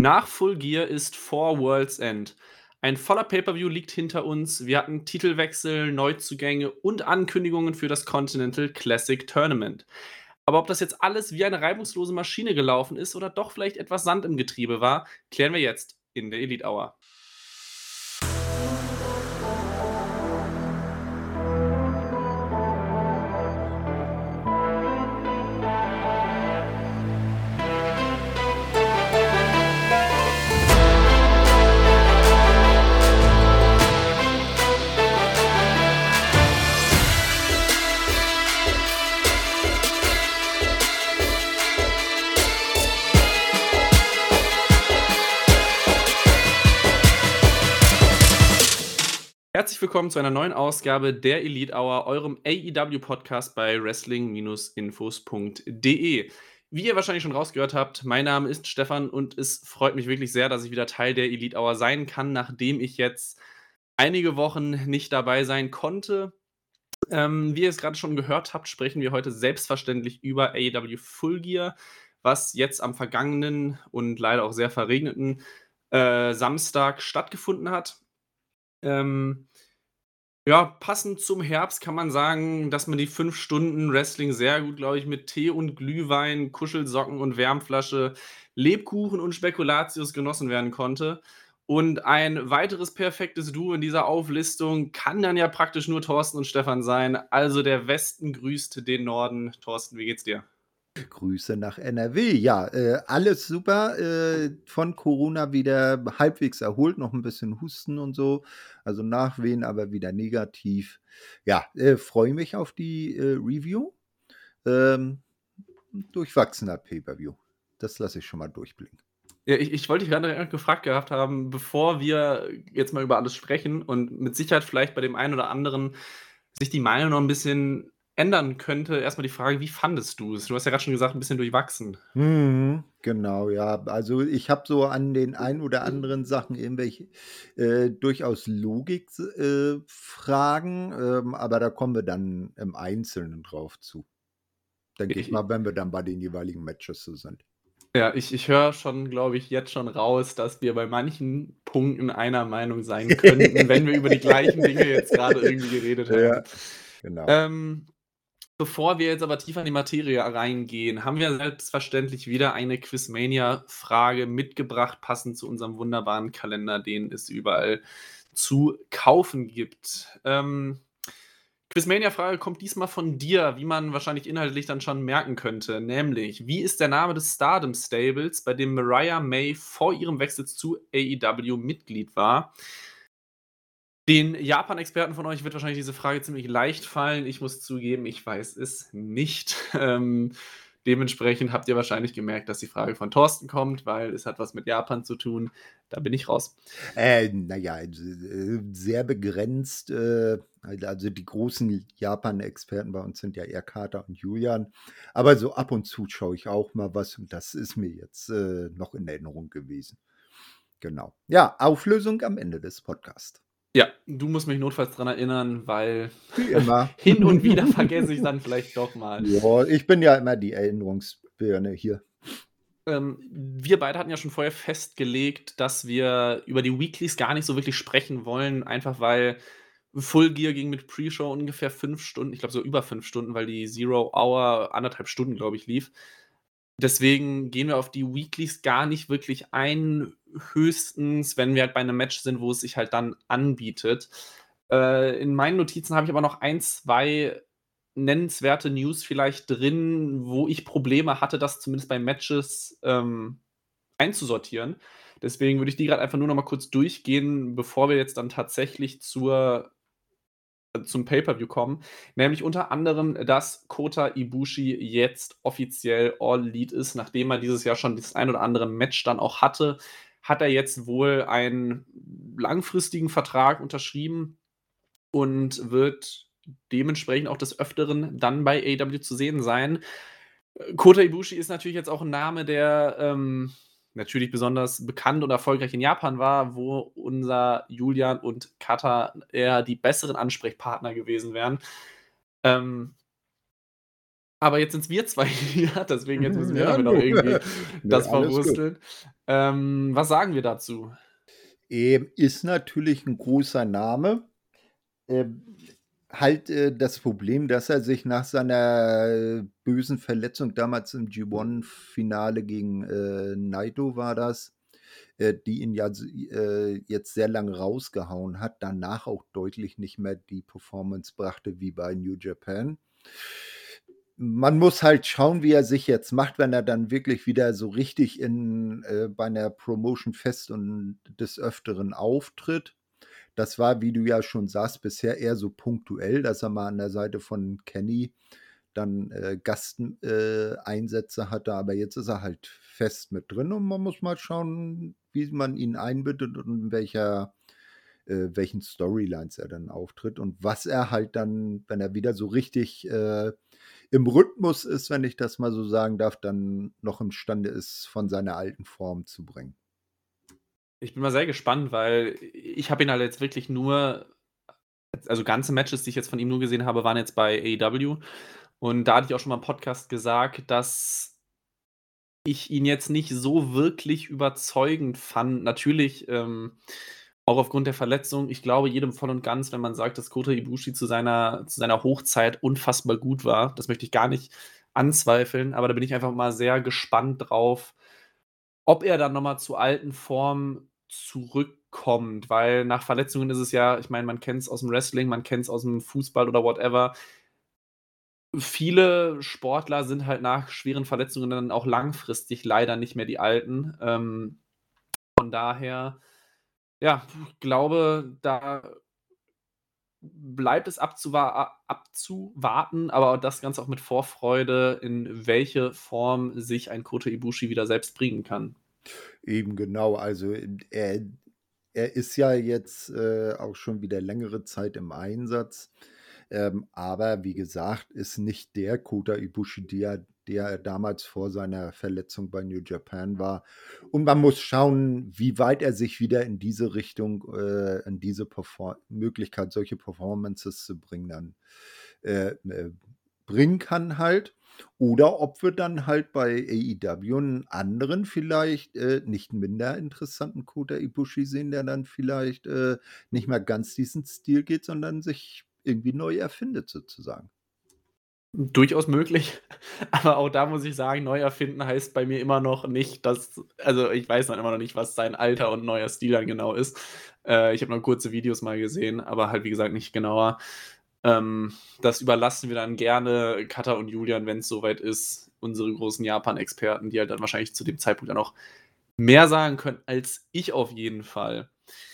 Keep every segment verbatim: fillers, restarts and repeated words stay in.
Nach Full Gear ist vor World's End. Ein voller Pay-per-View liegt hinter uns. Wir hatten Titelwechsel, Neuzugänge und Ankündigungen für das Continental Classic Tournament. Aber ob das jetzt alles wie eine reibungslose Maschine gelaufen ist oder doch vielleicht etwas Sand im Getriebe war, klären wir jetzt in der Elite Hour. Herzlich willkommen zu einer neuen Ausgabe der Elite Hour, eurem A E W-Podcast bei Wrestling Infos punkt de. Wie ihr wahrscheinlich schon rausgehört habt, mein Name ist Stefan und es freut mich wirklich sehr, dass ich wieder Teil der Elite Hour sein kann, nachdem ich jetzt einige Wochen nicht dabei sein konnte. Ähm, wie ihr es gerade schon gehört habt, sprechen wir heute selbstverständlich über A E W Full Gear, was jetzt am vergangenen und leider auch sehr verregneten äh, Samstag stattgefunden hat. Ähm, ja, passend zum Herbst kann man sagen, dass man die fünf Stunden Wrestling sehr gut, glaube ich, mit Tee und Glühwein, Kuschelsocken und Wärmflasche, Lebkuchen und Spekulatius genossen werden konnte. Und ein weiteres perfektes Duo in dieser Auflistung kann dann ja praktisch nur Thorsten und Stefan sein. Also der Westen grüßt den Norden. Thorsten, wie geht's dir? Grüße nach N R W. Ja, äh, alles super. Äh, von Corona wieder halbwegs erholt, noch ein bisschen Husten und so. Also Nachwehen, aber wieder negativ. Ja, äh, freue mich auf die äh, Review. Ähm, durchwachsener Pay-per-View. Das lasse ich schon mal durchblicken. Ja, ich, ich wollte dich gerade gefragt gehabt haben, bevor wir jetzt mal über alles sprechen und mit Sicherheit vielleicht bei dem einen oder anderen sich die Meinung noch ein bisschen ändern könnte. Erstmal die Frage, wie fandest du es? Du hast ja gerade schon gesagt, ein bisschen durchwachsen. Mhm, genau, ja. Also ich habe so an den ein oder anderen Sachen irgendwelche äh, durchaus Logik-Fragen, äh, Fragen, ähm, aber da kommen wir dann im Einzelnen drauf zu. Denke ich Ich, mal, wenn wir dann bei den jeweiligen Matches so sind. ja, ich, ich höre schon, glaube ich, jetzt schon raus, dass wir bei manchen Punkten einer Meinung sein könnten, wenn wir über die gleichen Dinge jetzt gerade irgendwie geredet haben. Ja, genau. Ähm, Bevor wir jetzt aber tiefer in die Materie reingehen, haben wir selbstverständlich wieder eine Quizmania-Frage mitgebracht, passend zu unserem wunderbaren Kalender, den es überall zu kaufen gibt. Ähm, Quizmania-Frage kommt diesmal von dir, wie man wahrscheinlich inhaltlich dann schon merken könnte. Nämlich, wie ist der Name des Stardom-Stables, bei dem Mariah May vor ihrem Wechsel zu A E W Mitglied war? Den Japan-Experten von euch wird wahrscheinlich diese Frage ziemlich leicht fallen. Ich muss zugeben, ich weiß es nicht. Ähm, dementsprechend habt ihr wahrscheinlich gemerkt, dass die Frage von Thorsten kommt, weil es hat was mit Japan zu tun. Da bin ich raus. Äh, naja, äh, sehr begrenzt. Äh, also die großen Japan-Experten bei uns sind ja eher Kater und Julian. Aber so ab und zu schaue ich auch mal was und das ist mir jetzt äh, noch in Erinnerung gewesen. Genau. Ja, Auflösung am Ende des Podcasts. Ja, du musst mich notfalls dran erinnern, weil Wie immer. hin und wieder vergesse ich dann vielleicht doch mal. Ja, ich bin ja immer die Erinnerungsbirne hier. Ähm, wir beide hatten ja schon vorher festgelegt, dass wir über die Weeklies gar nicht so wirklich sprechen wollen, einfach weil Full Gear ging mit Pre-Show ungefähr fünf Stunden, ich glaube so über fünf Stunden, weil die Zero Hour anderthalb Stunden, glaube ich, lief. Deswegen gehen wir auf die Weeklies gar nicht wirklich ein, höchstens, wenn wir halt bei einem Match sind, wo es sich halt dann anbietet. Äh, in meinen Notizen habe ich aber noch ein, zwei nennenswerte News vielleicht drin, wo ich Probleme hatte, das zumindest bei Matches ähm, einzusortieren. Deswegen würde ich die gerade einfach nur noch mal kurz durchgehen, bevor wir jetzt dann tatsächlich zur zum Pay-per-View kommen, nämlich unter anderem, dass Kota Ibushi jetzt offiziell All Elite ist, nachdem er dieses Jahr schon das ein oder andere Match dann auch hatte, hat er jetzt wohl einen langfristigen Vertrag unterschrieben und wird dementsprechend auch des Öfteren dann bei A E W zu sehen sein. Kota Ibushi ist natürlich jetzt auch ein Name, der ähm, natürlich besonders bekannt und erfolgreich in Japan war, wo unser Julian und Kata eher die besseren Ansprechpartner gewesen wären. Ähm, Aber jetzt sind's wir zwei hier, deswegen jetzt müssen wir Ja, damit auch nu irgendwie ne, das alles gut. verwursteln. Ähm, was sagen wir dazu? Ähm, ist natürlich 'n großer Name. Ähm, halt, äh, das Problem, dass er sich nach seiner bösen Verletzung damals im G one-Finale gegen, äh, Naito war das, äh, die ihn ja s äh, jetzt sehr lang rausgehauen hat, danach auch deutlich nicht mehr die Performance brachte wie bei New Japan. Man muss halt schauen, wie er sich jetzt macht, wenn er dann wirklich wieder so richtig in äh, bei 'ner Promotion fest und des Öfteren auftritt. Das war, wie du ja schon sagst, bisher eher so punktuell, dass er mal an der Seite von Kenny dann, äh, Gast äh, Einsätze hatte, aber jetzt ist er halt fest mit drin und man muss mal schauen, wie man ihn einbindet und in welcher äh, welchen Storylines er dann auftritt und was er halt dann, wenn er wieder so richtig, äh, im Rhythmus ist, wenn ich das mal so sagen darf, dann noch imstande ist, von seiner alten Form zu bringen. Ich bin mal sehr gespannt, weil ich habe ihn halt jetzt wirklich nur also ganze Matches, die ich jetzt von ihm nur gesehen habe, waren jetzt bei A E W. Und da hatte ich auch schon mal im Podcast gesagt, dass ich ihn jetzt nicht so wirklich überzeugend fand. Natürlich, ähm, auch aufgrund der Verletzung. Ich glaube jedem voll und ganz, wenn man sagt, dass Kota Ibushi zu seiner zu seiner Hochzeit unfassbar gut war. Das möchte ich gar nicht anzweifeln, aber da bin ich einfach mal sehr gespannt drauf, ob er dann noch mal zur alten Form zurückkommt, weil nach Verletzungen ist es ja ich meine, man kennt's aus'm Wrestling, man kennt's aus'm Fußball oder whatever. Viele Sportler sind halt nach schweren Verletzungen dann auch langfristig leider nicht mehr die Alten. Ähm, von daher, ja, ich glaube, da bleibt es abzuwa a abzuwarten, aber das Ganze auch mit Vorfreude, in welche Form sich ein Kota Ibushi wieder selbst bringen kann. Eben genau, also, äh, er er ist ja jetzt, äh, auch schon wieder längere Zeit im Einsatz, ähm, aber wie gesagt, ist nicht der Kota Ibushi, der der er damals vor seiner Verletzung bei New Japan war. Und man muss schauen, wie weit er sich wieder in diese Richtung äh, in diese Perfor Möglichkeit, solche Performances zu bringen dann, äh, äh, bringen kann halt. Oder ob wir dann halt bei A E W 'n anderen, vielleicht, äh, nicht minder interessanten Kota Ibushi sehen, der dann vielleicht, äh, nicht mehr ganz diesen Stil geht, sondern sich irgendwie neu erfindet sozusagen. Durchaus möglich, aber auch da muss ich sagen, neu erfinden heißt bei mir immer noch nicht, dass also, ich weiß dann immer noch nicht, was sein alter und neuer Stil dann genau ist. Äh, ich habe nur kurze Videos mal gesehen, aber halt, wie gesagt, nicht genauer. Ähm, das überlassen wir dann gerne Katha und Julian, wenn's soweit ist, unsere großen Japan-Experten, die halt dann wahrscheinlich zu dem Zeitpunkt dann auch mehr sagen können als ich auf jeden Fall.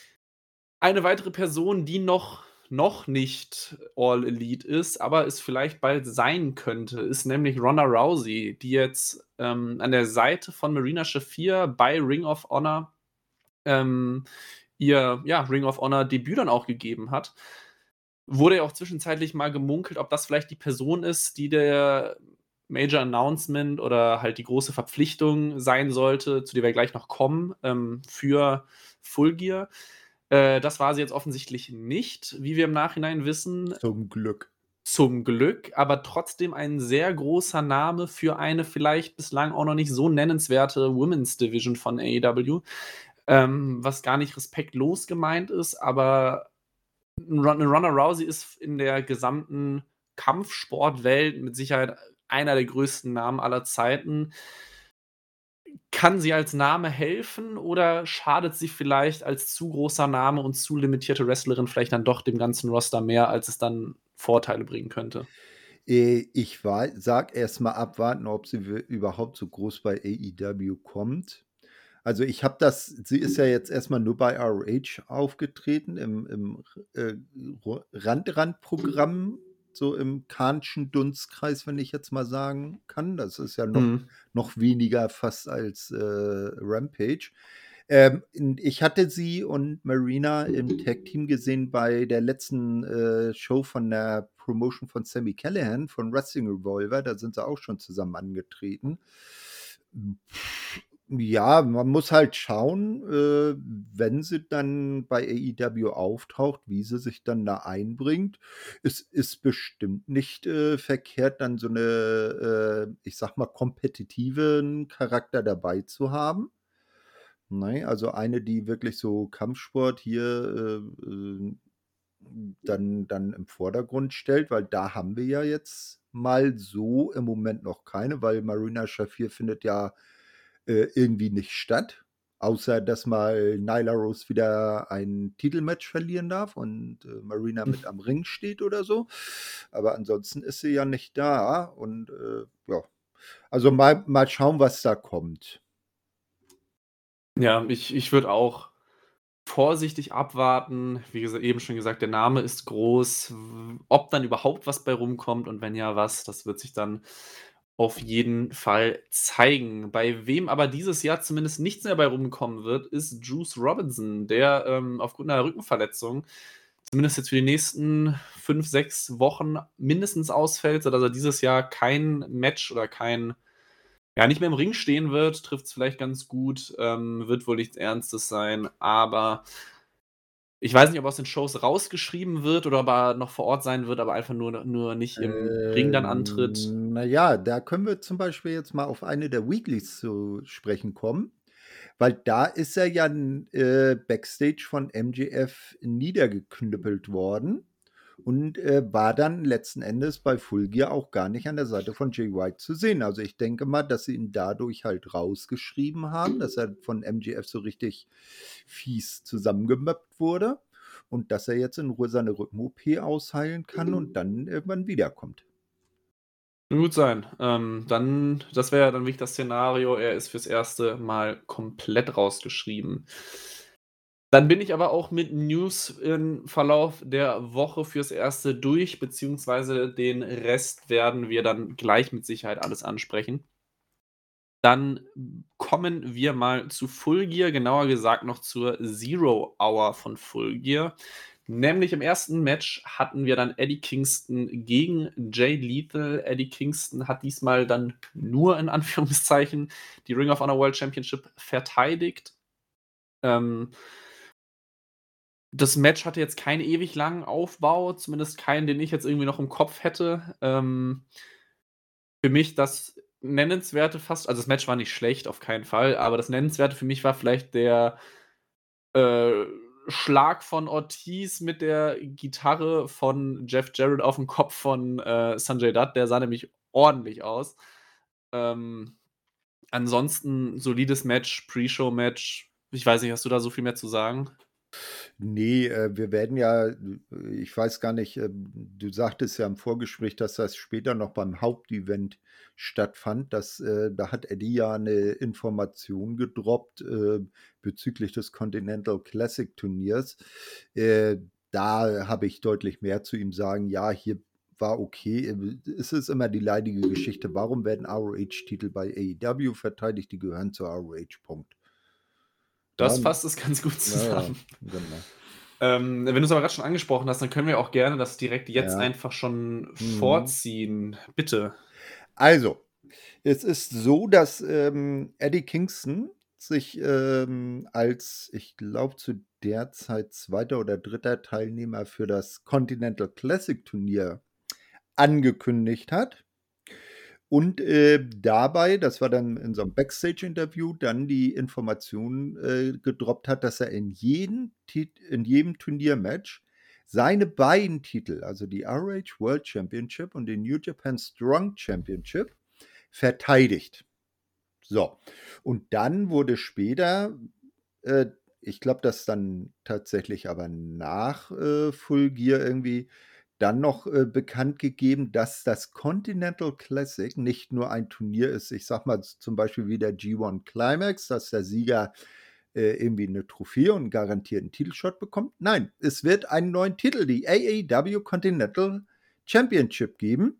Eine weitere Person, die noch noch nicht All Elite ist, aber es vielleicht bald sein könnte, ist nämlich Ronda Rousey, die jetzt, ähm, an der Seite von Marina Shafir bei Ring of Honor, ähm, ihr, ja, Ring of Honor Debüt dann auch gegeben hat. Wurde ja auch zwischenzeitlich mal gemunkelt, ob das vielleicht die Person ist, die der Major Announcement oder halt die große Verpflichtung sein sollte, zu der wir gleich noch kommen, ähm, für Full Gear. Äh, das war sie jetzt offensichtlich nicht, wie wir im Nachhinein wissen. Zum Glück. Zum Glück, aber trotzdem ein sehr großer Name für eine vielleicht bislang auch noch nicht so nennenswerte Women's Division von A E W, ähm, was gar nicht respektlos gemeint ist, aber 'n Ron 'ne Ronda Rousey ist in der gesamten Kampfsportwelt mit Sicherheit einer der größten Namen aller Zeiten. Kann sie als Name helfen oder schadet sie vielleicht als zu großer Name und zu limitierte Wrestlerin vielleicht dann doch dem ganzen Roster mehr, als es dann Vorteile bringen könnte? Äh, ich wei sage erst mal abwarten, ob sie wir überhaupt so groß bei A E W kommt. Also, ich habe das sie ist ja jetzt erst mal nur bei R O H aufgetreten im im r äh, Ru Rand-Randprogramm, so im Khan'schen Dunstkreis, wenn ich jetzt mal sagen kann. Das ist ja noch Mhm. noch weniger fast als, äh, Rampage. Ähm, und ich hatte sie und Marina im Tag-Team gesehen bei der letzten, äh, Show von der Promotion von Sami Callihan von Wrestling Revolver, da sind sie auch schon zusammen angetreten. Ja, man muss halt schauen, äh, wenn sie dann bei A E W auftaucht, wie sie sich dann da einbringt. Es ist bestimmt nicht, äh, verkehrt, dann so 'ne, äh, ich sage mal, kompetitiven Charakter dabei zu haben. Ne, also eine, die wirklich so Kampfsport hier, äh, äh, dann dann im Vordergrund stellt, weil da haben wir ja jetzt mal so im Moment noch keine, weil Marina Shafir findet ja, äh, irgendwie nicht statt, außer dass mal Nyla Rose wieder ein Titelmatch verlieren darf und, äh, Marina mit am Ring steht oder so. Aber ansonsten ist sie ja nicht da und, äh, ja. Also mal mal schauen, was da kommt. Ja, ich ich würde auch vorsichtig abwarten. Wie gesa eben schon gesagt, der Name ist groß. W ob dann überhaupt was bei rumkommt und wenn ja, was, das wird sich dann auf jeden Fall zeigen. Bei wem aber dieses Jahr zumindest nichts mehr bei rumkommen wird, ist Juice Robinson, der, ähm, aufgrund einer Rückenverletzung zumindest jetzt für die nächsten fünf, sechs Wochen mindestens ausfällt, sodass er dieses Jahr kein Match oder kein ja, nicht mehr im Ring stehen wird, trifft's vielleicht ganz gut, ähm, wird wohl nichts Ernstes sein, aber ich weiß nicht, ob er aus den Shows rausgeschrieben wird oder ob er noch vor Ort sein wird, aber einfach nur nur nicht im Ring dann antritt. Ähm, na ja, da können wir zum Beispiel jetzt mal auf eine der Weeklys zu sprechen kommen, weil da ist er ja n äh, backstage von M J F niedergeknüppelt worden und, äh, war dann letzten Endes bei Full Gear auch gar nicht an der Seite von Jay White zu sehen. Also, ich denke mal, dass sie ihn dadurch halt rausgeschrieben haben, dass er von M J F so richtig fies zusammengemöppt wurde und dass er jetzt in Ruhe seine Rücken-O P ausheilen kann und dann irgendwann wiederkommt. Kann gut sein. Ähm, dann das wäre ja dann wirklich das Szenario, er ist fürs erste Mal komplett rausgeschrieben. Dann bin ich aber auch mit News im Verlauf der Woche fürs Erste durch, beziehungsweise den Rest werden wir dann gleich mit Sicherheit alles ansprechen. Dann kommen wir mal zu Full Gear, genauer gesagt noch zur Zero Hour von Full Gear. Nämlich im ersten Match hatten wir dann Eddie Kingston gegen Jay Lethal. Eddie Kingston hat diesmal dann nur in Anführungszeichen die Ring of Honor World Championship verteidigt. Ähm das Match hatte jetzt keinen ewig langen Aufbau, zumindest keinen, den ich jetzt irgendwie noch im Kopf hätte. Ähm für mich das Nennenswerte fast also, das Match war nicht schlecht, auf keinen Fall, aber das Nennenswerte für mich war vielleicht der, äh, Schlag von Ortiz mit der Gitarre von Jeff Jarrett auf'n Kopf von, äh, Sanjay Dutt. Der sah nämlich ordentlich aus. Ähm, ansonsten solides Match, Pre-Show-Match. Ich weiß nicht, hast du da so viel mehr zu sagen? Ne, äh, wir werden ja äh, ich weiß gar nicht, ähm, du sagtest ja im Vorgespräch, dass das später noch beim Hauptevent stattfand. Das äh, da hat Eddie ja 'ne Information gedroppt, äh, bezüglich des Continental Classic Turniers. Äh, da habe ich deutlich mehr zu ihm sagen. Ja, hier war okay. Äh, es ist immer die leidige Geschichte. Warum werden R O H-Titel bei A E W verteidigt? Die gehören zur R O H, Punkt. Ja, Das fasst es ganz gut ja, ja, zusammen. genau. Ähm, wenn du's aber grad schon angesprochen hast, dann können wir auch gerne das direkt jetzt Ja. einfach schon Mhm. vorziehen. Bitte. Also, es ist so, dass, ähm, Eddie Kingston sich, ähm, als, ich glaube, zu der Zeit zweiter oder dritter Teilnehmer für das Continental Classic Turnier angekündigt hat. Und, äh, dabei, das war dann in so 'nem Backstage-Interview, dann die Information, äh, gedroppt hat, dass er in jeden Tit in jedem Turniermatch seine beiden Titel, also die R O H World Championship und den New Japan Strong Championship, verteidigt. So, und dann wurde später, äh ich glaube, dass dann tatsächlich aber nach, äh, Full Gear irgendwie dann noch, äh, bekannt gegeben, dass das Continental Classic nicht nur ein Turnier ist, ich sage mal z zum Beispiel wie der G one Climax, dass der Sieger, äh, irgendwie 'ne Trophäe und 'n garantierten Titelshot bekommt. Nein, es wird einen neuen Titel, die A E W Continental Championship geben.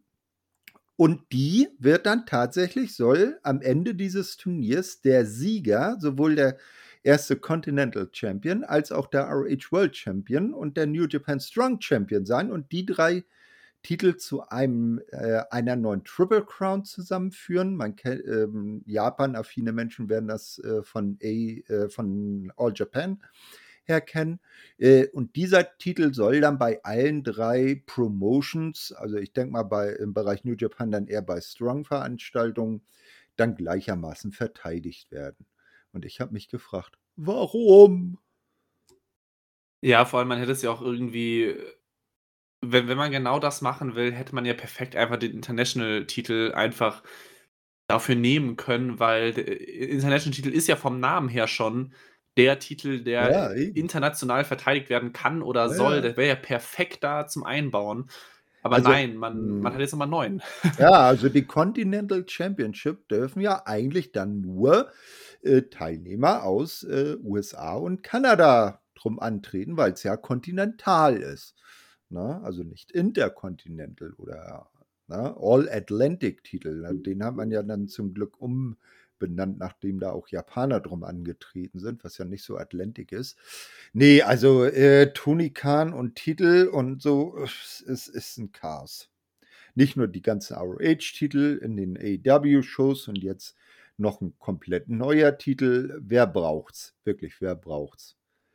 Und die wird dann tatsächlich soll am Ende dieses Turniers der Sieger, sowohl der erste Continental Champion als auch der R O H World Champion und der New Japan Strong Champion sein. Und die drei Titel zu einem äh, einer neuen Triple Crown zusammenführen. Man kennt ähm, Japan-affine Menschen werden das äh, von A äh, von All Japan her kennen. Äh, und dieser Titel soll dann bei allen drei Promotions, also ich denke mal bei im Bereich New Japan dann eher bei Strong-Veranstaltungen, dann gleichermaßen verteidigt werden. Und ich habe mich gefragt, warum? Ja, vor allem, man hätte es ja auch irgendwie wenn wenn man genau das machen will, hätte man ja perfekt einfach den International-Titel einfach dafür nehmen können, weil der International-Titel ist ja vom Namen her schon der Titel, der Ja, eben. international verteidigt werden kann oder Ja, soll. ja. Der wäre ja perfekt da zum Einbauen. Aber Also, nein, man man hm, hat jetzt noch mal 'n neuen. ja, also die Continental Championship dürfen ja eigentlich dann nur äh, Teilnehmer aus äh, U S A und Kanada drum antreten, weil es ja kontinental ist. Ne? Also nicht Intercontinental oder ne? All-Atlantic-Titel. Ne? Den hat man ja dann zum Glück umbenannt, nachdem da auch Japaner drum angetreten sind, was ja nicht so Atlantic ist. Nee, also äh, Tony Khan und Titel und so, es ist, ist ein Chaos. Nicht nur die ganzen R O H-Titel in den A E W-Shows und jetzt noch ein komplett neuer Titel. Wer braucht's? Wirklich, wer braucht's?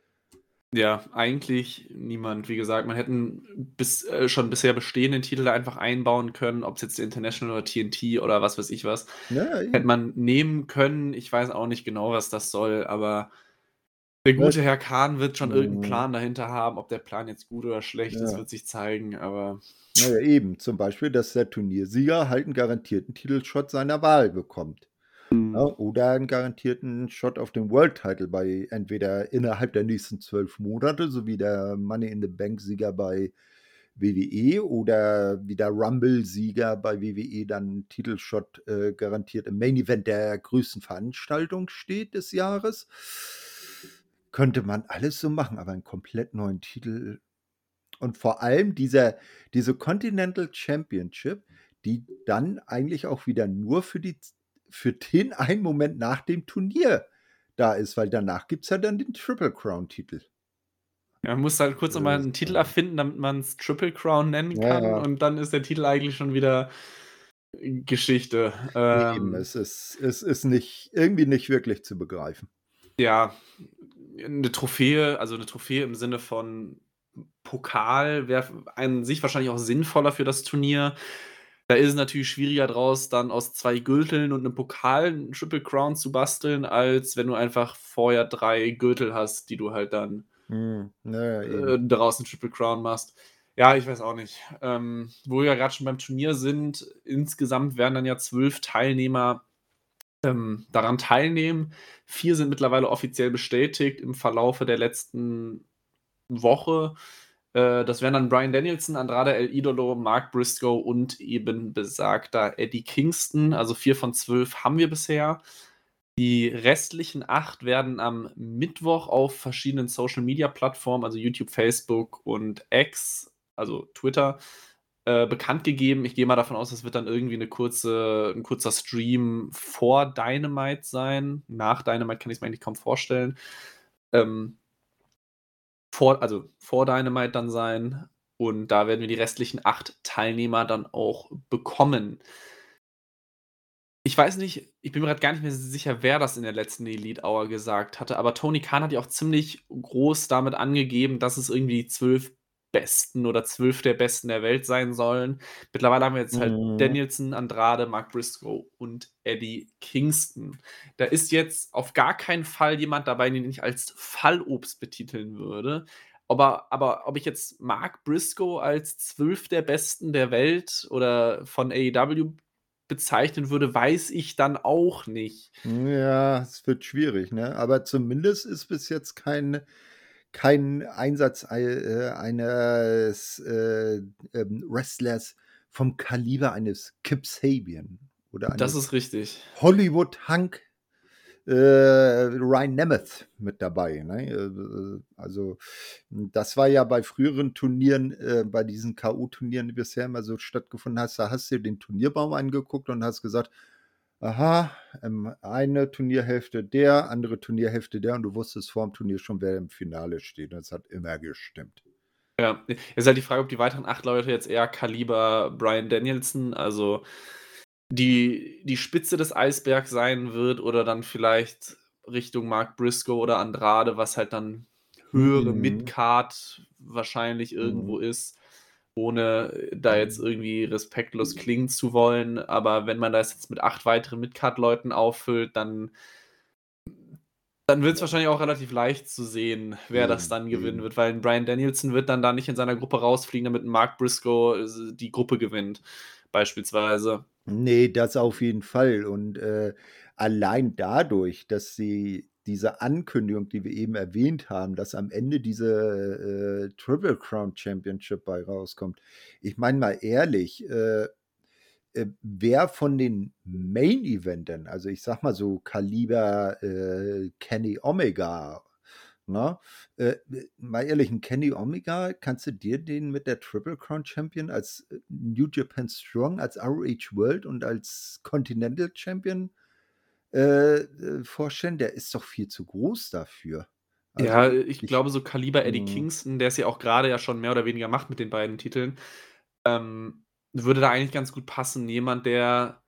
Ja, eigentlich niemand. Wie gesagt, man hätten bis äh, schon bisher bestehenden Titel da einfach einbauen können, ob's jetzt der International oder T N T oder was weiß ich was, Ja, hätte eben. man nehmen können. Ich weiß auch nicht genau, was das soll, aber der Ne, gute Herr Kahn wird schon irgend 'n mhm, Plan dahinter haben. Ob der Plan jetzt gut oder schlecht ist, ja. wird sich zeigen, aber Na ja, eben. Zum Beispiel, dass der Turniersieger halt 'n garantierten Titelshot seiner Wahl bekommt, Mhm. ne? Oder 'n garantierten Shot auf den World Title bei entweder innerhalb der nächsten zwölf Monate, so wie der Money in the Bank-Sieger bei W W E oder wie der Rumble-Sieger bei W W E dann 'n Titelshot äh, garantiert im Main Event der größten Veranstaltung steht des Jahres. Könnte man alles so machen, aber 'n komplett neuen Titel und vor allem dieser diese Continental Championship, die dann eigentlich auch wieder nur für die z für den einen Moment nach dem Turnier da ist, weil danach gibt's ja dann den Triple Crown Titel. Ja, man muss halt kurz noch mal Das, 'n Titel äh erfinden, damit man's Triple Crown nennen Ja, kann ja. und dann ist der Titel eigentlich schon wieder Geschichte. Eben, Ähm es ist es ist nicht irgendwie nicht wirklich zu begreifen. Ja, 'ne Trophäe also 'ne Trophäe im Sinne von Pokal wäre f an sich wahrscheinlich auch sinnvoller für das Turnier. Da ist es natürlich schwieriger draus, dann aus zwei Gürteln und 'nem Pokal 'n Triple Crown zu basteln, als wenn du einfach vorher drei Gürtel hast, die du halt dann Mhm. Ja, ja, eben. äh, daraus 'n Triple Crown machst. Ja, ich weiß auch nicht. Ähm, wo wir ja grad schon beim Turnier sind, insgesamt werden dann ja zwölf Teilnehmer, ähm, daran teilnehmen. vier sind mittlerweile offiziell bestätigt im Verlaufe der letzten Woche. Äh, das wären dann Bryan Danielson, Andrade El Idolo, Mark Briscoe und eben besagter Eddie Kingston. Also vier von zwölf haben wir bisher. Die restlichen acht werden am Mittwoch auf verschiedenen Social-Media-Plattformen, also YouTube, Facebook und X, also Twitter, äh, bekannt gegeben. Ich gehe mal davon aus, das wird dann irgendwie 'ne kurze 'n kurzer Stream vor Dynamite sein. Nach Dynamite kann ich's mir eigentlich kaum vorstellen. Ähm vor also vor Dynamite dann sein und da werden wir die restlichen acht Teilnehmer dann auch bekommen. Ich weiß nicht, ich bin mir grad gar nicht mehr sicher, wer das in der letzten Elite Hour gesagt hatte, aber Tony Khan hat ja auch ziemlich groß damit angegeben, dass es irgendwie die zwölf Besten oder zwölf der Besten der Welt sein sollen. Mittlerweile haben wir jetzt halt Mhm. Danielson, Andrade, Mark Briscoe und Eddie Kingston. Da ist jetzt auf gar keinen Fall jemand dabei, den ich als Fallobst betiteln würde. Aber aber ob ich jetzt Mark Briscoe als zwölf der Besten der Welt oder von A E W bezeichnen würde, weiß ich dann auch nicht. Ja, es wird schwierig, ne? Aber zumindest ist bis jetzt kein kein Einsatz ei äh, eines, äh, ähm, Wrestlers vom Kaliber eines Kip Sabian oder Das eines ist richtig. Hollywood Hunk, äh, Ryan Nemeth mit dabei, ne? Äh, also, das war ja bei früheren Turnieren, äh, bei diesen K O-Turnieren, die bisher immer so stattgefunden hast, da hast du dir den Turnierbaum angeguckt und hast gesagt: „Aha, ähm, eine Turnierhälfte der, andere Turnierhälfte der“ und du wusstest vorm Turnier schon, wer im Finale steht und es hat immer gestimmt. Ja, ist halt die Frage, ob die weiteren acht Leute jetzt eher Kaliber Bryan Danielson, also die die Spitze des Eisbergs sein wird oder dann vielleicht Richtung Mark Briscoe oder Andrade, was halt dann höhere Mhm. Mid-Card wahrscheinlich Mhm. irgendwo ist, ohne da jetzt irgendwie respektlos klingen zu wollen. Aber wenn man das jetzt mit acht weiteren Mid-Card-Leuten auffüllt, dann dann wird's wahrscheinlich auch relativ leicht zu sehen, wer das Eben, dann gewinnen eben. wird, weil 'n Bryan Danielson wird dann da nicht in seiner Gruppe rausfliegen, damit 'n Mark Briscoe s die Gruppe gewinnt, beispielsweise. Ne, das auf jeden Fall. Und, äh, allein dadurch, dass sie diese Ankündigung, die wir eben erwähnt haben, dass am Ende diese, äh, Triple Crown Championship bei rauskommt. Ich meine mal ehrlich, äh, äh, wer von den Main-Eventern, also ich sage mal so Kaliber, äh, Kenny Omega, ne? Äh, äh, mal ehrlich, 'n Kenny Omega, kannst du dir den mit der Triple Crown Champion als, äh, New Japan Strong, als R O H World und als Continental Champion, äh, äh, vorstellen? Der ist doch viel zu groß dafür. Also, Ja, ich ich glaube, so Kaliber Eddie mhm. Kingston, der es ja auch grade ja schon mehr oder weniger macht mit den beiden Titeln, ähm, würde da eigentlich ganz gut passen. Jemand, der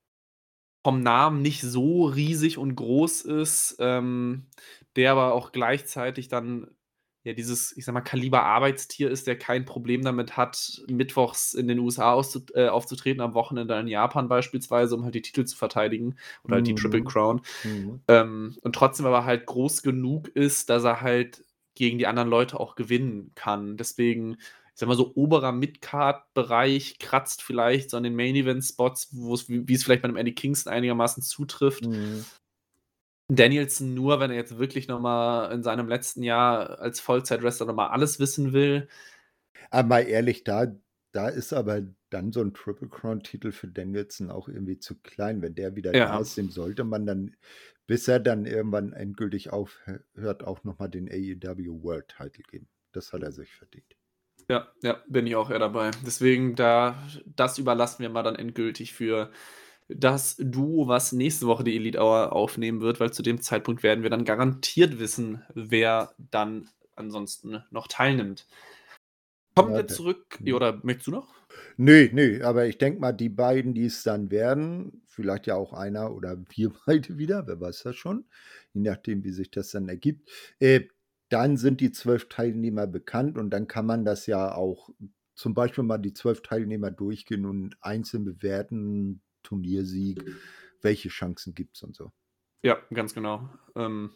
vom Namen nicht so riesig und groß ist, ähm, der aber auch gleichzeitig dann, ja, dieses, ich sage mal, Kaliber Arbeitstier ist, der kein Problem damit hat, mittwochs in den U S A auszut äh, aufzutreten, am Wochenende in Japan beispielsweise, um halt die Titel zu verteidigen oder halt die Triple Mhm. Crown. Mhm. Ähm, und trotzdem aber halt groß genug ist, dass er halt gegen die anderen Leute auch gewinnen kann. Deswegen, ich sage mal so, oberer Mid-Card-Bereich kratzt vielleicht so an den Main-Event-Spots, wo's wie wie's vielleicht bei 'nem Eddie Kingston einigermaßen zutrifft. Mhm. Danielson nur, wenn er jetzt wirklich noch mal in seinem letzten Jahr als Vollzeit-Wrestler noch mal alles wissen will. Aber mal ehrlich, da da ist aber dann so 'n Triple Crown Titel für Danielson auch irgendwie zu klein. Wenn der wieder da Ja. ist, dem sollte man dann, bis er dann irgendwann endgültig aufhö hört, auch noch mal den A E W World Title geben. Das hat er sich verdient. Ja, ja, bin ich auch eher dabei. Deswegen da das überlassen wir mal dann endgültig für das Duo, was nächste Woche die Elite Hour aufnehmen wird, weil zu dem Zeitpunkt werden wir dann garantiert wissen, wer dann ansonsten noch teilnimmt. Kommen Ja, wir de zurück ja, mhm. oder möchtest du noch? Ne, ne, aber ich denke mal, die beiden, die's dann werden, vielleicht ja auch einer oder wir beide wieder, wer weiß das schon, je nachdem, wie sich das dann ergibt. Äh, dann sind die zwölf Teilnehmer bekannt und dann kann man das ja auch zum Beispiel mal die zwölf Teilnehmer durchgehen und einzeln bewerten, Turniersieg, welche Chancen gibt's und so. Ja, ganz genau. Ähm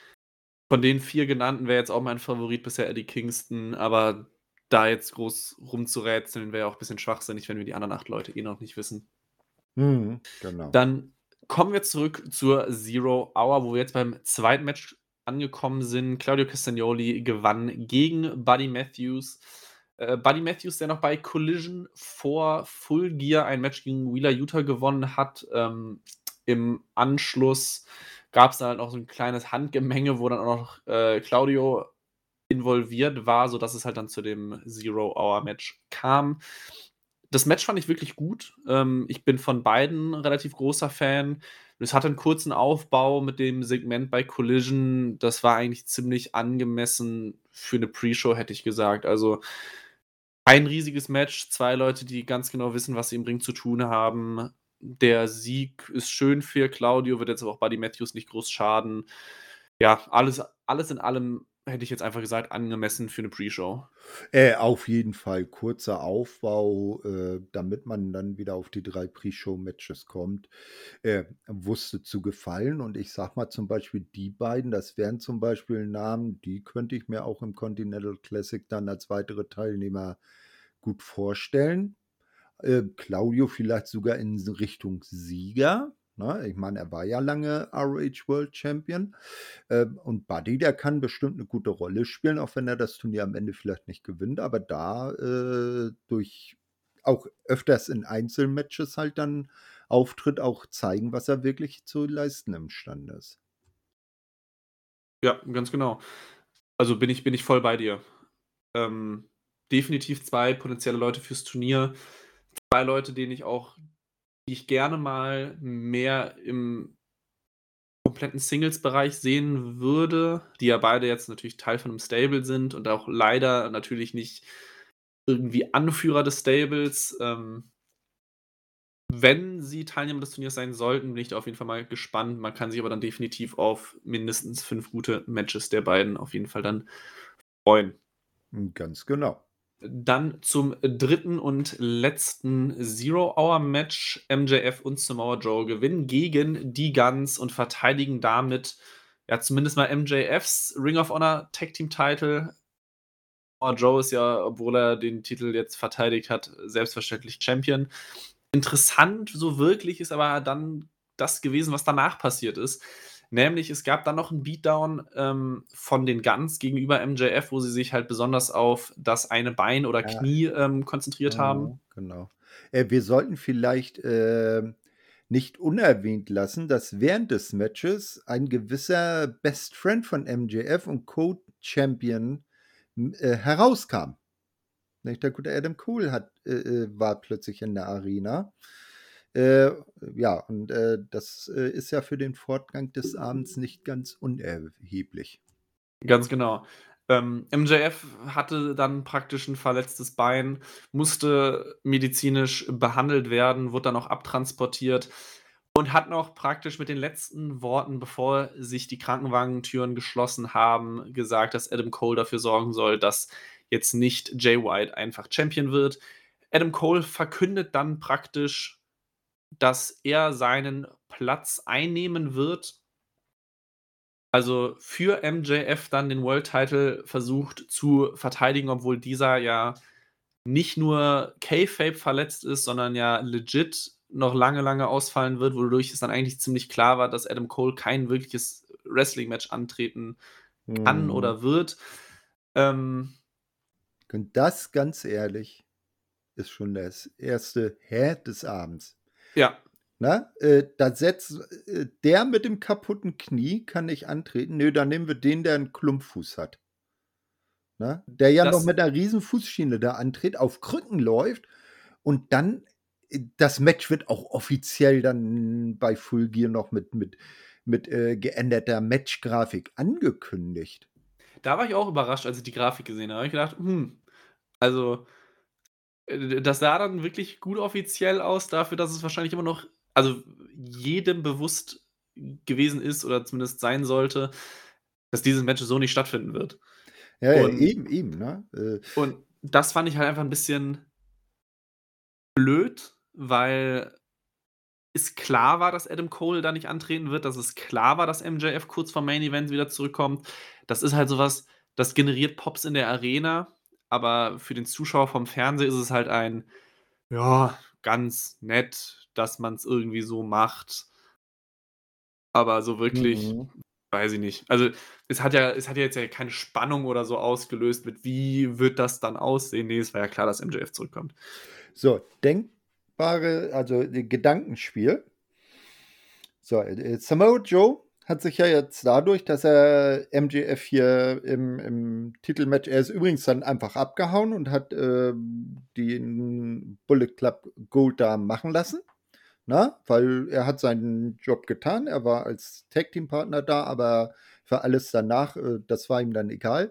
von den vier genannten wäre jetzt auch mein Favorit bisher Eddie Kingston, aber da jetzt groß rumzurätseln, wäre auch bisschen schwachsinnig, wenn wir die anderen acht Leute eh noch nicht wissen. Mhm, genau. Dann kommen wir zurück zur Zero Hour, wo wir jetzt beim zweiten Match angekommen sind. Claudio Castagnoli gewann gegen Buddy Matthews. Äh, Buddy Matthews, der noch bei Collision vor Full Gear ein Match gegen Wheeler Yuta gewonnen hat. Ähm, im Anschluss gab's dann halt noch so 'n kleines Handgemenge, wo dann auch noch, äh, Claudio involviert war, sodass es halt dann zu dem Zero Hour Match kam. Das Match fand ich wirklich gut. Ähm, ich bin von beiden relativ großer Fan. Es hatte 'n kurzen Aufbau mit dem Segment bei Collision. Das war eigentlich ziemlich angemessen für 'ne Pre-Show, hätte ich gesagt. Also ein riesiges Match, zwei Leute, die ganz genau wissen, was sie im Ring zu tun haben. Der Sieg ist schön für Claudio, wird jetzt aber auch Buddy Matthews nicht groß schaden. Ja, alles alles in allem hätte ich jetzt einfach gesagt, angemessen für 'ne Pre-Show. Äh, auf jeden Fall kurzer Aufbau, äh, damit man dann wieder auf die drei Pre-Show-Matches kommt, äh, wusste zu gefallen. Und ich sage mal zum Beispiel die beiden, das wären zum Beispiel Namen, die könnte ich mir auch im Continental Classic dann als weitere Teilnehmer gut vorstellen. Äh, Claudio vielleicht sogar in s Richtung Sieger, ne? Ich meine, er war ja lange R O H World Champion. Ähm, und Buddy, der kann bestimmt 'ne gute Rolle spielen, auch wenn er das Turnier am Ende vielleicht nicht gewinnt, aber da, äh, durch auch öfters in Einzelmatches halt dann auftritt, auch zeigen, was er wirklich zu leisten imstande ist. Ja, ganz genau. Also, bin ich bin ich voll bei dir. Ähm, definitiv zwei potenzielle Leute fürs Turnier. zwei Leute, denen ich auch die ich gerne mal mehr im kompletten Singles-Bereich sehen würde, die ja beide jetzt natürlich Teil von 'nem Stable sind und auch leider natürlich nicht irgendwie Anführer des Stables. Ähm wenn sie Teilnehmer des Turniers sein sollten, bin ich da auf jeden Fall mal gespannt. Man kann sich aber dann definitiv auf mindestens fünf gute Matches der beiden auf jeden Fall dann freuen. Hm, ganz genau. Dann zum dritten und letzten Zero-Hour-Match. M J F und Samoa Joe gewinnen gegen die Guns und verteidigen damit, ja, zumindest mal M J Fs Ring of Honor Tag Team Title. Samoa Joe ist ja, obwohl er den Titel jetzt verteidigt hat, selbstverständlich Champion. Interessant so wirklich ist aber dann das gewesen, was danach passiert ist. Nämlich, es gab dann noch 'n Beatdown, ähm, von den Guns gegenüber M J F, wo sie sich halt besonders auf das eine Bein oder Ja. Knie, ähm, konzentriert haben. Mhm, genau. Äh, wir sollten vielleicht, ähm, nicht unerwähnt lassen, dass während des Matches ein gewisser Best Friend von M J F und Co-Champion, hm, äh, herauskam. Nicht, der gute Adam Cole hat äh, äh, war plötzlich in der Arena. Äh, ja, und, äh, das, äh, ist ja für den Fortgang des Abends nicht ganz unerheblich. Ganz genau. Ähm, M J F hatte dann praktisch 'n verletztes Bein, musste medizinisch behandelt werden, wurde dann auch abtransportiert und hat noch praktisch mit den letzten Worten, bevor sich die Krankenwagentüren geschlossen haben, gesagt, dass Adam Cole dafür sorgen soll, dass jetzt nicht Jay White einfach Champion wird. Adam Cole verkündet dann praktisch, dass er seinen Platz einnehmen wird. Also, für M J F dann den World Title versucht zu verteidigen, obwohl dieser ja nicht nur Kayfabe verletzt ist, sondern ja legit noch lange, lange ausfallen wird, wodurch es dann eigentlich ziemlich klar war, dass Adam Cole kein wirkliches Wrestling-Match antreten kann Mhm. oder wird. Ähm Und das, ganz ehrlich, ist schon das erste Hä des Abends. Ja. Ne? Äh, da setzt äh, der mit dem kaputten Knie kann nicht antreten. Ne, dann nehmen wir den, der 'n Klumpfuß hat. Ne? Der ja noch Das mit 'ner riesen Fußschiene da antritt, auf Krücken läuft und dann äh, das Match wird auch offiziell dann bei Full Gear noch mit mit mit, äh, geänderter Matchgrafik angekündigt. Da war ich auch überrascht, als ich die Grafik gesehen habe. Habe ich gedacht: „Hm, also, äh, d das sah dann wirklich gut offiziell aus dafür, dass es wahrscheinlich immer noch also, jedem bewusst gewesen ist oder zumindest sein sollte, dass dieses Match so nicht stattfinden wird.“ Ja, ja, Und eben, eben, ne? Äh und das fand ich halt einfach 'n bisschen blöd, weil es klar war, dass Adam Cole da nicht antreten wird, dass es klar war, dass M J F kurz vorm Main Event wieder zurückkommt. Das ist halt so was, das generiert Pops in der Arena, aber für den Zuschauer vom Fernseher ist es halt ein: „Ja, ganz nett, dass man's irgendwie so macht.“ Aber so wirklich Mhm. weiß ich nicht. Also, es hat ja es hat ja jetzt ja keine Spannung oder so ausgelöst mit: „Wie wird das dann aussehen?“ Ne, es war ja klar, dass M J F zurückkommt. So, denkbare also, äh, Gedankenspiel. So, äh, äh, Samoa Joe hat sich ja jetzt dadurch, dass er M J F hier im im Titelmatch er ist übrigens dann einfach abgehauen und hat, ähm, den Bullet Club Gold da machen lassen, ne? Weil er hat seinen Job getan. Er war als Tag-Team-Partner da, aber für alles danach, äh, das war ihm dann egal.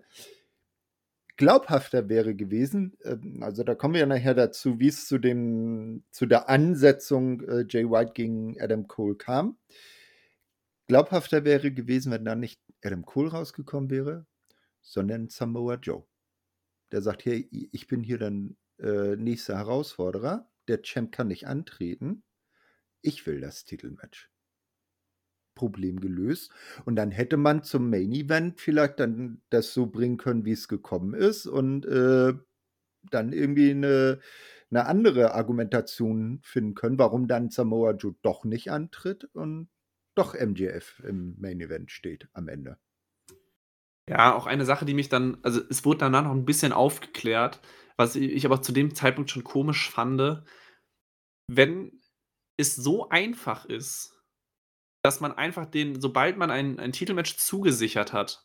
Glaubhafter wäre gewesen ähm, also, da kommen wir ja nachher dazu, wie's zu dem zu der Ansetzung, äh, Jay White gegen Adam Cole kam. Glaubhafter wäre gewesen, wenn da nicht Adam Cole rausgekommen wäre, sondern Samoa Joe. Der sagt: „Hey, i ich bin hier dein, äh, nächster Herausforderer. Der Champ kann nicht antreten. Ich will das Titelmatch.“ Problem gelöst. Und dann hätte man zum Main Event vielleicht dann das so bringen können, wie's gekommen ist und, äh, dann irgendwie 'ne 'ne andere Argumentation finden können, warum dann Samoa Joe doch nicht antritt und doch M J F im Main Event steht am Ende. Ja, auch eine Sache, die mich dann also, es wurde danach noch 'n bisschen aufgeklärt, was i ich aber zu dem Zeitpunkt schon komisch fand. Wenn es so einfach ist, dass man einfach den sobald man ein ein Titelmatch zugesichert hat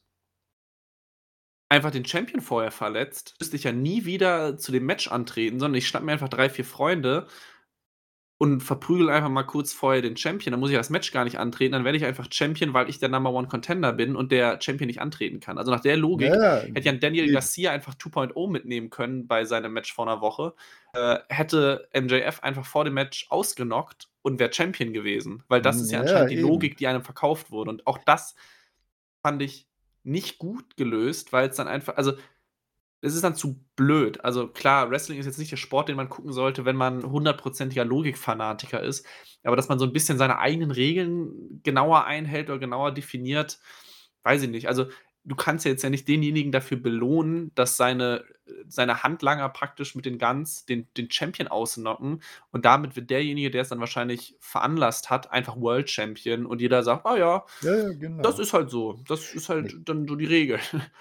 einfach den Champion vorher verletzt, müsste ich ja nie wieder zu dem Match antreten, sondern ich schnappe mir einfach drei, vier Freunde und verprügel einfach mal kurz vorher den Champion, dann muss ich das Match gar nicht antreten, dann werde ich einfach Champion, weil ich der Number One Contender bin und der Champion nicht antreten kann. Also, nach der Logik Ja, hätte ja 'n Daniel eben. Garcia einfach zwei Punkt null mitnehmen können bei seinem Match vor 'ner Woche, äh, hätte M J F einfach vor dem Match ausgenockt und wäre Champion gewesen, weil das Hm, ist ja ja, anscheinend die eben. Logik, die einem verkauft wurde. Und auch das fand ich nicht gut gelöst, weil's dann einfach also, es ist dann zu blöd. Also klar, Wrestling ist jetzt nicht der Sport, den man gucken sollte, wenn man hundertprozentiger Logikfanatiker ist, aber dass man so 'n bisschen seine eigenen Regeln genauer einhält oder genauer definiert, weiß ich nicht. Also, du kannst ja jetzt ja nicht denjenigen dafür belohnen, dass seine äh, seine Handlanger praktisch mit den Guns den den Champion ausknocken und damit wird derjenige, der es dann wahrscheinlich veranlasst hat, einfach World Champion und jeder sagt: „Ah ja, Ja, ja, das genau. ist halt so. Das ist Ne. halt dann so die Regel.“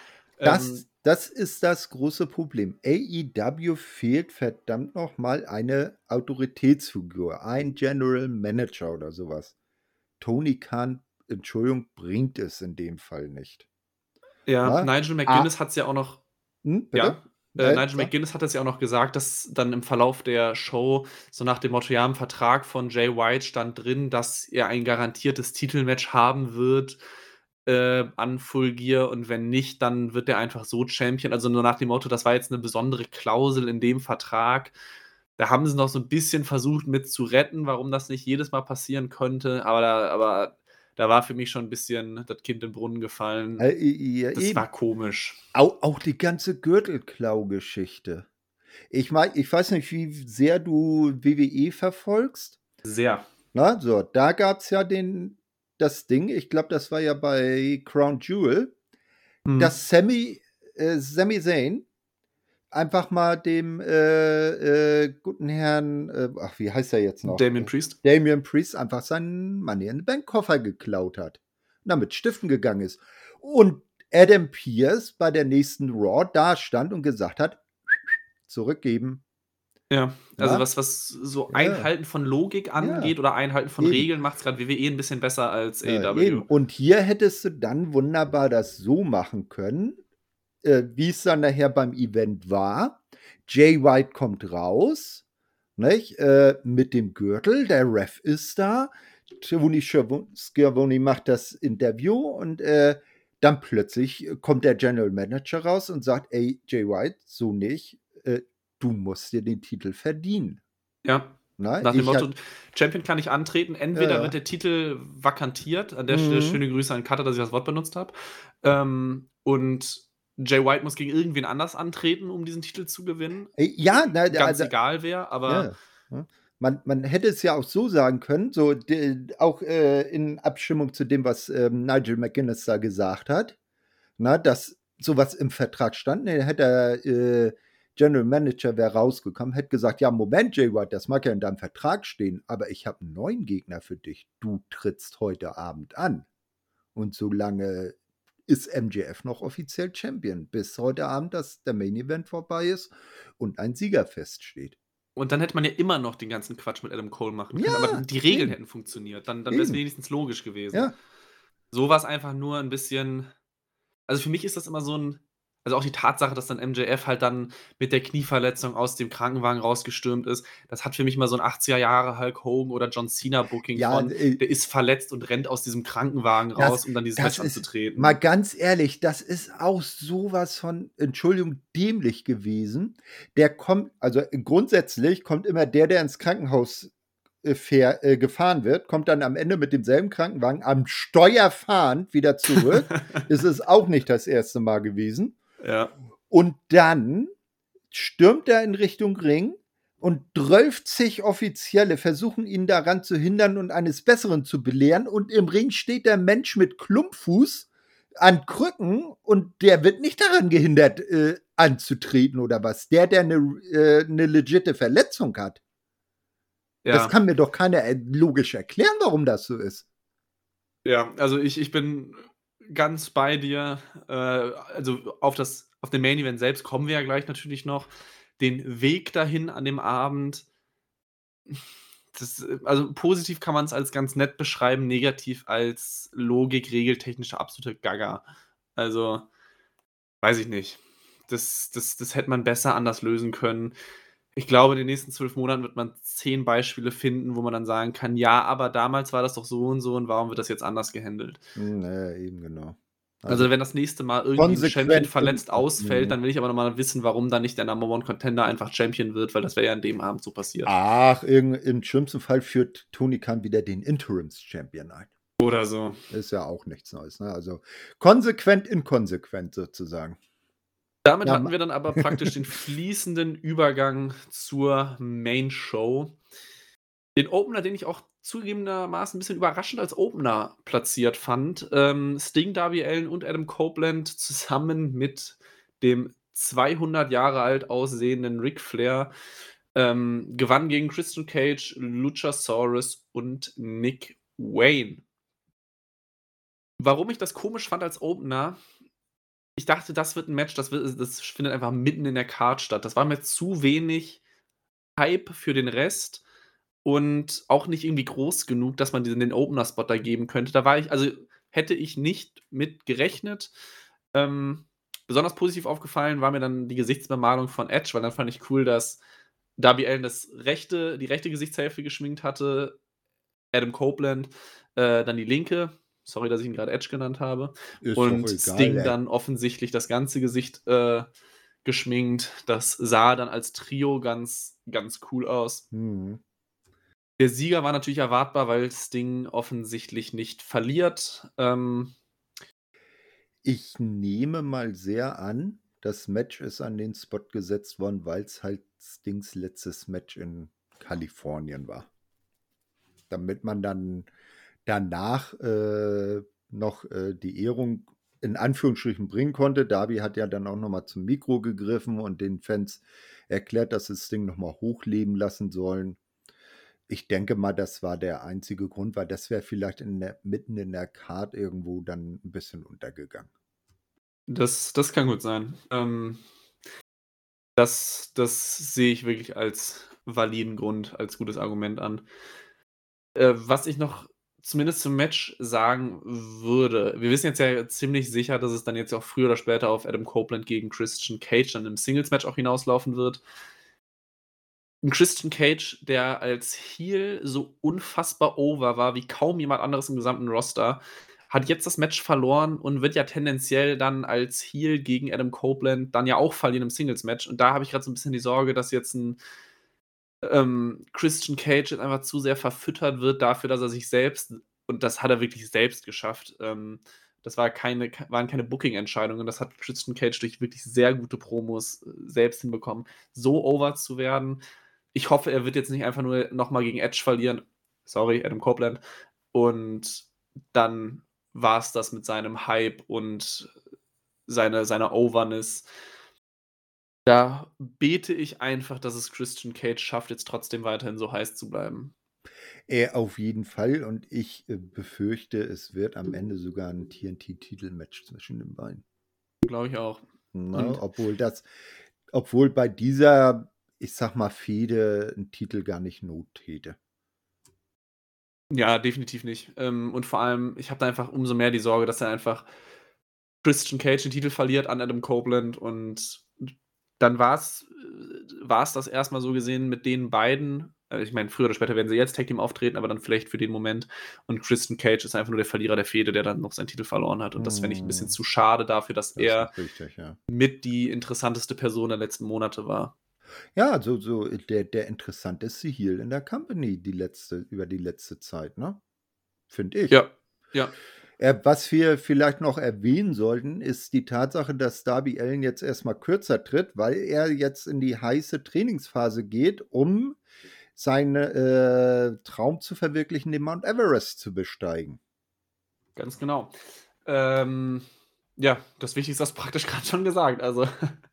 Das Ähm das ist das große Problem. A E W fehlt verdammt noch mal eine Autoritätsfigur, ein General Manager oder so was. Tony Khan, Entschuldigung, bringt es in dem Fall nicht. Ja, Ne? Nigel A McGuinness hat's ja auch noch Hm, bitte? ja, äh, Äh, Nigel sag. McGuinness hat das ja auch noch gesagt, dass dann im Verlauf der Show so nach dem Motto: „Ja, im Vertrag von Jay White stand drin, dass er ein garantiertes Titelmatch haben wird, äh, an Full Gear und wenn nicht, dann wird er einfach so Champion.“ Also, nur nach dem Motto, das war jetzt 'ne besondere Klausel in dem Vertrag. Da haben sie noch so 'n bisschen versucht mit zu retten, warum das nicht jedes Mal passieren könnte, aber da aber da war für mich schon 'n bisschen das Kind in den Brunnen gefallen. Äh, i ja, Das war eben. komisch. Au auch die ganze Gürtelklau-Geschichte. Ich mei ich weiß nicht, wie sehr du W W E verfolgst. Sehr. Ne, so, da gab's ja den das Ding, ich glaube, das war ja bei Crown Jewel, Mhm. dass Sami äh, Sami Zayn einfach mal dem, äh, äh, guten Herrn, äh ach, wie heißt er jetzt noch? Damien Äh, Priest? Damien Priest einfach seinen Money in the Bank Koffer geklaut hat und damit stiften gegangen ist. Und Adam Pearce bei der nächsten Raw dastand und gesagt hat: „Zurückgeben.“ Ja, also Ne? was was so Ja. Einhalten von Logik Ja, angeht oder Einhalten von eben. Regeln, macht's grad W W E 'n bisschen besser als Ja, eben. A E W. Und hier hättest du dann wunderbar das so machen können, äh, wie's dann nachher beim Event war. Jay White kommt raus, nicht, äh, mit dem Gürtel, der Ref ist da. Tony Schiavo Schiavone macht das Interview und, äh, dann plötzlich kommt der General Manager raus und sagt: „Ey, Jay White, so nicht. Äh, du musst dir den Titel verdienen.“ Ja, Ne? nach dem Ich Motto: ha „Champion kann nicht antreten, entweder wird Ja. der Titel vakantiert“ an der Stelle Mhm. schöne Grüße an Cutter, dass ich das Wort benutzt habe. Ähm, und Jay White muss gegen irgendwen anders antreten, um diesen Titel zu gewinnen. Äh, ja, na, Äh, da ganz da egal wer, aber ja, ne? Man man hätte es ja auch so sagen können, so de auch, äh, in Abstimmung zu dem, was, ähm, Nigel McGuinness da gesagt hat, ne, dass so was im Vertrag stand. Ne, hätte der, äh, General Manager wäre rausgekommen, hätte gesagt: „Ja, Moment, Jay White, das mag ja in deinem Vertrag stehen, aber ich habe 'n neuen Gegner für dich. Du trittst heute Abend an. Und solange ist M J F noch offiziell Champion, bis heute Abend das der Main Event vorbei ist und ein Sieger feststeht.“ Und dann hätte man ja immer noch den ganzen Quatsch mit Adam Cole machen können, aber Ja, die Regeln eben. hätten funktioniert. Dann dann wär's Eben. wenigstens logisch gewesen. Ja. So war's einfach nur 'n bisschen also, für mich ist das immer so 'n also, auch die Tatsache, dass dann M J F halt dann mit der Knieverletzung aus dem Krankenwagen rausgestürmt ist, das hat für mich immer so 'n achtziger Jahre Hulk Hogan oder John Cena Booking Ja, von: äh Der ist verletzt und rennt aus diesem Krankenwagen Das raus, um dann dieses das Match ist mal anzutreten. ganz ehrlich, das ist auch so was von, Entschuldigung, dämlich gewesen. Der kommt also, grundsätzlich kommt immer der, der ins Krankenhaus, äh, fähr äh, gefahren wird, kommt dann am Ende mit demselben Krankenwagen am Steuer fahrend wieder zurück. Es ist auch nicht das erste Mal gewesen. Ja. Und dann stürmt er in Richtung Ring und drölfzig Offizielle versuchen, ihn daran zu hindern und eines Besseren zu belehren. Und im Ring steht der Mensch mit Klumpfuß an Krücken und der wird nicht daran gehindert, äh, anzutreten oder was. Der, der 'ne äh, 'ne legitte Verletzung hat. Das Ja. kann mir doch keiner, äh, logisch erklären, warum das so ist. Ja, also, ich ich bin ganz bei dir. Äh, also, auf das auf den Main Event selbst kommen wir ja gleich natürlich noch. Den Weg dahin an dem Abend das also, positiv kann man's als ganz nett beschreiben, negativ als Logik regeltechnischer absoluter Gaga. Also, weiß ich nicht. Das das das hätte man besser anders lösen können. Ich glaube, in den nächsten zwölf Monaten wird man zehn Beispiele finden, wo man dann sagen kann: „Ja, aber damals war das doch so und so und warum wird das jetzt anders gehandelt?“ Hm, na ja, eben genau. Also, Also, wenn das nächste Mal irgendwie 'n Champion konsequent in verletzt ausfällt, mhm. dann will ich aber noch mal wissen, warum dann nicht der Number One Contender einfach Champion wird, weil das wäre ja an dem Abend so passiert. Ach, irgend im schlimmsten Fall führt Tony Khan wieder den Interims-Champion ein. Oder so. Ist ja auch nichts Neues, ne? Also, konsequent inkonsequent sozusagen. Damit Ja, hatten ma wir dann aber praktisch den fließenden Übergang zur Main Show. Den Opener, den ich auch zugegebenermaßen 'n bisschen überraschend als Opener platziert fand, ähm, Sting, Darby Allin und Adam Copeland zusammen mit dem zweihundert Jahre alt aussehenden Ric Flair, ähm, gewannen gegen Christian Cage, Luchasaurus und Nick Wayne. Warum ich das komisch fand als Opener: Ich dachte, das wird 'n Match, das wi das findet einfach mitten in der Card statt. Das war mir zu wenig Hype für den Rest und auch nicht irgendwie groß genug, dass man diesen den Opener-Spot da geben könnte. Da war ich also, hätte ich nicht mit gerechnet. Ähm, besonders positiv aufgefallen war mir dann die Gesichtsbemalung von Edge, weil dann fand ich cool, dass Darby Allin das rechte die rechte Gesichtshälfte geschminkt hatte, Adam Copeland, äh, dann die linke. Sorry, dass ich ihn grad Edge genannt habe. Ist doch Und egal, Sting ey. dann offensichtlich das ganze Gesicht, äh, geschminkt. Das sah dann als Trio ganz ganz cool aus. Mhm. Der Sieger war natürlich erwartbar, weil Sting offensichtlich nicht verliert. Ähm Ich nehme mal sehr an, das Match ist an den Spot gesetzt worden, weil's halt Stings letztes Match in Kalifornien war. Damit man dann danach, äh, noch, äh, die Ehrung in Anführungsstrichen bringen konnte. Darby hat ja dann auch noch mal zum Mikro gegriffen und den Fans erklärt, dass sie Sting noch mal hochleben lassen sollen. Ich denke mal, das war der einzige Grund, weil das wäre vielleicht in der mitten in der Card irgendwo dann 'n bisschen untergegangen. Das das kann gut sein. Ähm das das sehe ich wirklich als validen Grund, als gutes Argument an. Äh, was ich noch zumindest zum Match sagen würde: Wir wissen jetzt ja ziemlich sicher, dass es dann jetzt auch früher oder später auf Adam Copeland gegen Christian Cage dann im Singles-Match auch hinauslaufen wird. 'N Christian Cage, der als Heel so unfassbar over war wie kaum jemand anderes im gesamten Roster, hat jetzt das Match verloren und wird ja tendenziell dann als Heel gegen Adam Copeland dann ja auch verlieren im Singles-Match. Und da habe ich grad so 'n bisschen die Sorge, dass jetzt 'n ähm, Christian Cage jetzt einfach zu sehr verfüttert wird dafür, dass er sich selbst und das hat er wirklich selbst geschafft. Ähm, das war keine k waren keine Booking-Entscheidungen. Das hat Christian Cage durch wirklich sehr gute Promos, äh, selbst hinbekommen, so over zu werden. Ich hoffe, er wird jetzt nicht einfach nur noch mal gegen Edge verlieren. Sorry, Adam Copeland. Und dann war's das mit seinem Hype und seiner seiner Overness. Da bete ich einfach, dass es Christian Cage schafft, jetzt trotzdem weiterhin so heiß zu bleiben. Äh, auf jeden Fall und ich, äh, befürchte, es wird am Ende sogar 'n TNT-Titelmatch zwischen den beiden. Glaube ich auch. Ne, Und obwohl das obwohl bei dieser, ich sage mal, Fehde 'n Titel gar nicht Not täte. Ja, definitiv nicht. Ähm, und vor allem, ich habe da einfach umso mehr die Sorge, dass er einfach Christian Cage den Titel verliert an Adam Copeland und d dann war's äh, war's das erst mal so gesehen mit den beiden. Äh, ich meine, früher oder später werden sie jetzt Tag-Team auftreten, aber dann vielleicht für den Moment. Und Christian Cage ist einfach nur der Verlierer der Fehde, der dann noch seinen Titel verloren hat. Und das fände ich 'n bisschen Mhm. zu schade dafür, dass Das er ist richtig, ja. mit die interessanteste Person der letzten Monate war. Ja, so so der der interessanteste Heel in der Company die letzte über die letzte Zeit, ne? Finde ich. Ja, ja. Äh, was wir vielleicht noch erwähnen sollten, ist die Tatsache, dass Darby Allin jetzt erst mal kürzer tritt, weil er jetzt in die heiße Trainingsphase geht, um seine, äh, Traum zu verwirklichen, den Mount Everest zu besteigen. Ganz genau. Ähm, ja, das Wichtigste hast du praktisch grad schon gesagt. Also,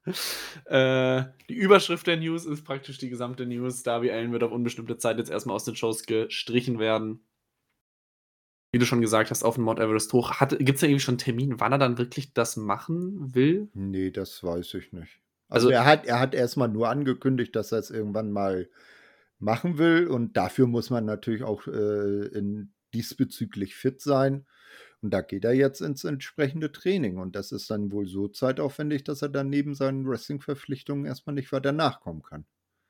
äh, die Überschrift der News ist praktisch die gesamte News. Darby Allin wird auf unbestimmte Zeit jetzt erst mal aus den Shows gestrichen werden. Wie du schon gesagt hast, auf 'n Mount Everest hoch. Hat gibt's da irgendwie schon 'n Termin, wann er dann wirklich das machen will? Ne, das weiß ich nicht. Also, Also er hat er hat erst mal nur angekündigt, dass er's irgendwann mal machen will und dafür muss man natürlich auch, äh, in diesbezüglich fit sein. Und da geht er jetzt ins entsprechende Training und das ist dann wohl so zeitaufwendig, dass er dann neben seinen Wrestling-Verpflichtungen erst mal nicht weiter nachkommen kann.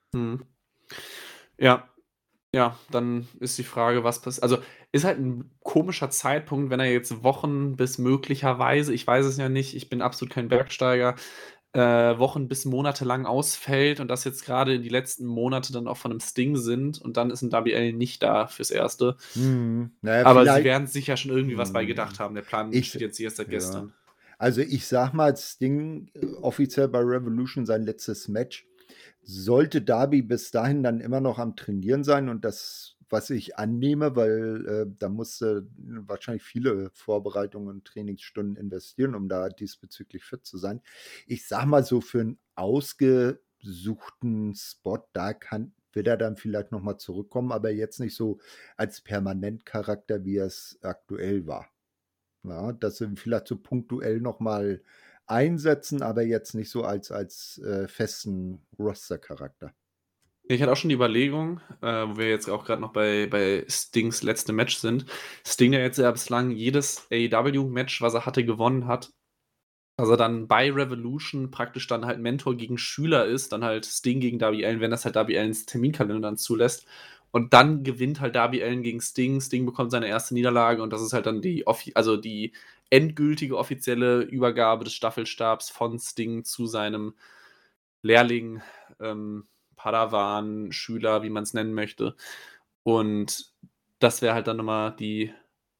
Mhm. Ja. Ja, dann ist die Frage, was pass also, ist halt 'n komischer Zeitpunkt, wenn er jetzt Wochen bis möglicherweise, ich weiß es ja nicht, ich bin absolut kein Bergsteiger, äh, Wochen bis Monate lang ausfällt und das jetzt grade die letzten Monate dann auch von 'nem Sting sind und dann ist 'n Darby Allin nicht da fürs Erste. Mhm. Na ja, Aber sie vielleicht werden sich ja schon irgendwie was bei gedacht mhm. haben. Der Plan Ich steht jetzt erst seit ja. gestern. Also, ich sage mal, Sting, äh, offiziell bei Revolution sein letztes Match. Sollte Darby bis dahin dann immer noch am Trainieren sein und das, was ich annehme, weil, äh, da musste wahrscheinlich viele Vorbereitungen und Trainingsstunden investieren, um da diesbezüglich fit zu sein. Ich sage mal so, für 'n ausgesuchten Spot, da kann wird er dann vielleicht noch mal zurückkommen, aber jetzt nicht so als Permanentcharakter, wie er's aktuell war. Ja, dass sie ihn vielleicht so punktuell noch mal einsetzen, aber jetzt nicht so als als, äh, festen Rostercharakter. Ich hatte auch schon die Überlegung, äh, wo wir jetzt auch grad noch bei bei Stings letztem Match sind. Sting, der jetzt ja bislang jedes AEW-Match, was er hatte, gewonnen hat. Dass er dann bei Revolution praktisch dann halt Mentor gegen Schüler ist, dann halt Sting gegen Darby Allin, wenn das halt Darby Allins Terminkalender dann zulässt. Und dann gewinnt halt Darby Allin gegen Sting. Sting bekommt seine erste Niederlage und das ist halt dann die offi also, die endgültige offizielle Übergabe des Staffelstabs von Sting zu seinem Lehrling, ähm, Padawan, Schüler, wie man's nennen möchte. Und das wäre halt dann noch mal die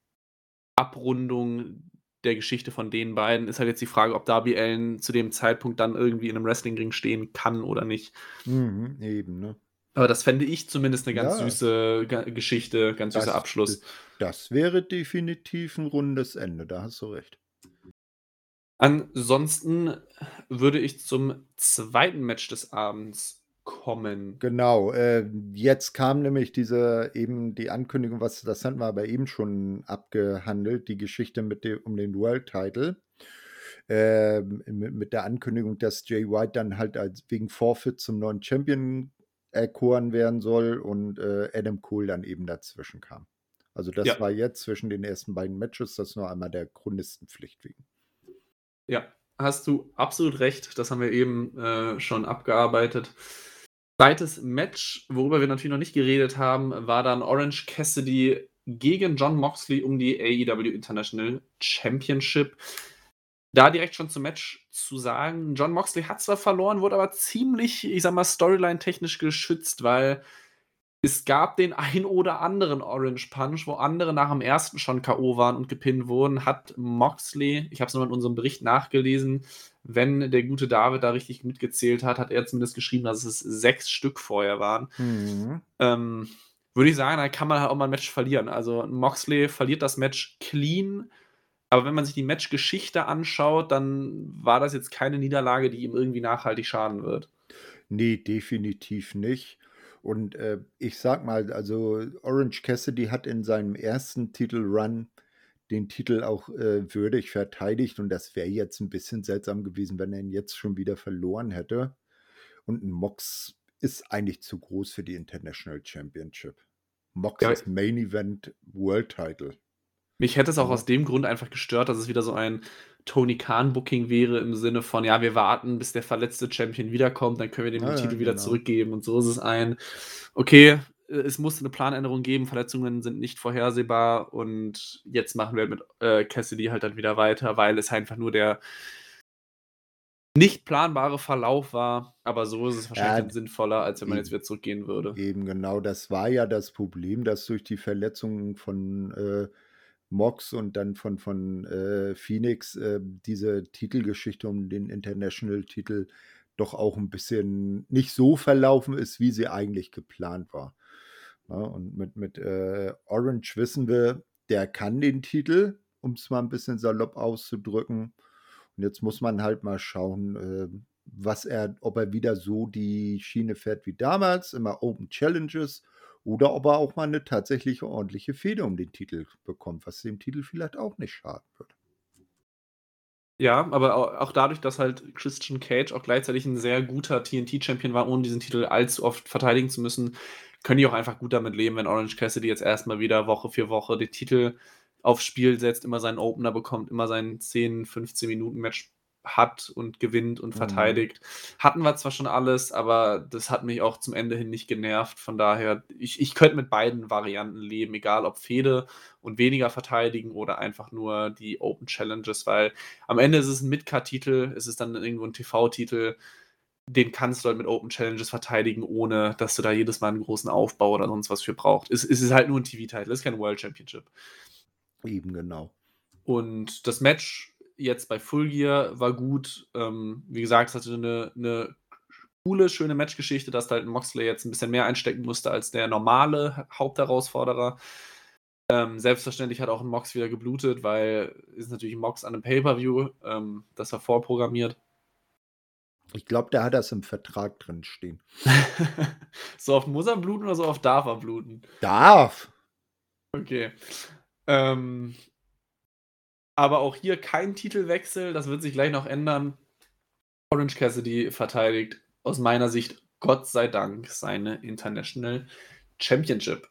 Abrundung der Geschichte von den beiden. Ist halt jetzt die Frage, ob Darby Allin zu dem Zeitpunkt dann irgendwie in 'nem Wrestlingring stehen kann oder nicht. Mhm, eben, ne? Aber das fände ich zumindest 'ne ganz Ja. süße Ga Geschichte, ganz süßer Das d Abschluss. das wäre definitiv 'n rundes Ende, da hast du recht. Ansonsten würde ich zum zweiten Match des Abends kommen. Genau, äh, jetzt kam nämlich diese eben die Ankündigung, was das hatten wir aber eben schon abgehandelt, die Geschichte mit de um den World Title. Ähm, mi mit der Ankündigung, dass Jay White dann halt als wegen Forfeit zum neuen Champion erkoren werden soll und, äh, Adam Cole dann eben dazwischen kam. Also, das Ja. war jetzt zwischen den ersten beiden Matches, das nur einmal der Chronistenpflicht wegen. Ja, hast du absolut recht. Das haben wir eben, äh, schon abgearbeitet. zweites Match, worüber wir natürlich noch nicht geredet haben, war dann Orange Cassidy gegen Jon Moxley um die AEW International Championship. Da direkt schon zum Match zu sagen: Jon Moxley hat zwar verloren, wurde aber ziemlich, ich sage mal, storyline-technisch geschützt, weil es gab den ein oder anderen Orange Punch, wo andere nach dem ersten schon K.O. waren und gepinnt wurden, hat Moxley ich habe es noch mal in unserem Bericht nachgelesen, wenn der gute David da richtig mitgezählt hat, hat er zumindest geschrieben, dass es sechs Stück vorher waren. Mhm. Ähm, würde ich sagen, da kann man halt auch mal 'n Match verlieren. Also, Moxley verliert das Match clean, aber wenn man sich die Matchgeschichte anschaut, dann war das jetzt keine Niederlage, die ihm irgendwie nachhaltig schaden wird. Ne, definitiv nicht. Und, äh, ich sage mal, also, Orange Cassidy hat in seinem ersten Titelrun den Titel auch, äh, würdig verteidigt und das wäre jetzt 'n bisschen seltsam gewesen, wenn er ihn jetzt schon wieder verloren hätte. Und 'n Mox ist eigentlich zu groß für die International Championship. Mox Ja. ist Main Event World Title. Mich hätte es auch aus Ne? dem Grund einfach gestört, dass es wieder so ein Tony Khan Booking wäre im Sinne von: „Ja, wir warten, bis der verletzte Champion wiederkommt, dann können wir dem Ja, den ja, Titel wieder genau. zurückgeben.“ Und so ist es ein: „Okay, äh, es musste 'ne Planänderung geben, Verletzungen sind nicht vorhersehbar und jetzt machen wir mit, äh, Cassidy halt dann wieder weiter“, weil es einfach nur der nicht planbare Verlauf war, aber so ist es wahrscheinlich Ja, dann d sinnvoller, als wenn man jetzt eben. wieder zurückgehen würde. Eben genau, das war ja das Problem, dass durch die Verletzungen von, äh, Mox und dann von von, äh, Phoenix, äh, diese Titelgeschichte um den International-Titel doch auch 'n bisschen nicht so verlaufen ist, wie sie eigentlich geplant war. Ne, und mit mit, äh, Orange wissen wir, der kann den Titel, um's mal 'n bisschen salopp auszudrücken. Und jetzt muss man halt mal schauen, äh, was er ob er wieder so die Schiene fährt wie damals, immer Open Challenges oder ob er auch mal 'ne tatsächliche ordentliche Fehde um den Titel bekommt, was dem Titel vielleicht auch nicht schaden würde. Ja, aber au auch dadurch, dass halt Christian Cage auch gleichzeitig 'n sehr guter TNT-Champion war, ohne diesen Titel allzu oft verteidigen zu müssen, können die auch einfach gut damit leben, wenn Orange Cassidy jetzt erst mal wieder Woche für Woche den Titel aufs Spiel setzt, immer seinen Opener bekommt, immer sein zehn, fünfzehn Minuten Match hat und gewinnt und Mhm. verteidigt. Hatten wir zwar schon alles, aber das hat mich auch zum Ende hin nicht genervt. Von daher, ich, ich könnte mit beiden Varianten leben, egal ob Fehde und weniger verteidigen oder einfach nur die Open Challenges, weil am Ende ist es ein Mid-Card-Titel, es ist dann irgendwo ein T V-Titel, den kannst du halt mit Open Challenges verteidigen, ohne dass du da jedes Mal einen großen Aufbau oder sonst was für brauchst. Es, es ist halt nur ein T V-Titel, es ist kein World Championship. Eben genau. Und das Match jetzt bei Full Gear war gut. Ähm, wie gesagt, es hatte eine, eine coole, schöne Matchgeschichte, dass da halt Moxley jetzt ein bisschen mehr einstecken musste als der normale Hauptherausforderer. Ähm, selbstverständlich hat auch ein Mox wieder geblutet, weil ist natürlich ein Mox an einem Pay-Per-View, ähm, das war vorprogrammiert. Ich glaube, der hat das im Vertrag drin stehen. So oft muss er bluten oder so oft darf er bluten? Darf. Okay. Ähm, aber auch hier kein Titelwechsel, das wird sich gleich noch ändern. Orange Cassidy verteidigt aus meiner Sicht Gott sei Dank seine International Championship.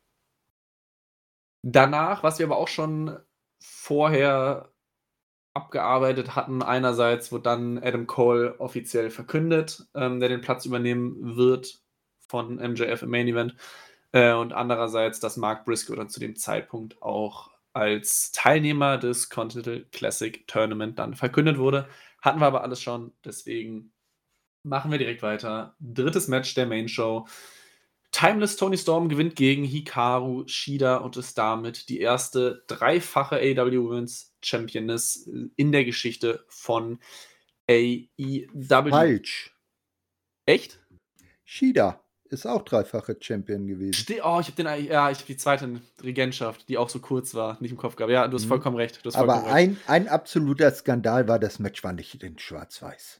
Danach, was wir aber auch schon vorher abgearbeitet hatten, einerseits wurde dann Adam Cole offiziell verkündet, ähm, der den Platz übernehmen wird von M J F im Main Event, äh, und andererseits, dass Mark Briscoe dann zu dem Zeitpunkt auch als Teilnehmer des Continental Classic Tournament dann verkündet wurde. Hatten wir aber alles schon, deswegen machen wir direkt weiter. Drittes Match der Main Show. Timeless Tony Storm gewinnt gegen Hikaru Shida und ist damit die erste dreifache A E W Women's Championess in der Geschichte von A E W. Falsch. Echt? Shida ist auch dreifache Champion gewesen. Ste oh, ich habe den, ja, ich habe die zweite Regentschaft, die auch so kurz war, nicht im Kopf gehabt. Ja, du hast Mhm. vollkommen recht. Du hast vollkommen Aber recht. ein, ein absoluter Skandal war, das Match war nicht in Schwarz-Weiß.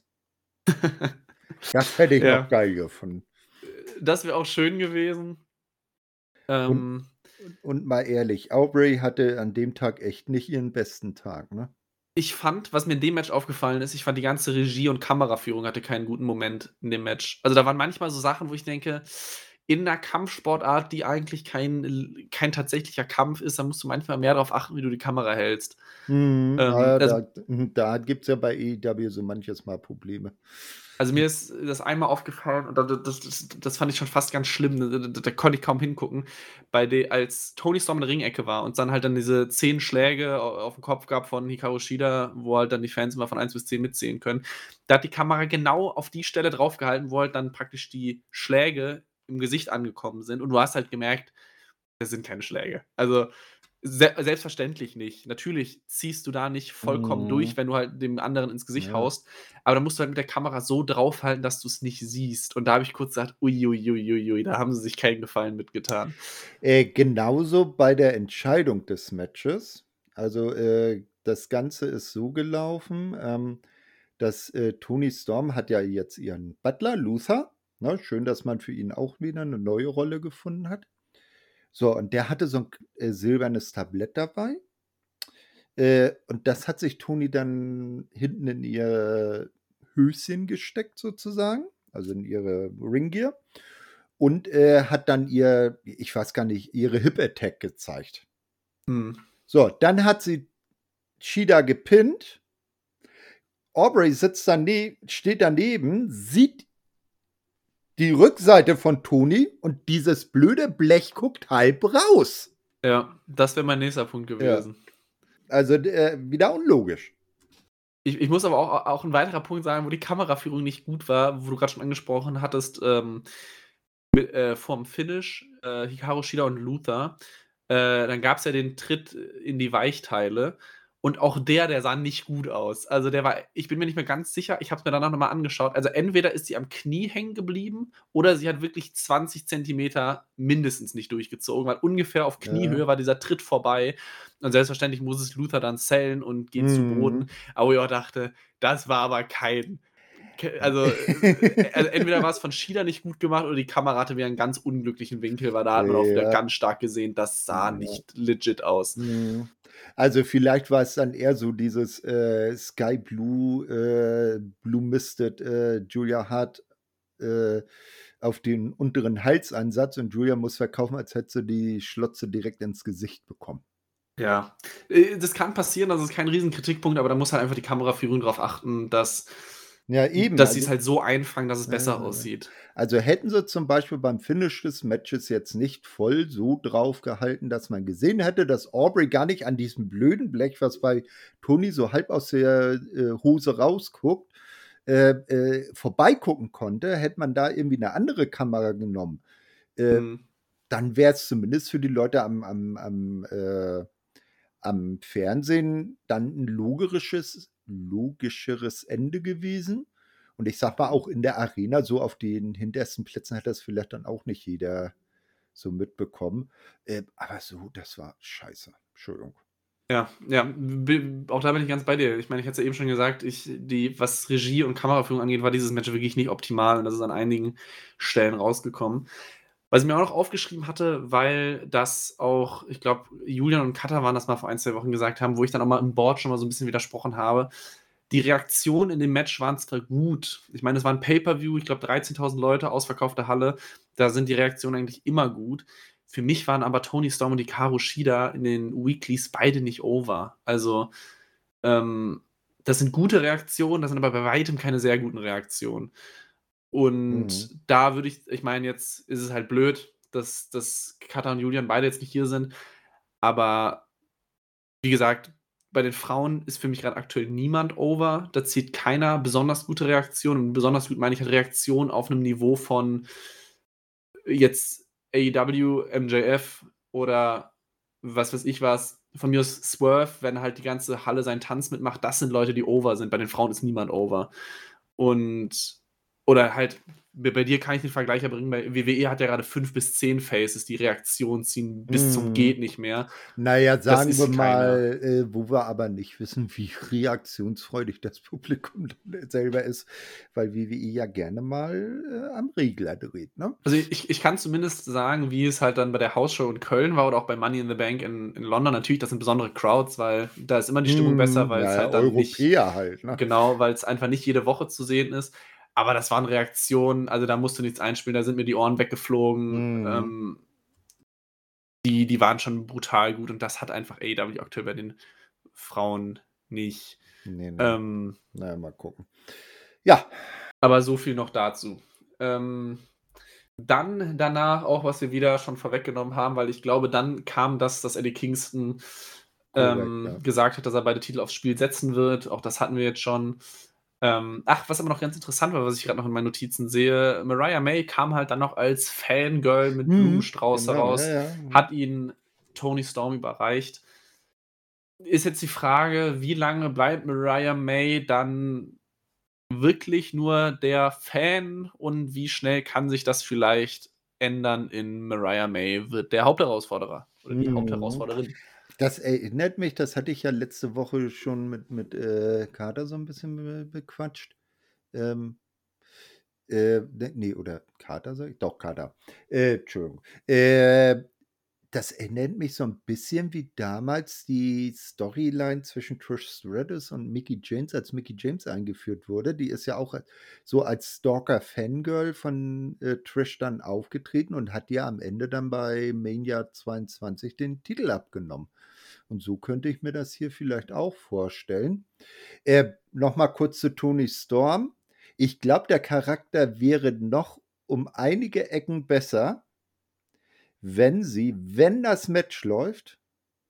Das hätte ich Ja. noch geil gefunden. Das wäre auch schön gewesen. Ähm, Und, und mal ehrlich, Aubrey hatte an dem Tag echt nicht ihren besten Tag, ne? Ich fand, was mir in dem Match aufgefallen ist, ich fand, die ganze Regie und Kameraführung hatte keinen guten Moment in dem Match. Also, da waren manchmal so Sachen, wo ich denke, in 'ner Kampfsportart, die eigentlich kein l kein tatsächlicher Kampf ist, da musst du manchmal mehr drauf achten, wie du die Kamera hältst. Mhm, Ähm, ja, also da, da gibt es ja bei A E W so manches Mal Probleme. Also mir ist das einmal aufgefallen und da das das das fand ich schon fast ganz schlimm. Da da da konnte ich kaum hingucken. Bei de als Tony Storm in der Ringecke war und dann halt dann diese zehn Schläge au aufm Kopf gab von Hikaru Shida, wo halt dann die Fans immer von eins bis zehn mitzählen können. Da hat die Kamera genau auf die Stelle draufgehalten, wo halt dann praktisch die Schläge im Gesicht angekommen sind und du hast halt gemerkt, das sind keine Schläge. Also, se selbstverständlich nicht. Natürlich ziehst du da nicht vollkommen Mhm. durch, wenn du halt dem anderen ins Gesicht Ja. haust, aber da musst du halt mit der Kamera so draufhalten, dass du's nicht siehst. Und da habe ich kurz gesagt: „Ui, ui, ui, ui, ui, da haben sie sich keinen Gefallen mitgetan." Äh, genauso bei der Entscheidung des Matches. Also, äh, das Ganze ist so gelaufen, ähm, dass äh, Tony Storm hat ja jetzt ihren Butler, Luther. Ne? Schön, dass man für ihn auch wieder eine neue Rolle gefunden hat. So, und der hatte so ein äh, silbernes Tablett dabei. Äh, und das hat sich Toni dann hinten in ihr Höschen gesteckt, sozusagen, also in ihre Ringgear. Und äh, hat dann ihr, ich weiß gar nicht, ihre Hip Attack gezeigt. Mhm. So, dann hat sie Shida gepinnt. Aubrey sitzt daneben, steht daneben, sieht die Rückseite von Toni und dieses blöde Blech guckt halb raus. Ja, das wäre mein nächster Punkt Ja. gewesen. Also äh, wieder unlogisch. Ich ich muss aber auch auch 'n weiterer Punkt sagen, wo die Kameraführung nicht gut war, wo du grad schon angesprochen hattest, ähm, mit äh, vorm Finish, äh, Hikaru Shida und Luther, äh, dann gab's ja den Tritt in die Weichteile und auch der, der sah nicht gut aus. Also, der war ich bin mir nicht mehr ganz sicher, ich habe es mir danach noch mal angeschaut. Also, entweder ist sie am Knie hängen geblieben oder sie hat wirklich zwanzig Zentimeter mindestens nicht durchgezogen, weil ungefähr auf Ja. Kniehöhe war dieser Tritt vorbei und selbstverständlich muss es Luther dann zählen und geht zu Boden. Mhm. Aber ich auch dachte, das war aber kein ke also, äh, also, entweder war's von Shida nicht gut gemacht oder die Kamera hatte wieder 'n ganz unglücklichen Winkel, weil da hat man auch wieder Ja. ganz stark gesehen, das sah Ja. nicht legit aus. Mhm. Also vielleicht war es dann eher so dieses äh, Sky Blue, äh, Blue Misted äh, Julia Hart äh, auf den unteren Halsansatz und Julia muss verkaufen, als hätte sie die Schlotze direkt ins Gesicht bekommen. Ja, äh, das kann passieren, das ist kein Riesenkritikpunkt, aber da muss halt einfach die Kameraführung drauf achten, dass Ja, eben, dass also sie's halt so einfangen, dass es besser äh, aussieht. also hätten sie zum Beispiel beim Finish des Matches jetzt nicht voll so drauf gehalten, dass man gesehen hätte, dass Aubrey gar nicht an diesem blöden Blech, was bei Toni so halb aus der äh, Hose rausguckt, äh, äh, vorbeigucken konnte, hätte man da irgendwie eine andere Kamera genommen. Äh, Mhm. Dann wäre es zumindest für die Leute am, am, am, äh, am Fernsehen dann ein logisches, logischeres Ende gewesen. Und ich sag mal, auch in der Arena, so auf den hintersten Plätzen hat das vielleicht dann auch nicht jeder so mitbekommen. Äh, aber so, das war scheiße. Entschuldigung. Ja, ja, b auch da bin ich ganz bei dir. Ich meine, ich hatte es ja eben schon gesagt, ich die was Regie und Kameraführung angeht, war dieses Match wirklich nicht optimal und das ist an einigen Stellen rausgekommen. Was ich mir auch noch aufgeschrieben hatte, weil das auch, ich glaube, Julian und Katha waren das mal vor ein, zwei Wochen gesagt haben, wo ich dann auch mal im Board schon mal so ein bisschen widersprochen habe. Die Reaktionen in dem Match waren zwar gut. Ich meine, es war ein Pay-per-View, ich glaube dreizehntausend Leute, ausverkaufte Halle. Da sind die Reaktionen eigentlich immer gut. Für mich waren aber Toni Storm und Hikaru Shida in den Weeklies beide nicht over. Also, ähm, das sind gute Reaktionen, das sind aber bei weitem keine sehr guten Reaktionen. Mhm. Und da würde ich ich meine, jetzt ist es halt blöd, dass dass Katha und Julian beide jetzt nicht hier sind, aber wie gesagt, bei den Frauen ist für mich gerade aktuell niemand over. Da zieht keiner besonders gute Reaktionen. Und besonders gut meine ich halt Reaktionen auf einem Niveau von jetzt A E W, M J F oder was weiß ich was. Von mir aus Swerve, wenn halt die ganze Halle seinen Tanz mitmacht. Das sind Leute, die over sind. Bei den Frauen ist niemand over. Und oder halt, bei bei dir kann ich den Vergleich erbringen, bei W W E hat ja gerade fünf bis zehn Faces, die Reaktionen ziehen bis zum Mhm. geht nicht mehr. Na ja, Das sagen ist wir hier keiner. mal, äh, wo wir aber nicht wissen, wie reaktionsfreudig das Publikum selber ist, weil W W E ja gerne mal äh, am Regler dreht, ne? Also, ich ich kann zumindest sagen, wie es halt dann bei der Hausshow in Köln war oder auch bei Money in the Bank in in London. Natürlich, das sind besondere Crowds, weil da ist immer die Stimmung besser, Mhm, weil ja, es ja, halt dann nicht Europäer halt, ne? genau, weil es einfach nicht jede Woche zu sehen ist. Aber das waren Reaktionen, also, da musst du nichts einspielen, da sind mir die Ohren weggeflogen. Mhm. Ähm, die die waren schon brutal gut und das hat einfach A E W aktuell bei den Frauen nicht. Ne, ne. Ähm, Na ja, mal gucken. Ja. aber so viel noch dazu. Ähm Dann danach auch, was wir wieder schon vorweggenommen haben, weil ich glaube, dann kam das, dass Eddie Kingston, Korrekt, ähm, ja. gesagt hat, dass er beide Titel aufs Spiel setzen wird. Auch das hatten wir jetzt schon. Ähm, ach, was aber noch ganz interessant war, was ich gerade noch in meinen Notizen sehe, Mariah May kam halt dann noch als Fangirl mit Mhm, Blumenstrauß genau, ja, heraus, ja. Mhm. hat ihn Toni Storm überreicht. Ist jetzt die Frage, wie lange bleibt Mariah May dann wirklich nur der Fan und wie schnell kann sich das vielleicht ändern in Mariah May wird der Hauptherausforderer oder die Mhm. Hauptherausforderin. Das erinnert mich, das hatte ich ja letzte Woche schon mit mit, äh, Kater so 'n bisschen be bequatscht. Ähm, äh, ne, ne, oder Kater sage ich? Doch, Kater. Äh, Entschuldigung. Äh, Das erinnert mich so 'n bisschen wie damals die Storyline zwischen Trish Stratus und Mickie James, als Mickie James eingeführt wurde. Die ist ja auch a so als Stalker-Fangirl von, äh, Trish dann aufgetreten und hat ihr am Ende dann bei Mania zweiundzwanzig den Titel abgenommen. Und so könnte ich mir das hier vielleicht auch vorstellen. Äh, noch mal kurz zu Toni Storm. Ich glaube, der Charakter wäre noch um einige Ecken besser, wenn sie, wenn das Match läuft,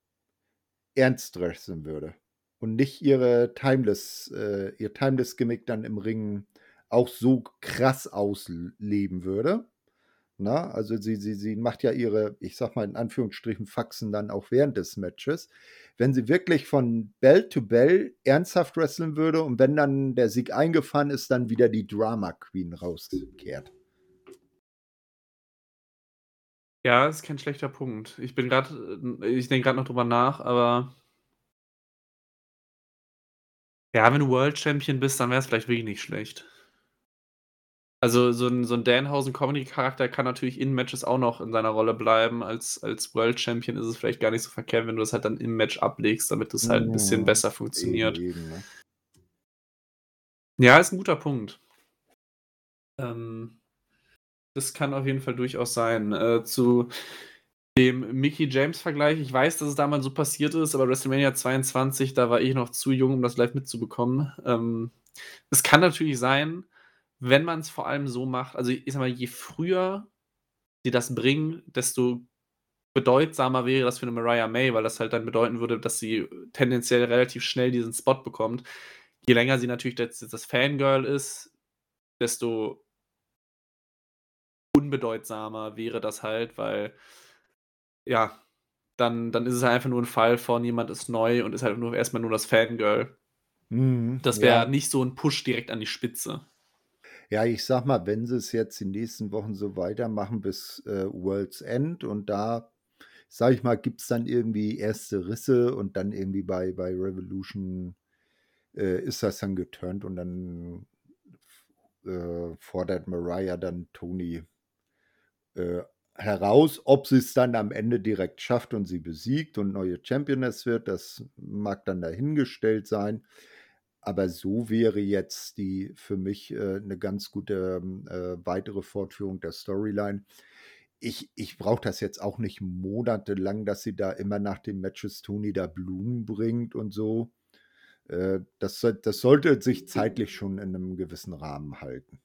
ernst wresteln würde und nicht ihre Timeless äh, ihr Timeless-Gimmick dann im Ring auch so krass ausleben würde, ne? Also, sie sie sie macht ja ihre, ich sage mal in Anführungsstrichen, Faxen dann auch während des Matches. Wenn sie wirklich von Bell to Bell ernsthaft wresteln würde und wenn dann der Sieg eingefahren ist, dann wieder die Drama Queen rauskehrt. Ja, ist kein schlechter Punkt. Ich bin gerade, äh ich denke gerade noch drüber nach, aber ja, wenn du World Champion bist, dann wäre es vielleicht wirklich nicht schlecht. Also, so 'n so 'n Danhausen-Comedy-Charakter kann natürlich in Matches auch noch in seiner Rolle bleiben. Als als World Champion ist es vielleicht gar nicht so verkehrt, wenn du das halt dann im Match ablegst, damit es halt 'n bisschen Mhm. besser Eben, funktioniert. eben, ne? Ja, ist 'n guter Punkt. Ähm Das kann auf jeden Fall durchaus sein. Äh, zu Dem Mickie James-Vergleich, ich weiß, dass es damals so passiert ist, aber WrestleMania zweiundzwanzig, da war ich noch zu jung, um das live mitzubekommen. Ähm, es kann natürlich sein, wenn man es vor allem so macht, also ich sage mal, je früher die das bringen, desto bedeutsamer wäre das für eine Mariah May, weil das halt dann bedeuten würde, dass sie tendenziell relativ schnell diesen Spot bekommt. Je länger sie natürlich das, das Fangirl ist, desto unbedeutsamer wäre das halt, weil ja, dann, dann ist es halt einfach nur ein Fall von jemand ist neu und ist halt nur erstmal nur das Fangirl. Mhm, Das ja. wäre nicht so ein Push direkt an die Spitze. Ja, ich sag mal, wenn sie es jetzt die nächsten Wochen so weitermachen bis äh, World's End und da, sag ich mal, gibt es dann irgendwie erste Risse und dann irgendwie bei, bei Revolution äh, ist das dann geturnt und dann äh, fordert Mariah dann Tony äh, heraus. Ob sie es dann am Ende direkt schafft und sie besiegt und neue Championess wird, das mag dann dahingestellt sein. Aber so wäre jetzt die für mich äh, eine ganz gute ähm, äh, weitere Fortführung der Storyline. Ich, ich brauche das jetzt auch nicht monatelang, dass sie da immer nach den Matches Tony da Blumen bringt und so. Äh, das, soll- das sollte sich zeitlich schon in einem gewissen Rahmen halten.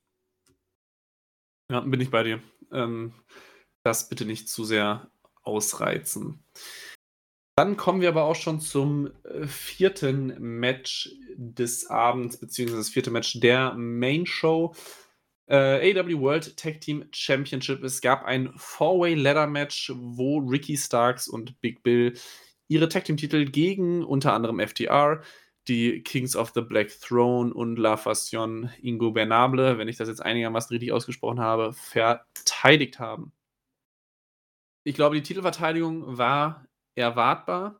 Ja, bin ich bei dir. Ähm, das bitte nicht zu sehr ausreizen. Dann kommen wir aber auch schon zum äh, vierten Match des Abends, beziehungsweise das vierte Match der Main Show. Äh, A E W World Tag Team Championship. Es gab ein Four-Way Ladder Match, wo Ricky Starks und Big Bill ihre Tag Team Titel gegen unter anderem F T R, die Kings of the Black Throne und La Fashion Ingobernable, wenn ich das jetzt einigermaßen richtig ausgesprochen habe, verteidigt haben. Ich glaube, die Titelverteidigung war erwartbar.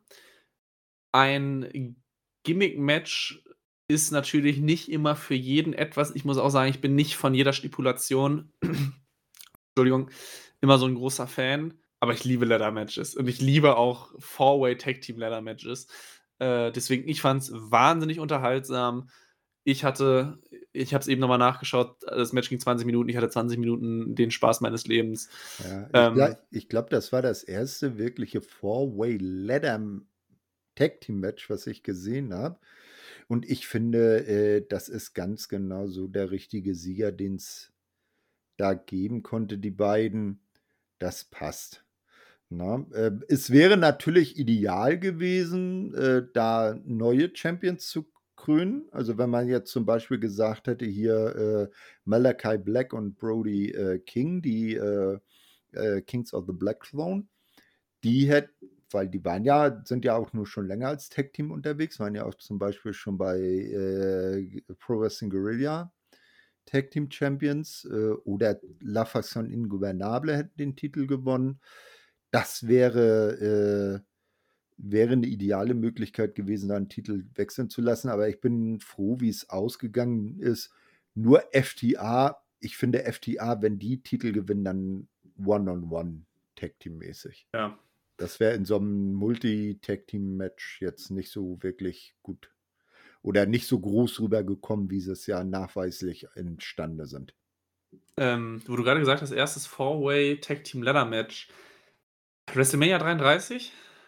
Ein Gimmick-Match ist natürlich nicht immer für jeden etwas. Ich muss auch sagen, ich bin nicht von jeder Stipulation, Entschuldigung, immer so ein großer Fan, aber ich liebe Ladder-Matches und ich liebe auch Four-Way-Tag-Team-Ladder-Matches. Äh, deswegen, ich fand es wahnsinnig unterhaltsam. Ich hatte ich habe es eben noch mal nachgeschaut, das Match ging zwanzig Minuten, ich hatte zwanzig Minuten den Spaß meines Lebens. Ja, ich glaube, Ähm, ich glaub, das war das erste wirkliche Four-Way Ladder Tag Team Match, was ich gesehen habe. Und ich finde, äh, das ist ganz genau so der richtige Sieger, den es da geben konnte, die beiden. Das passt. Na, äh, es wäre natürlich ideal gewesen, äh, da neue Champions zu krönen. Also wenn man jetzt zum Beispiel gesagt hätte, hier äh, Malachi Black und Brody äh, King, die äh, äh, Kings of the Black Throne, die hätten, weil die waren ja, sind ja auch nur schon länger als Tag-Team unterwegs, waren ja auch zum Beispiel schon bei äh, Pro Wrestling Guerrilla Tag Team Champions äh, oder La Façon Ingobernable hätten den Titel gewonnen. Das wäre, äh, wäre eine ideale Möglichkeit gewesen, da einen Titel wechseln zu lassen. Aber ich bin froh, wie es ausgegangen ist. Nur F T A, ich finde F T A, wenn die Titel gewinnen, dann One-on-One Tag Team mäßig. ja. Das wäre in so einem Multi-Tag-Team-Match jetzt nicht so wirklich gut oder nicht so groß rübergekommen, wie sie es ja nachweislich imstande sind. Ähm, wo du gerade gesagt hast, erstes Four-Way Tag Team Ladder Match. WrestleMania dreiunddreißig,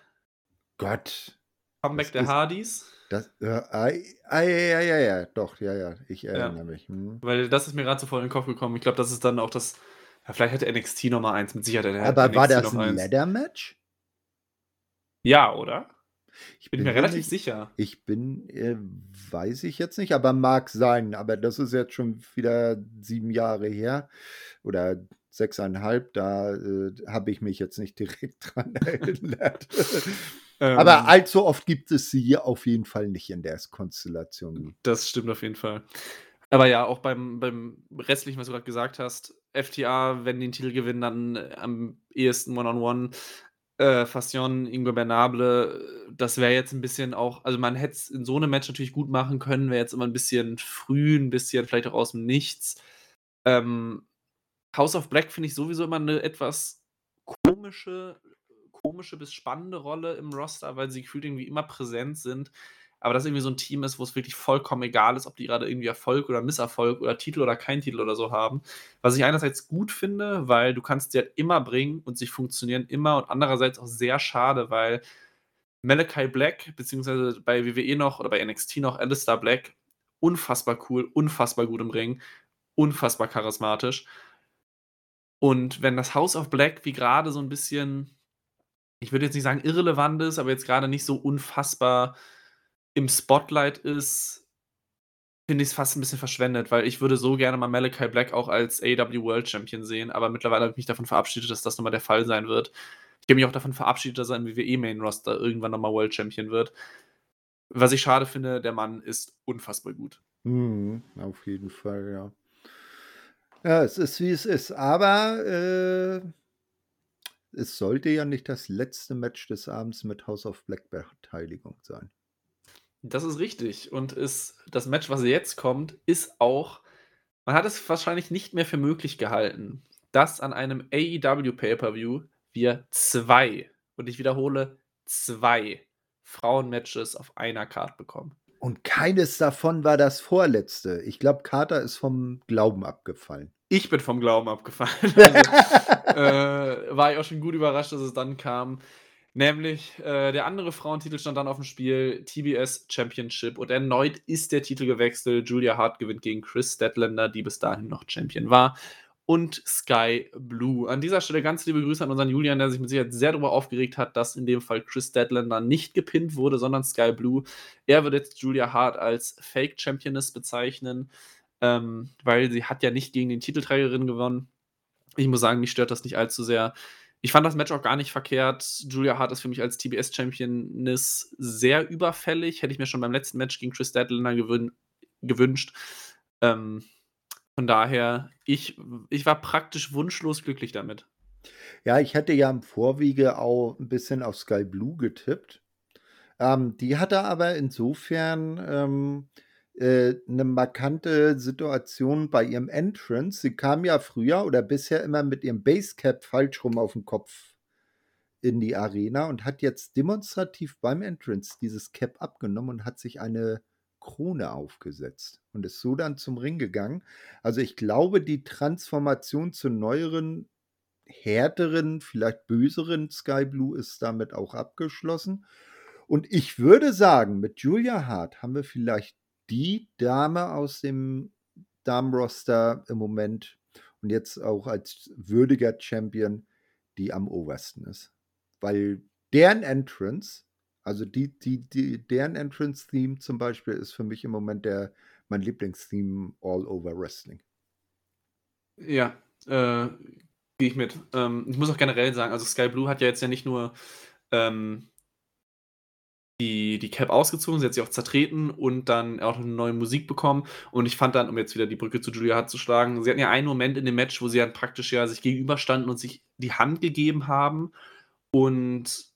Gott, das Comeback der ist Hardys. das. Äh, ei, ei, ei, ei, ei, ei, doch, ja, ja, ich Ja, erinnere mich. Hm. weil das ist mir gerade so voll in den Kopf gekommen. Ich glaube, das ist dann auch das. Ja, vielleicht hätte N X T noch mal eins. Mit Sicherheit hätte Aber war N X T das noch ein eins. Ladder-Match? Ja, oder? Ich Bin ich bin mir mir relativ nicht. sicher. Ich bin, äh, weiß ich jetzt nicht, aber mag sein. Aber das ist jetzt schon wieder sieben Jahre her oder sechseinhalb. Da äh, habe ich mich jetzt nicht direkt dran erinnert. Aber Ähm, allzu oft gibt es sie hier auf jeden Fall nicht in der Konstellation. das stimmt auf jeden Fall. Aber ja, auch beim, beim restlichen, was du gerade gesagt hast, F T A, wenn die den Titel gewinnen, dann äh, am ehesten One-on-One. Äh, Fassion, Ingobernable, das wäre jetzt ein bisschen auch, also man hätte es in so einem Match natürlich gut machen können, wäre jetzt immer ein bisschen früh, ein bisschen vielleicht auch aus dem Nichts. Ähm, House of Black finde ich sowieso immer eine etwas komische komische bis spannende Rolle im Roster, weil sie gefühlt irgendwie immer präsent sind. aber das irgendwie so ein Team ist, wo es wirklich vollkommen egal ist, ob die gerade irgendwie Erfolg oder Misserfolg oder Titel oder keinen Titel oder so haben. Was ich einerseits gut finde, weil du kannst die halt immer bringen und sie funktionieren immer, und andererseits auch sehr schade, weil Malachi Black, beziehungsweise bei W W E noch oder bei N X T noch Aleister Black, unfassbar cool, unfassbar gut im Ring, unfassbar charismatisch. Und wenn das House of Black wie gerade so ein bisschen, ich würde jetzt nicht sagen irrelevant ist, aber jetzt gerade nicht so unfassbar im Spotlight ist, finde ich es fast ein bisschen verschwendet, weil ich würde so gerne mal Malachi Black auch als A E W World Champion sehen, aber mittlerweile habe ich mich davon verabschiedet, dass das noch mal der Fall sein wird. Ich habe mich auch davon verabschiedet, dass er im W W E Main Roster irgendwann noch mal World Champion wird. Was ich schade finde, der Mann ist unfassbar gut. Mhm, auf jeden Fall, ja. Ja, es ist, wie es ist. Aber äh, es sollte ja nicht das letzte Match des Abends mit House of Black Beteiligung sein. Das ist richtig, und ist das Match, was jetzt kommt, ist auch, man hat es wahrscheinlich nicht mehr für möglich gehalten, dass an einem A E W Pay-per-View wir zwei, und ich wiederhole, zwei Frauenmatches auf einer Card bekommen. Und keines davon war das vorletzte. Ich glaube, Carter ist vom Glauben abgefallen. Ich bin vom Glauben abgefallen. Also, äh, war ich auch schon gut überrascht, dass es dann kam. Nämlich, äh, der andere Frauentitel stand dann auf dem Spiel, T B S Championship. Und erneut ist der Titel gewechselt. Julia Hart gewinnt gegen Chris Statlander, die bis dahin noch Champion war. Und Sky Blue. An dieser Stelle ganz liebe Grüße an unseren Julian, der sich mit Sicherheit sehr darüber aufgeregt hat, dass in dem Fall Chris Statlander nicht gepinnt wurde, sondern Sky Blue. Er wird jetzt Julia Hart als Fake Championess bezeichnen, ähm, weil sie hat ja nicht gegen den Titelträgerin gewonnen. Ich muss sagen, mich stört das nicht allzu sehr. Ich fand das Match auch gar nicht verkehrt. Julia Hart ist für mich als T B S-Championess sehr überfällig. Hätte ich mir schon beim letzten Match gegen Chris Statlander gewün gewünscht. Ähm, von daher, ich, ich war praktisch wunschlos glücklich damit. Ja, ich hatte ja im Vorwege auch ein bisschen auf Sky Blue getippt. Ähm, die hatte aber insofern ähm, äh, 'ne markante Situation bei ihrem Entrance. Sie kam ja früher oder bisher immer mit ihrem Basecap falsch rum auf dem Kopf in die Arena und hat jetzt demonstrativ beim Entrance dieses Cap abgenommen und hat sich eine Krone aufgesetzt und ist so dann zum Ring gegangen. Also, ich glaube, die Transformation zur neueren, härteren, vielleicht böseren Sky Blue ist damit auch abgeschlossen. Und ich würde sagen, mit Julia Hart haben wir vielleicht die Dame aus dem Damenroster im Moment und jetzt auch als würdiger Champion, die am obersten ist. Weil deren Entrance, also die, die, die, deren Entrance-Theme zum Beispiel ist für mich im Moment der, mein Lieblingstheme All Over Wrestling. Ja, äh, gehe ich mit. Ähm, ich muss auch generell sagen, also Sky Blue hat ja jetzt ja nicht nur ähm, die, die Cap ausgezogen, sie hat sie auch zertreten und dann auch eine neue Musik bekommen. Und ich fand dann, um jetzt wieder die Brücke zu Julia Hart zu schlagen, sie hatten ja einen Moment in dem Match, wo sie dann praktisch ja sich gegenüberstanden und sich die Hand gegeben haben. Und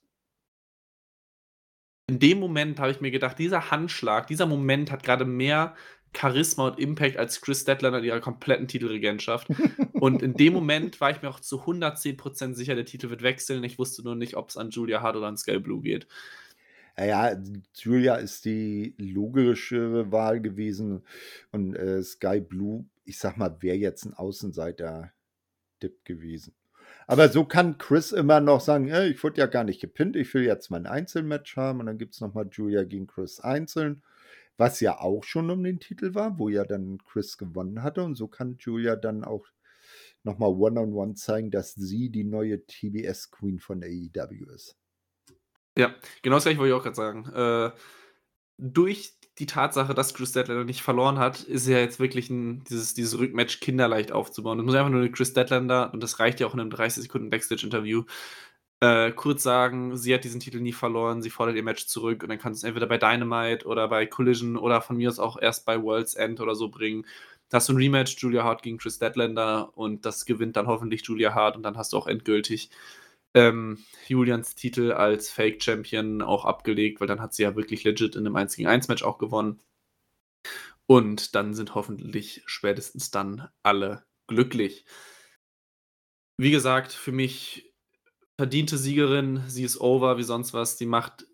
in dem Moment habe ich mir gedacht, dieser Handschlag, dieser Moment hat gerade mehr Charisma und Impact als Chris Statlander in ihrer kompletten Titelregentschaft. Und in dem Moment war ich mir auch zu hundertzehn Prozent sicher, der Titel wird wechseln. Ich wusste nur nicht, ob es an Julia Hart oder an Sky Blue geht. Ja, ja, Julia ist die logischere Wahl gewesen und äh, Sky Blue, ich sag mal, wäre jetzt ein Außenseiter-Tipp gewesen. Aber so kann Chris immer noch sagen, ja, ich wurde ja gar nicht gepinnt, ich will jetzt mein Einzelmatch haben und dann gibt es nochmal Julia gegen Chris einzeln, was ja auch schon um den Titel war, wo ja dann Chris gewonnen hatte und so kann Julia dann auch nochmal One-on-One zeigen, dass sie die neue T B S-Queen von A E W ist. Ja, genau das gleiche wollte ich auch gerade sagen. Äh, durch die Tatsache, dass Chris Statlander nicht verloren hat, ist ja jetzt wirklich ein, dieses, dieses Rückmatch kinderleicht aufzubauen. Das muss einfach nur eine Chris Statlander, und das reicht ja auch in einem dreißig Sekunden Backstage-Interview, äh, kurz sagen, sie hat diesen Titel nie verloren, sie fordert ihr Match zurück, und dann kannst du es entweder bei Dynamite oder bei Collision oder von mir aus auch erst bei World's End oder so bringen. Da hast du ein Rematch, Julia Hart gegen Chris Statlander, und das gewinnt dann hoffentlich Julia Hart, und dann hast du auch endgültig ähm, Julians Titel als Fake-Champion auch abgelegt, weil dann hat sie ja wirklich legit in einem eins gegen eins Match auch gewonnen. Und dann sind hoffentlich spätestens dann alle glücklich. Wie gesagt, für mich verdiente Siegerin, sie ist over wie sonst was. Sie macht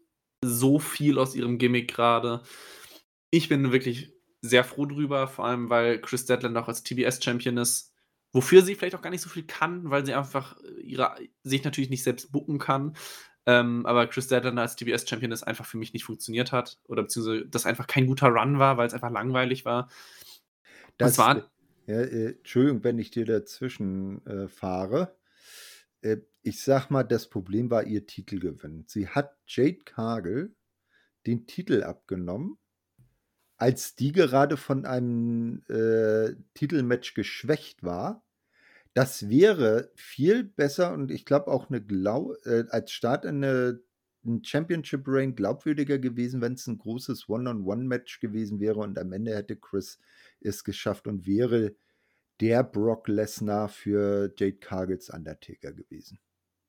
so viel aus ihrem Gimmick gerade. Ich bin wirklich sehr froh drüber, vor allem, weil Chris Statlander auch als T B S-Champion ist, wofür sie vielleicht auch gar nicht so viel kann, weil sie einfach äh, ihre sich natürlich nicht selbst booken kann. Ähm, aber Chris Statlander als T B S-Champion das einfach für mich nicht funktioniert hat oder beziehungsweise das einfach kein guter Run war, weil es einfach langweilig war. Und es Das, äh, war ja, äh, Entschuldigung, wenn ich dir dazwischen äh, fahre. Äh, ich sag mal, das Problem war ihr Titelgewinn. Sie hat Jade Cargill den Titel abgenommen, als die gerade von einem äh, Titelmatch geschwächt war. Das wäre viel besser und ich glaube auch eine Glau äh, als Start in eine, ein Championship Reign glaubwürdiger gewesen, wenn es ein großes One-on-One-Match gewesen wäre und am Ende hätte Chris es geschafft und wäre der Brock Lesnar für Jade Cargills Undertaker gewesen.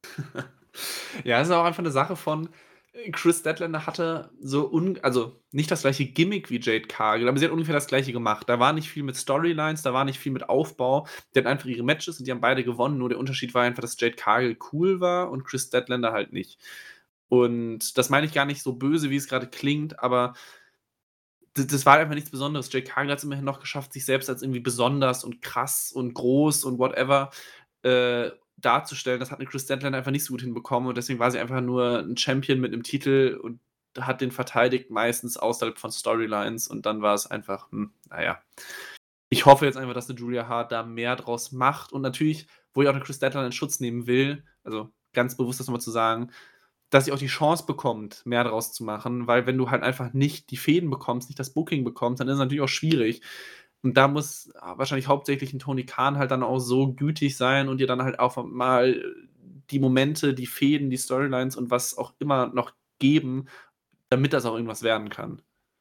Ja, es ist auch einfach eine Sache von äh, Chris Statlander hatte so un also, nicht das gleiche Gimmick wie Jade Cargill, aber sie hat ungefähr das Gleiche gemacht. Da war nicht viel mit Storylines, da war nicht viel mit Aufbau. Die hatten einfach ihre Matches und die haben beide gewonnen, nur der Unterschied war einfach, dass Jade Cargill cool war und Chris Statlander halt nicht. Und das meine ich gar nicht so böse, wie es gerade klingt, aber d das war einfach nichts Besonderes. Jade Cargill hat's immerhin noch geschafft, sich selbst als irgendwie besonders und krass und groß und whatever, äh, darzustellen. Das hat 'ne Chris Statlander einfach nicht so gut hinbekommen und deswegen war sie einfach nur 'n Champion mit 'nem Titel und hat den verteidigt, meistens außerhalb von Storylines und dann war es einfach, hm, na ja. Ich hoffe jetzt einfach, dass 'ne Julia Hart da mehr draus macht und natürlich, wo ich auch 'ne Chris Statlander in Schutz nehmen will, also ganz bewusst das noch mal zu sagen, dass sie auch die Chance bekommt, mehr draus zu machen, weil wenn du halt einfach nicht die Fäden bekommst, nicht das Booking bekommst, dann ist es natürlich auch schwierig. Und da muss ah, wahrscheinlich hauptsächlich 'n Tony Khan halt dann auch so gütig sein und dir dann halt auch mal die Momente, die Fäden, die Storylines und was auch immer noch geben, damit das auch irgendwas werden kann.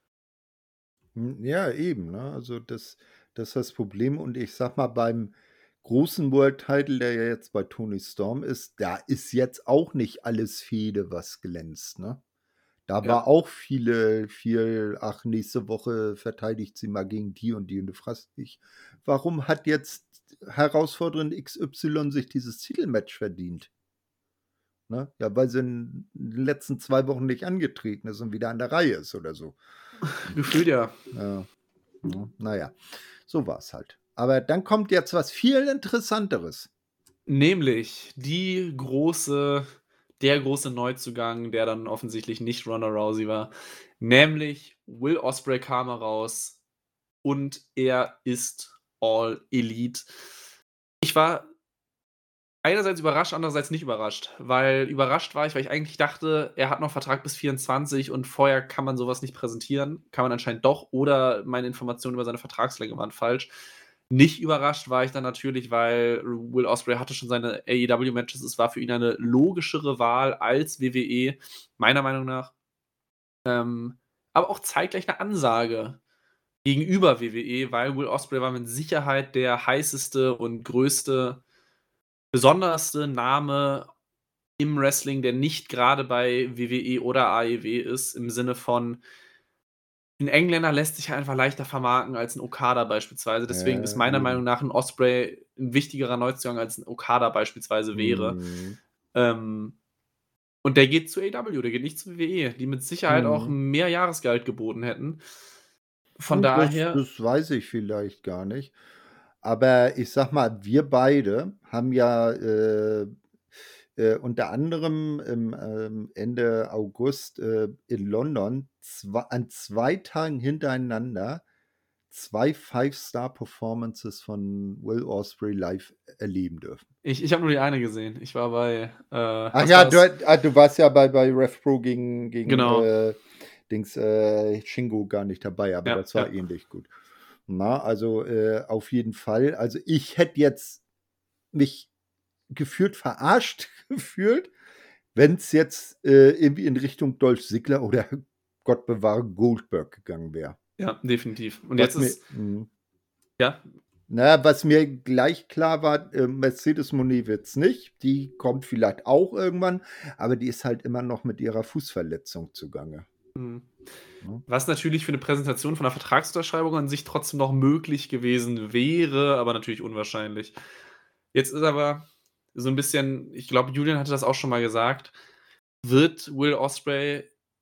Hm, ja, eben, ne? Also, das das ist das Problem und ich sag mal, beim großen World Title, der ja jetzt bei Toni Storm ist, da ist jetzt auch nicht alles Fehde, was glänzt, ne? Da Ja. war auch viele viel: „Ach, nächste Woche verteidigt sie mal gegen die und die“ und du fragst dich: „Warum hat jetzt Herausforderin X Y sich dieses Titelmatch verdient?“ Ne? Ja, weil sie in den letzten zwei Wochen nicht angetreten ist und wieder an der Reihe ist oder so. Gefühlt ja. Ja, ne? Na ja, so war's halt. Aber dann kommt jetzt was viel Interessanteres. Nämlich die große der große Neuzugang, der dann offensichtlich nicht Ronda Rousey war, nämlich Will Ospreay kam heraus und er ist All Elite. Ich war einerseits überrascht, andererseits nicht überrascht, weil überrascht war ich, weil ich eigentlich dachte, er hat noch Vertrag bis vierundzwanzig und vorher kann man so was nicht präsentieren. Kann man anscheinend doch oder meine Informationen über seine Vertragslänge waren falsch. Nicht überrascht war ich dann natürlich, weil Will Ospreay hatte schon seine A E W-Matches. Es war für ihn eine logischere Wahl als W W E, meiner Meinung nach. Ähm, aber auch zeitgleich 'ne Ansage gegenüber W W E, weil Will Ospreay war mit Sicherheit der heißeste und größte, besonderste Name im Wrestling, der nicht grade bei W W E oder A E W ist, im Sinne von 'n Engländer lässt sich halt einfach leichter vermarkten als 'n Okada beispielsweise. Deswegen ist Ja, meiner Meinung eben. nach 'n Ospreay 'n wichtigerer Neuzugang als 'n Okada beispielsweise wäre. Mhm. Ähm, und der geht zu A E W, der geht nicht zu W W E, die mit Sicherheit auch Mhm. mehr Jahresgehalt geboten hätten. Von Hm, das daher das weiß ich vielleicht gar nicht. Aber ich sage mal, wir beide haben ja, äh, äh, unter anderem im, ähm, Ende August, äh, in London zwa an zwei Tagen hintereinander zwei Five-Star-Performances von Will Ospreay live erleben dürfen. Ich ich habe nur die eine gesehen. Ich war bei, äh Ach was ja, war's? du ah, du warst ja bei bei RevPro gegen gegen, Genau. äh, Dings, äh, Shingo gar nicht dabei, aber Ja, das war ja. ähnlich gut. Na, also, äh, auf jeden Fall. Also, ich hätte jetzt mich gefühlt verarscht gefühlt, wenn's jetzt, äh, irgendwie in Richtung Dolph Ziggler oder Gott bewahre Goldberg gegangen wäre. Ja, definitiv. Und jetzt Was mir ist mhm. ja? Na ja, was mir gleich klar war, äh, Mercedes Moné wird's nicht. Die kommt vielleicht auch irgendwann, aber die ist halt immer noch mit ihrer Fußverletzung zugange. Mhm. Ne? Was natürlich für 'ne Präsentation von 'ner Vertragsunterschreibung an sich trotzdem noch möglich gewesen wäre, aber natürlich unwahrscheinlich. Jetzt ist aber so 'n bisschen ich glaube, Julian hatte das auch schon mal gesagt, wird Will Ospreay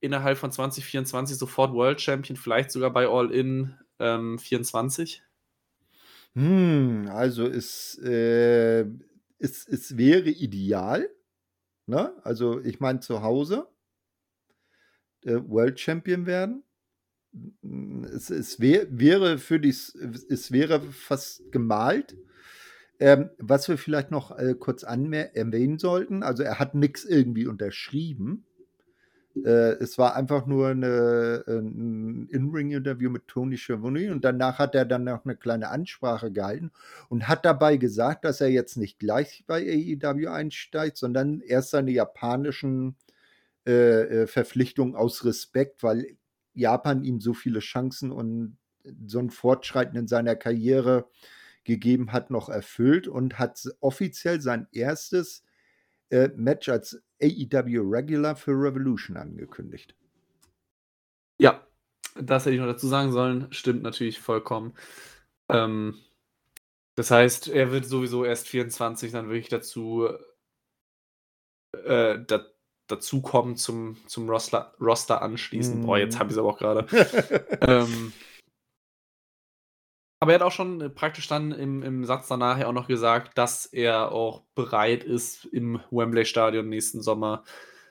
innerhalb von zwanzig vierundzwanzig sofort World Champion, vielleicht sogar bei All In, ähm, vierundzwanzig? Hm, also es, äh es es wäre ideal, ne? Also, ich meine zu Hause äh, World Champion werden. Hm, es es wä wäre für dies es wäre fast gemalt. Ähm, was wir vielleicht noch, äh, kurz anmer erwähnen sollten, also, er hat nix irgendwie unterschrieben. Äh, es war einfach nur 'ne äh, 'n In-Ring-Interview mit Tony Schiavone und danach hat er dann noch 'ne kleine Ansprache gehalten und hat dabei gesagt, dass er jetzt nicht gleich bei A E W einsteigt, sondern erst seine japanischen, äh, äh, Verpflichtungen aus Respekt, weil Japan ihm so viele Chancen und so 'n Fortschreiten in seiner Karriere gegeben hat, noch erfüllt und hat s offiziell sein erstes, äh, Match als A E W Regular für Revolution angekündigt. Ja, das hätte ich noch dazu sagen sollen. Stimmt natürlich vollkommen. Ähm, das heißt, er wird sowieso erst vierundzwanzig dann wirklich dazu äh, da dazukommen zum zum Rostler Roster anschließen. Boah, jetzt Mhm. habe ich's aber auch grade. Ähm aber er hat auch schon, äh, praktisch dann im im Satz danach ja auch noch gesagt, dass er auch bereit ist, im Wembley-Stadion nächsten Sommer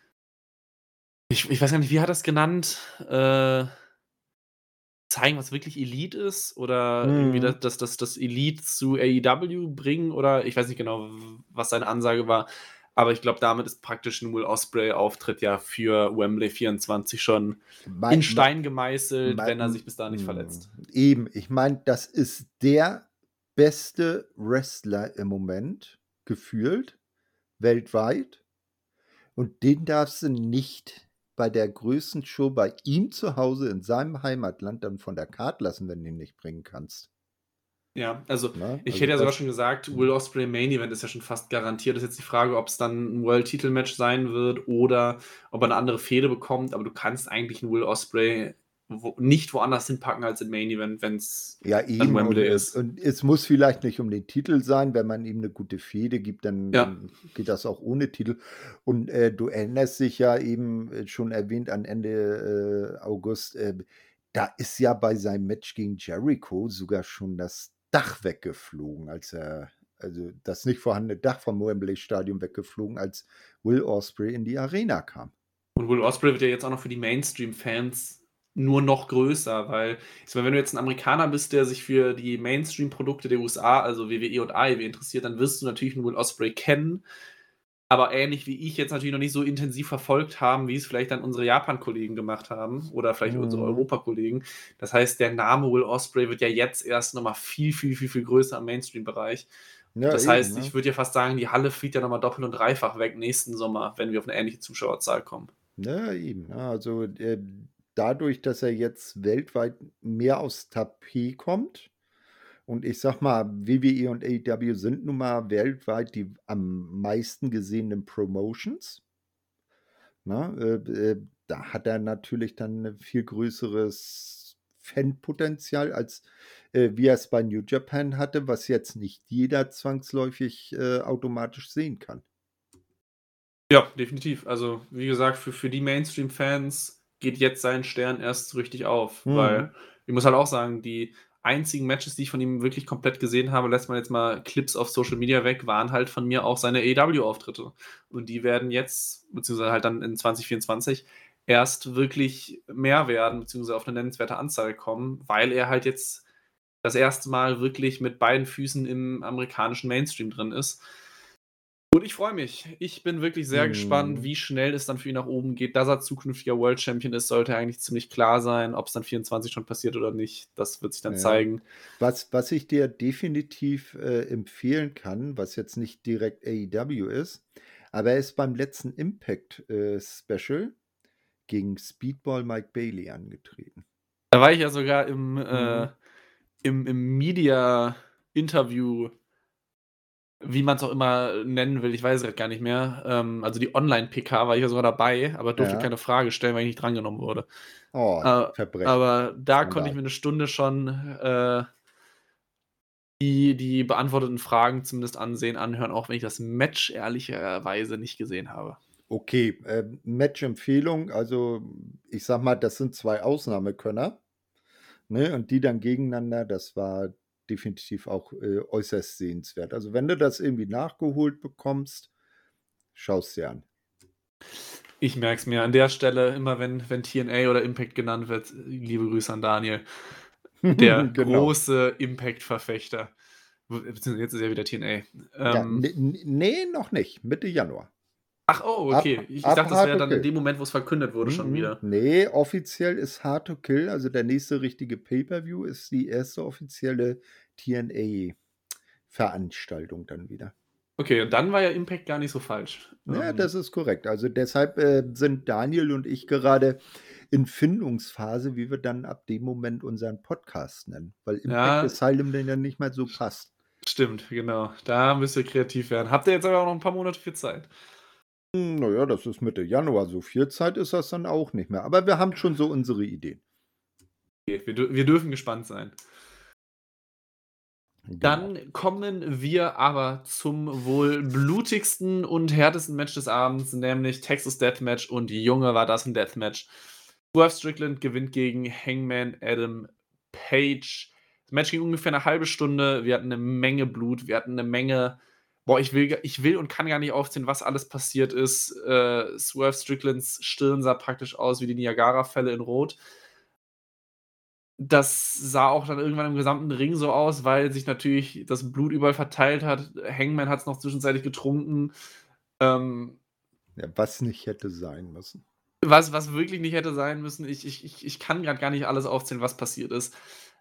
ich ich weiß gar nicht, wie hat er's genannt? Äh zeigen, was wirklich Elite ist oder irgendwie da Mhm. das das das Elite zu A E W bringen oder ich weiß nicht genau, w was seine Ansage war, aber ich glaube, damit ist praktisch 'n Will Ospreay-Auftritt ja für Wembley vierundzwanzig schon Mei in mei Stein gemeißelt, mei wenn er m sich bis dahin nicht hm, verletzt. eben. Ich meine, das ist der beste Wrestler im Moment gefühlt weltweit und den darfst du nicht bei der größten Show bei ihm zu Hause in seinem Heimatland dann von der Card lassen, wenn du ihn nicht bringen kannst. Ja, also, Ne? ich Also, hätte ja sogar das schon gesagt, Will mhm. Ospreay Main Event ist ja schon fast garantiert. Ist jetzt die Frage, ob's dann 'n World-Titel-Match sein wird oder ob er 'ne andere Fehde bekommt, aber du kannst eigentlich 'n Will Ospreay wo nicht woanders hinpacken als im Main Event, wenn's Ja, dann eben und Wembley es ist. und es muss vielleicht nicht um den Titel sein. Wenn man ihm 'ne gute Fehde gibt, dann Ja. dann geht das auch ohne Titel. Und, äh, du erinnerst dich ja eben, äh, schon erwähnt an Ende, äh, August, äh, da ist ja bei seinem Match gegen Jericho sogar schon das Dach weggeflogen, als er also, das nicht vorhandene Dach vom Wembley-Stadion weggeflogen, als Will Ospreay in die Arena kam. Und Will Ospreay wird ja jetzt auch noch für die Mainstream-Fans nur noch größer, weil ich sage mal, wenn du jetzt 'n Amerikaner bist, der sich für die Mainstream-Produkte der U S A, also W W E und A E W interessiert, dann wirst du natürlich 'n Will Ospreay kennen, aber ähnlich wie ich jetzt natürlich noch nicht so intensiv verfolgt haben, wie es vielleicht dann unsere Japan-Kollegen gemacht haben oder vielleicht unsere Mhm. Europa-Kollegen. Das heißt, der Name Will Ospreay wird ja jetzt erst noch mal viel, viel, viel, viel größer im Mainstream-Bereich. Ja, Das eben, heißt, ne? ich würde ja fast sagen, die Halle fliegt ja noch mal doppelt und dreifach weg nächsten Sommer, wenn wir auf 'ne ähnliche Zuschauerzahl kommen. Ne, eben, ne? Also, äh, dadurch, dass er jetzt weltweit mehr aufs Tapet kommt und ich sage mal, W W E und A E W sind nun mal weltweit die am meisten gesehenen Promotions ne? Äh, b äh, da hat er natürlich dann 'ne viel größeres Fanpotenzial, als, äh, wie er's bei New Japan hatte, was jetzt nicht jeder zwangsläufig, äh, automatisch sehen kann. Ja, definitiv. Also, wie gesagt, für für die Mainstream-Fans geht jetzt sein Stern erst so richtig auf, weil Mhm. ich muss halt auch sagen, die einzigen Matches, die ich von ihm wirklich komplett gesehen habe, lässt man jetzt mal Clips auf Social Media weg, waren halt von mir auch seine A E W-Auftritte. Und die werden jetzt beziehungsweise halt dann in zwanzig vierundzwanzig erst wirklich mehr werden, beziehungsweise auf 'ne nennenswerte Anzahl kommen, weil er halt jetzt das erste Mal wirklich mit beiden Füßen im amerikanischen Mainstream drin ist. Und ich freue mich. Ich bin wirklich sehr gespannt, Mhm. wie schnell es dann für ihn nach oben geht. Dass er zukünftiger World Champion ist, sollte eigentlich ziemlich klar sein. Ob's dann vierundzwanzig schon passiert oder nicht, das wird sich dann Ja. zeigen. Was was ich dir definitiv, äh, empfehlen kann, was jetzt nicht direkt A E W ist, aber er ist beim letzten Impact, äh, Special gegen Speedball Mike Bailey angetreten. Da war ich ja sogar im, äh Mhm. im im Media-Interview wie man's auch immer nennen will, ich weiß es grad gar nicht mehr. Ähm, also, die Online-PK war ich ja sogar dabei, aber durfte Ja. keine Frage stellen, weil ich nicht drangenommen wurde. Oh, Äh, Verbrechen. aber da konnte ich Skandal. mir 'ne Stunde schon, äh die die beantworteten Fragen zumindest ansehen anhören, auch wenn ich das Match ehrlicherweise nicht gesehen habe. Okay, ähm, Match-Empfehlung, also ich sag mal, das sind zwei Ausnahmekönner, ne? Und die dann gegeneinander, das war definitiv auch, äh, äußerst sehenswert. Also, wenn du das irgendwie nachgeholt bekommst, schaust dir an. Ich merke es mir an der Stelle immer, wenn wenn T N A oder Impact genannt wird, liebe Grüße an Daniel, der Genau. große Impact-Verfechter. W beziehungsweise jetzt ist ja wieder T N A. Ja, Ähm, ne n ne, noch nicht. Mitte Januar. ach, oh, Ab okay. Ich ich ab dachte, das Hard wäre to dann in Kill. dem Moment, wo es verkündet wurde, schon Mhm. wieder. Ne, offiziell ist Hard to Kill, also der nächste richtige Pay-per-View ist die erste offizielle T N A-Veranstaltung dann wieder. Okay, und dann war ja Impact gar nicht so falsch. Ja, Ähm, das ist korrekt. Also deshalb, äh, sind Daniel und ich gerade in Findungsphase, wie wir dann ab dem Moment unseren Podcast nennen, weil Impact ja, Asylum dann ja nicht mehr so passt. stimmt, genau. Da müsst ihr kreativ werden. Habt ihr jetzt aber auch noch ein paar Monate für Zeit? Hm, na ja, das ist Mitte Januar, so viel Zeit ist das dann auch nicht mehr. Aber wir haben schon so unsere Ideen. Okay, wir dür wir dürfen gespannt sein. Genau. Dann kommen wir aber zum wohl blutigsten und härtesten Match des Abends, nämlich Texas Deathmatch und Junge, war das 'n Deathmatch. Swerve Strickland gewinnt gegen Hangman Adam Page. Das Match ging ungefähr 'ne halbe Stunde. Wir hatten 'ne Menge Blut, wir hatten 'ne Menge boah, ich will g ich will und kann gar nicht aufzählen, was alles passiert ist. Äh, Swerve Stricklands Stirn sah praktisch aus wie die Niagarafälle in Rot. Das sah auch dann irgendwann im gesamten Ring so aus, weil sich natürlich das Blut überall verteilt hat. Hangman hat's noch zwischenzeitlich getrunken. Ähm, Ja, was nicht hätte sein müssen. was was wirklich nicht hätte sein müssen. Ich ich ich ich kann grad gar nicht alles aufzählen, was passiert ist.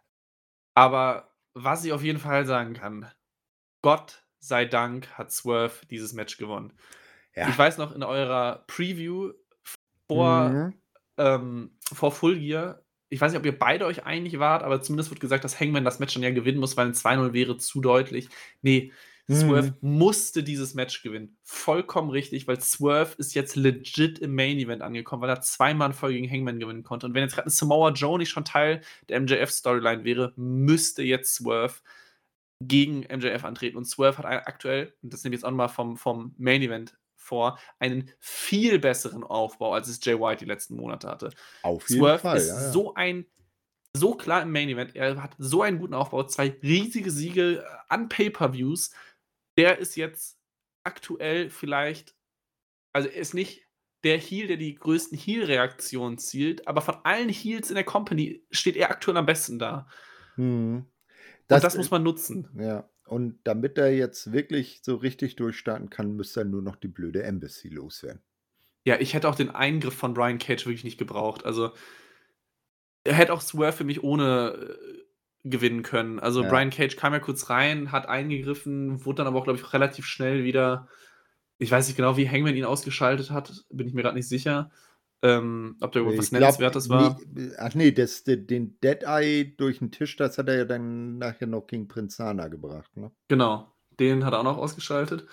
Aber was ich auf jeden Fall sagen kann: Gott sei Dank hat Swerve dieses Match gewonnen. Ich Ja. weiß noch in eurer Preview vor, Mhm. ähm vor Full Gear, ich weiß nicht, ob ihr beide euch einig wart, aber zumindest wurde gesagt, dass Hangman das Match dann ja gewinnen muss, weil 'n zwei null wäre zu deutlich. Ne, Swerve Mhm. musste dieses Match gewinnen. Vollkommen richtig, weil Swerve ist jetzt legit im Main Event angekommen, weil er zweimal in Folge gegen Hangman gewinnen konnte. Und wenn jetzt grad 'ne Samoa Joe nicht schon Teil der M J F-Storyline wäre, müsste jetzt Swerve gegen M J F antreten. Und Swerve hat ei aktuell, und das nehme ich jetzt auch noch mal vom vom Main Event vor, einen viel besseren Aufbau, als es Jay White die letzten Monate hatte. Auf jeden Swerve Fall, ist ja, ja. so ein so klar im Main Event. Er hat so einen guten Aufbau, zwei riesige Siege an Pay-per-Views. Der ist jetzt aktuell vielleicht also, er ist nicht der Heel, der die größten Heel-Reaktionen zielt, aber von allen Heels in der Company steht er aktuell am besten da. Mhm. Und Das, das äh muss man nutzen. ja, und damit er jetzt wirklich so richtig durchstarten kann, müsste er nur noch die blöde Embassy loswerden. Ja, ich hätte auch den Eingriff von Brian Cage wirklich nicht gebraucht. Also er hätte auch Swerve für mich ohne, äh, gewinnen können. Also, Ja. Brian Cage kam ja kurz rein, hat eingegriffen, wurde dann aber auch, glaube ich, relativ schnell wieder ich weiß nicht genau, wie Hangman ihn ausgeschaltet hat, bin ich mir grad nicht sicher, ähm, ob da überhaupt was Ich glaube, Nennenswertes ne, war. ach ne, das de den Deadeye durch 'n Tisch, das hat er ja dann nachher noch gegen Prince Nana gebracht, ne? Genau, den hat er auch noch ausgeschaltet.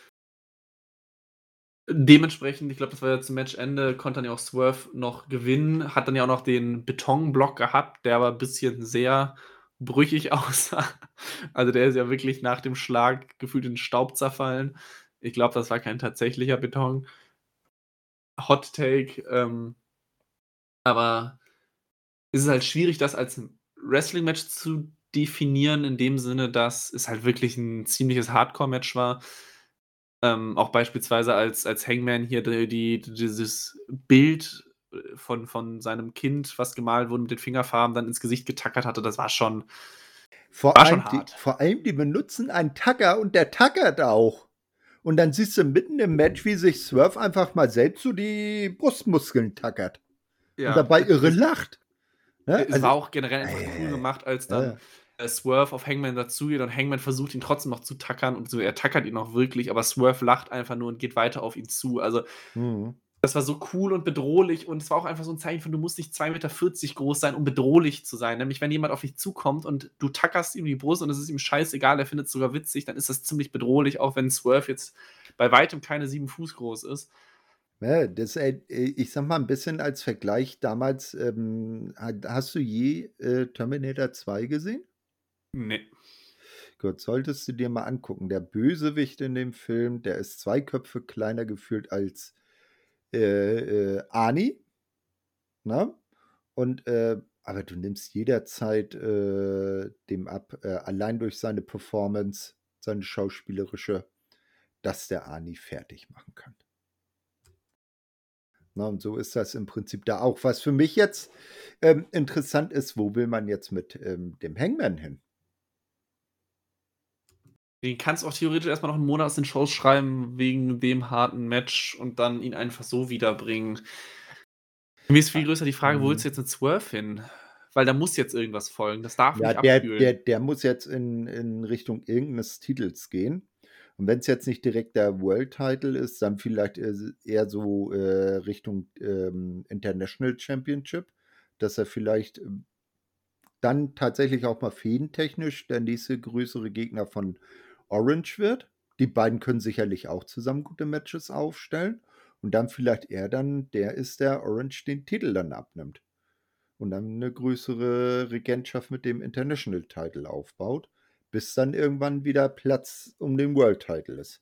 Dementsprechend, ich glaube, das war ja zum Matchende, konnte dann ja auch Swerve noch gewinnen, hat dann ja auch noch den Betonblock gehabt, der aber bisschen sehr brüchig aussah. Also, der ist ja wirklich nach dem Schlag gefühlt in Staub zerfallen. Ich glaube, das war kein tatsächlicher Beton. Hot Take, ähm aber es ist halt schwierig, das als 'n Wrestling-Match zu definieren in dem Sinne, dass es halt wirklich 'n ziemliches Hardcore-Match war. Ähm, auch beispielsweise als als Hangman hier d die dieses Bild, äh, von von seinem Kind, was gemalt wurde, mit den Fingerfarben dann ins Gesicht getackert hatte, das war schon Vor war schon allem die hart. vor allem die benutzen einen Tacker und der tackert auch. Und dann siehst du mitten im Match, wie sich Swerve einfach mal selbst so die Brustmuskeln tackert und Ja, dabei et irre es lacht, ne? es Also, war auch generell einfach cool ei, gemacht, als dann, ja. äh, Swerve auf Hangman dazugeht und Hangman versucht, ihn trotzdem noch zu tackern und so er tackert ihn auch wirklich, aber Swerve lacht einfach nur und geht weiter auf ihn zu. Also, Mhm. das war so cool und bedrohlich und es war auch einfach so 'n Zeichen von: Du musst nicht zwei Meter vierzig groß sein, um bedrohlich zu sein. Nämlich, wenn jemand auf dich zukommt und du tackerst ihm die Brust und es ist ihm scheißegal, er findet's sogar witzig, dann ist das ziemlich bedrohlich, auch wenn Swerve jetzt bei weitem keine sieben Fuß groß ist. Ne, das, äh, äh, ich sage mal 'n bisschen als Vergleich damals, ähm, ha hast du je, äh, Terminator zwei gesehen? Ne. Gut, solltest du dir mal angucken. Der Bösewicht in dem Film, der ist zwei Köpfe kleiner gefühlt als äh, äh, Arnie, ne? Und, äh aber du nimmst jederzeit, äh, dem ab, äh, allein durch seine Performance, seine schauspielerische, dass der Arnie fertig machen kann. Ne, und so ist das im Prinzip da auch. Was für mich jetzt, ähm, interessant ist, wo will man jetzt mit, ähm, dem Hangman hin? Den kannst du auch theoretisch erst mal noch 'n Monat aus den Shows schreiben wegen dem harten Match und dann ihn einfach so wiederbringen. Für mich ist viel Ah, größer die Frage: Wo willst mhm. du jetzt mit Swerve hin? Weil da muss jetzt irgendwas folgen. Das darf Ja, nicht der der abkühlen. der muss jetzt in in Richtung irgendeines Titels gehen. Und wenn's jetzt nicht direkt der World Title ist, dann vielleicht eher s eher so, äh, Richtung, ähm, International Championship, dass er vielleicht, ähm, dann tatsächlich auch mal fädentechnisch der nächste größere Gegner von Orange wird. Die beiden können sicherlich auch zusammen gute Matches aufstellen und dann vielleicht er dann der ist, der Orange den Titel dann abnimmt und dann 'ne größere Regentschaft mit dem International Title aufbaut, bis dann irgendwann wieder Platz um den World Title ist.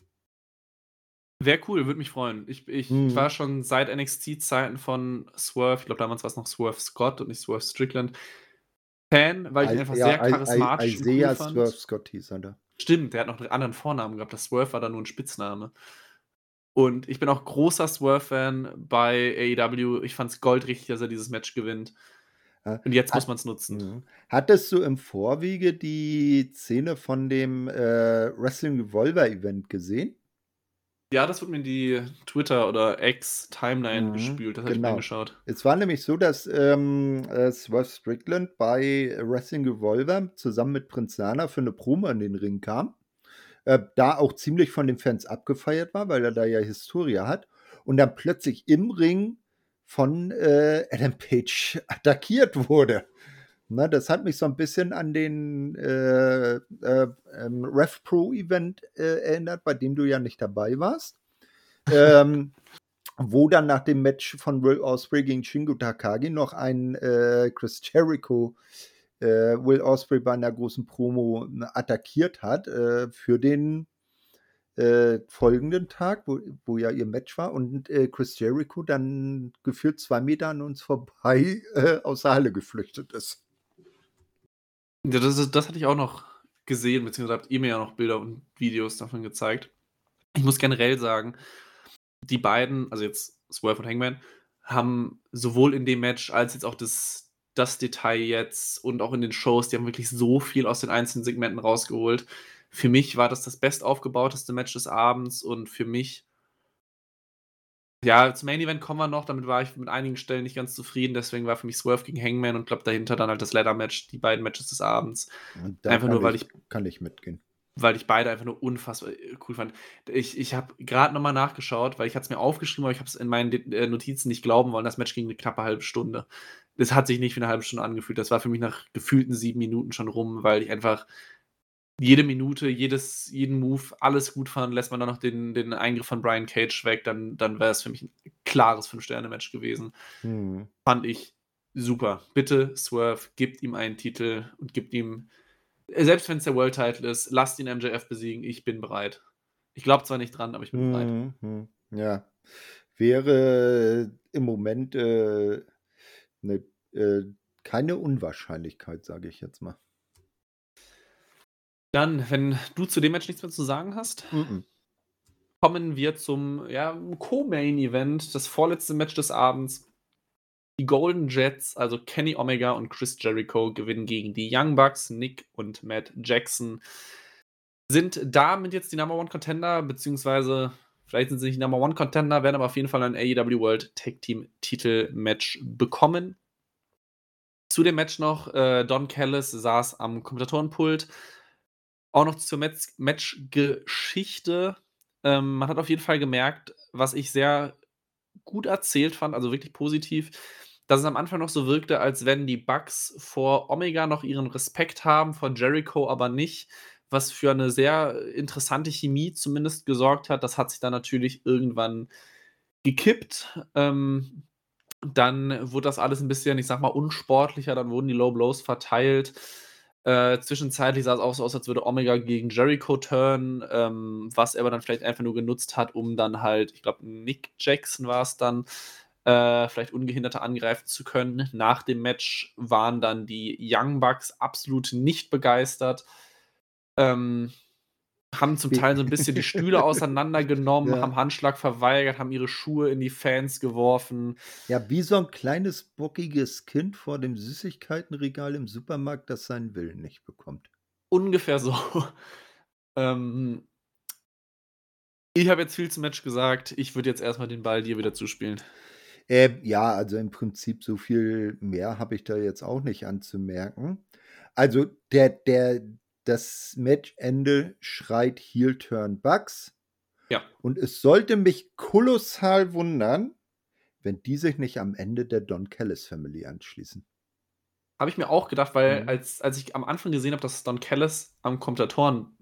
Wäre cool, würde mich freuen. Ich ich ich war Mhm. schon seit NXT-Zeiten von Swerve, ich glaube, damals war's noch Swerve Scott und nicht Swerve Strickland, Fan, weil ich ihn I einfach ja, sehr I I charismatisch und cool Isaiah Swerve fand. Scott hieß er da. Stimmt, der hat noch 'n anderen Vornamen gehabt. Das Swerve war dann nur 'n Spitzname. Und ich bin auch großer Swerve-Fan bei AEW. Ich fand's goldrichtig, dass er dieses Match gewinnt. Äh, Und jetzt muss hat man's nutzen. mhm. Hattest du im Vorwege die Szene von dem, äh, Wrestling Revolver Event gesehen? Ja, das wurde mir in die Twitter oder X-Timeline Mhm, gespült. Das habe ich mir genau. angeschaut. Es war nämlich so, dass, ähm, äh, Swerve Strickland bei Wrestling Revolver zusammen mit Prince Nana für 'ne Promo in den Ring kam, äh, da auch ziemlich von den Fans abgefeiert war, weil er da ja Historie hat und dann plötzlich im Ring von, äh, Adam Page attackiert wurde. Ne, das hat mich so 'n bisschen an den, äh, äh, ähm, Rev Pro Event, äh, erinnert, bei dem du ja nicht dabei warst. Ähm, wo dann nach dem Match von Will Ospreay gegen Shingo Takagi noch ein, äh, Chris Jericho, äh, Will Ospreay bei 'ner großen Promo, ne, attackiert hat, äh, für den, äh, folgenden Tag, wo wo ja ihr Match war und, äh, Chris Jericho dann gefühlt zwei Meter an uns vorbei, äh, aus der Halle geflüchtet ist. Ja, das ist das hatte ich auch noch gesehen, beziehungsweise habt ihr mir ja noch Bilder und Videos davon gezeigt. Ich muss generell sagen, die beiden, also jetzt Swerve und Hangman, haben sowohl in dem Match als jetzt auch das das Detail jetzt und auch in den Shows, die haben wirklich so viel aus den einzelnen Segmenten rausgeholt. Für mich war das das bestaufgebauteste Match des Abends und für mich ja, zum Main Event kommen wir noch, damit war ich mit einigen Stellen nicht ganz zufrieden, deswegen war für mich Swerve gegen Hangman und glaube dahinter dann halt das Ladder Match, die beiden Matches des Abends. Und da Einfach kann nur, weil ich ich kann ich mitgehen. weil ich beide einfach nur unfassbar, äh, cool fand. Ich ich habe grad noch mal nachgeschaut, weil ich hatte es mir aufgeschrieben, aber ich habe es in meinen d äh, Notizen nicht glauben wollen. Das Match ging 'ne knappe halbe Stunde. Es hat sich nicht wie 'ne halbe Stunde angefühlt. Das war für mich nach gefühlten sieben Minuten schon rum, weil ich einfach jede Minute, jedes jeden Move, alles gut fand. Lässt man dann noch den den Eingriff von Brian Cage weg, dann dann wäre es für mich 'n klares Fünf-Sterne-Match gewesen. Mhm. Fand ich super. Bitte, Swerve, gebt ihm einen Titel und gebt ihm äh, selbst wenn's der World Title ist, lasst ihn M J F besiegen. Ich bin bereit. Ich glaube zwar nicht dran, aber ich bin bereit. Mhm, mhm, ja. Wäre im Moment, äh, 'ne äh, keine Unwahrscheinlichkeit, sage ich jetzt mal. Dann, wenn du zu dem Match nichts mehr zu sagen hast M-m. kommen wir zum, ja, Co-Main Event, das vorletzte Match des Abends. Die Golden Jets, also Kenny Omega und Chris Jericho, gewinnen gegen die Young Bucks, Nick und Matt Jackson. Sind damit jetzt die Number One Contender, beziehungsweise vielleicht sind sie nicht die Number One Contender, werden aber auf jeden Fall ein AEW World Tag Team Titel-Match bekommen. Zu dem Match noch, äh, Don Callis saß am Kommentatorenpult. Auch noch zur Metz Matchgeschichte. Ähm, man hat auf jeden Fall gemerkt, was ich sehr gut erzählt fand, also wirklich positiv, dass es am Anfang noch so wirkte, als wenn die Bucks vor Omega noch ihren Respekt haben, vor Jericho aber nicht, was für 'ne sehr interessante Chemie zumindest gesorgt hat. Das hat sich dann natürlich irgendwann gekippt. Ähm, dann wurde das alles 'n bisschen, ich sage mal, unsportlicher, dann wurden die Low Blows verteilt. Äh, zwischenzeitlich sah es auch so aus, als würde Omega gegen Jericho turnen, ähm, was er aber dann vielleicht einfach nur genutzt hat, um dann halt, ich glaube, Nick Jackson war es dann, äh, vielleicht ungehinderter angreifen zu können. Nach dem Match waren dann die Young Bucks absolut nicht begeistert. Ähm, haben zum Teil so ein bisschen die Stühle auseinandergenommen, Ja. haben Handschlag verweigert, haben ihre Schuhe in die Fans geworfen. Ja, wie so 'n kleines bockiges Kind vor dem Süßigkeitenregal im Supermarkt, das seinen Willen nicht bekommt. Ungefähr so. Ähm, ich habe jetzt viel zum Match gesagt. Ich würde jetzt erst mal den Ball dir wieder zuspielen. Ähm, ja, also im Prinzip so viel mehr habe ich da jetzt auch nicht anzumerken. Also, der der das Matchende schreit Heel Turn Bucks Ja, und es sollte mich kolossal wundern, wenn die sich nicht am Ende der Don Callis Family anschließen. habe ich mir auch gedacht, weil Mhm. als als ich am Anfang gesehen habe, dass Don Callis am Kommentatorenpult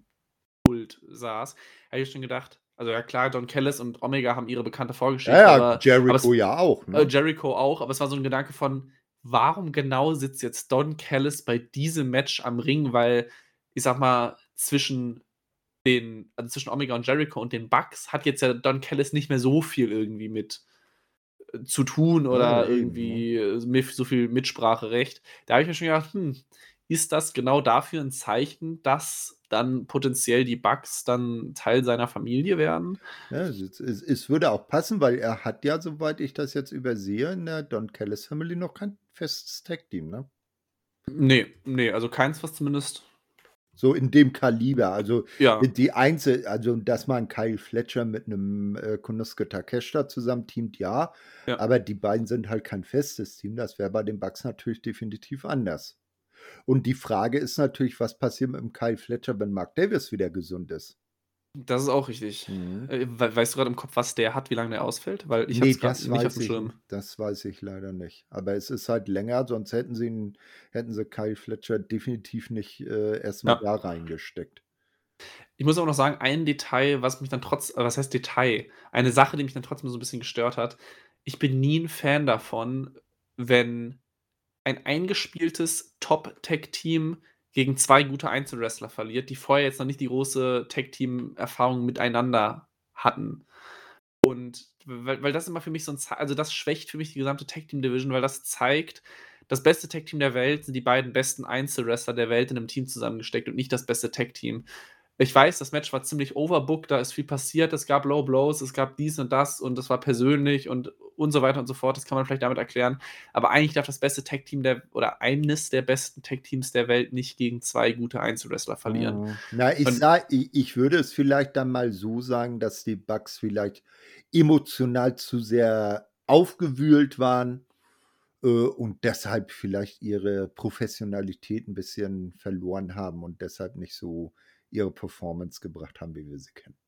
saß, habe ich schon gedacht, also ja klar, Don Callis und Omega haben ihre bekannte Ja, Vorgeschichte, ja, aber aber Jericho es ja auch, äh, ne? Jericho auch, aber es war so 'n Gedanke von: Warum genau sitzt jetzt Don Callis bei diesem Match am Ring? Weil, ich sage mal, zwischen den also zwischen Omega und Jericho und den Bucks hat jetzt ja Don Callis nicht mehr so viel irgendwie mit, äh, zu tun Ja, oder eben, ne? irgendwie, äh, mi so viel Mitspracherecht. Da habe ich mir schon gedacht: „Hm, ist das genau dafür 'n Zeichen, dass dann potenziell die Bucks dann Teil seiner Familie werden?“ Ja, es es es es würde auch passen, weil er hat ja, soweit ich das jetzt übersehe, in der Don Callis Family noch kein festes Tag-Team, ne? Ne, ne, also keins, was zumindest So in dem Kaliber. Also, ja, äh, die Einzel also, dass man Kyle Fletcher mit 'nem, äh, Konosuke Takeshita zusammenteamt, ja, ja. aber die beiden sind halt kein festes Team. Das wäre bei den Bucks natürlich definitiv anders. Und die Frage ist natürlich, was passiert mit dem Kyle Fletcher, wenn Mark Davis wieder gesund ist? Das ist auch richtig. Mhm. Äh, wei weißt du grad im Kopf, was der hat, wie lange der ausfällt? Weil ich habe Ne, es grad das nicht weiß aufm ich Schirm. das weiß ich leider nicht. Aber es ist halt länger, sonst hätten sie ihn hätten sie Kyle Fletcher definitiv nicht, äh, erst mal Ja. da reingesteckt. Ich muss aber noch sagen, ein Detail, was mich dann trotz äh, was heißt Detail? Eine Sache, die mich dann trotzdem so 'n bisschen gestört hat. Ich bin nie 'n Fan davon, wenn ein eingespieltes Top-Tag-Team gegen zwei gute Einzelwrestler verliert, die vorher jetzt noch nicht die große Tag-Team-Erfahrung miteinander hatten. Und weil weil das immer für mich so 'n Zei also, das schwächt für mich die gesamte Tag-Team-Division, weil das zeigt, das beste Tag-Team der Welt sind die beiden besten Einzelwrestler der Welt in 'nem Team zusammengesteckt und nicht das beste Tag-Team. Ich weiß, das Match war ziemlich overbooked, da ist viel passiert, es gab Low Blows, es gab dies und das und das war persönlich und und so weiter und so fort. Das kann man vielleicht damit erklären. Aber eigentlich darf das beste Tag-Team der oder eines der besten Tag-Teams der Welt nicht gegen zwei gute Einzelwrestler verlieren. Mhm. Na, ich Und sa i ich würde es vielleicht dann mal so sagen, dass die Bucks vielleicht emotional zu sehr aufgewühlt waren, äh, und deshalb vielleicht ihre Professionalität 'n bisschen verloren haben und deshalb nicht so ihre Performance gebracht haben, wie wir sie kennen.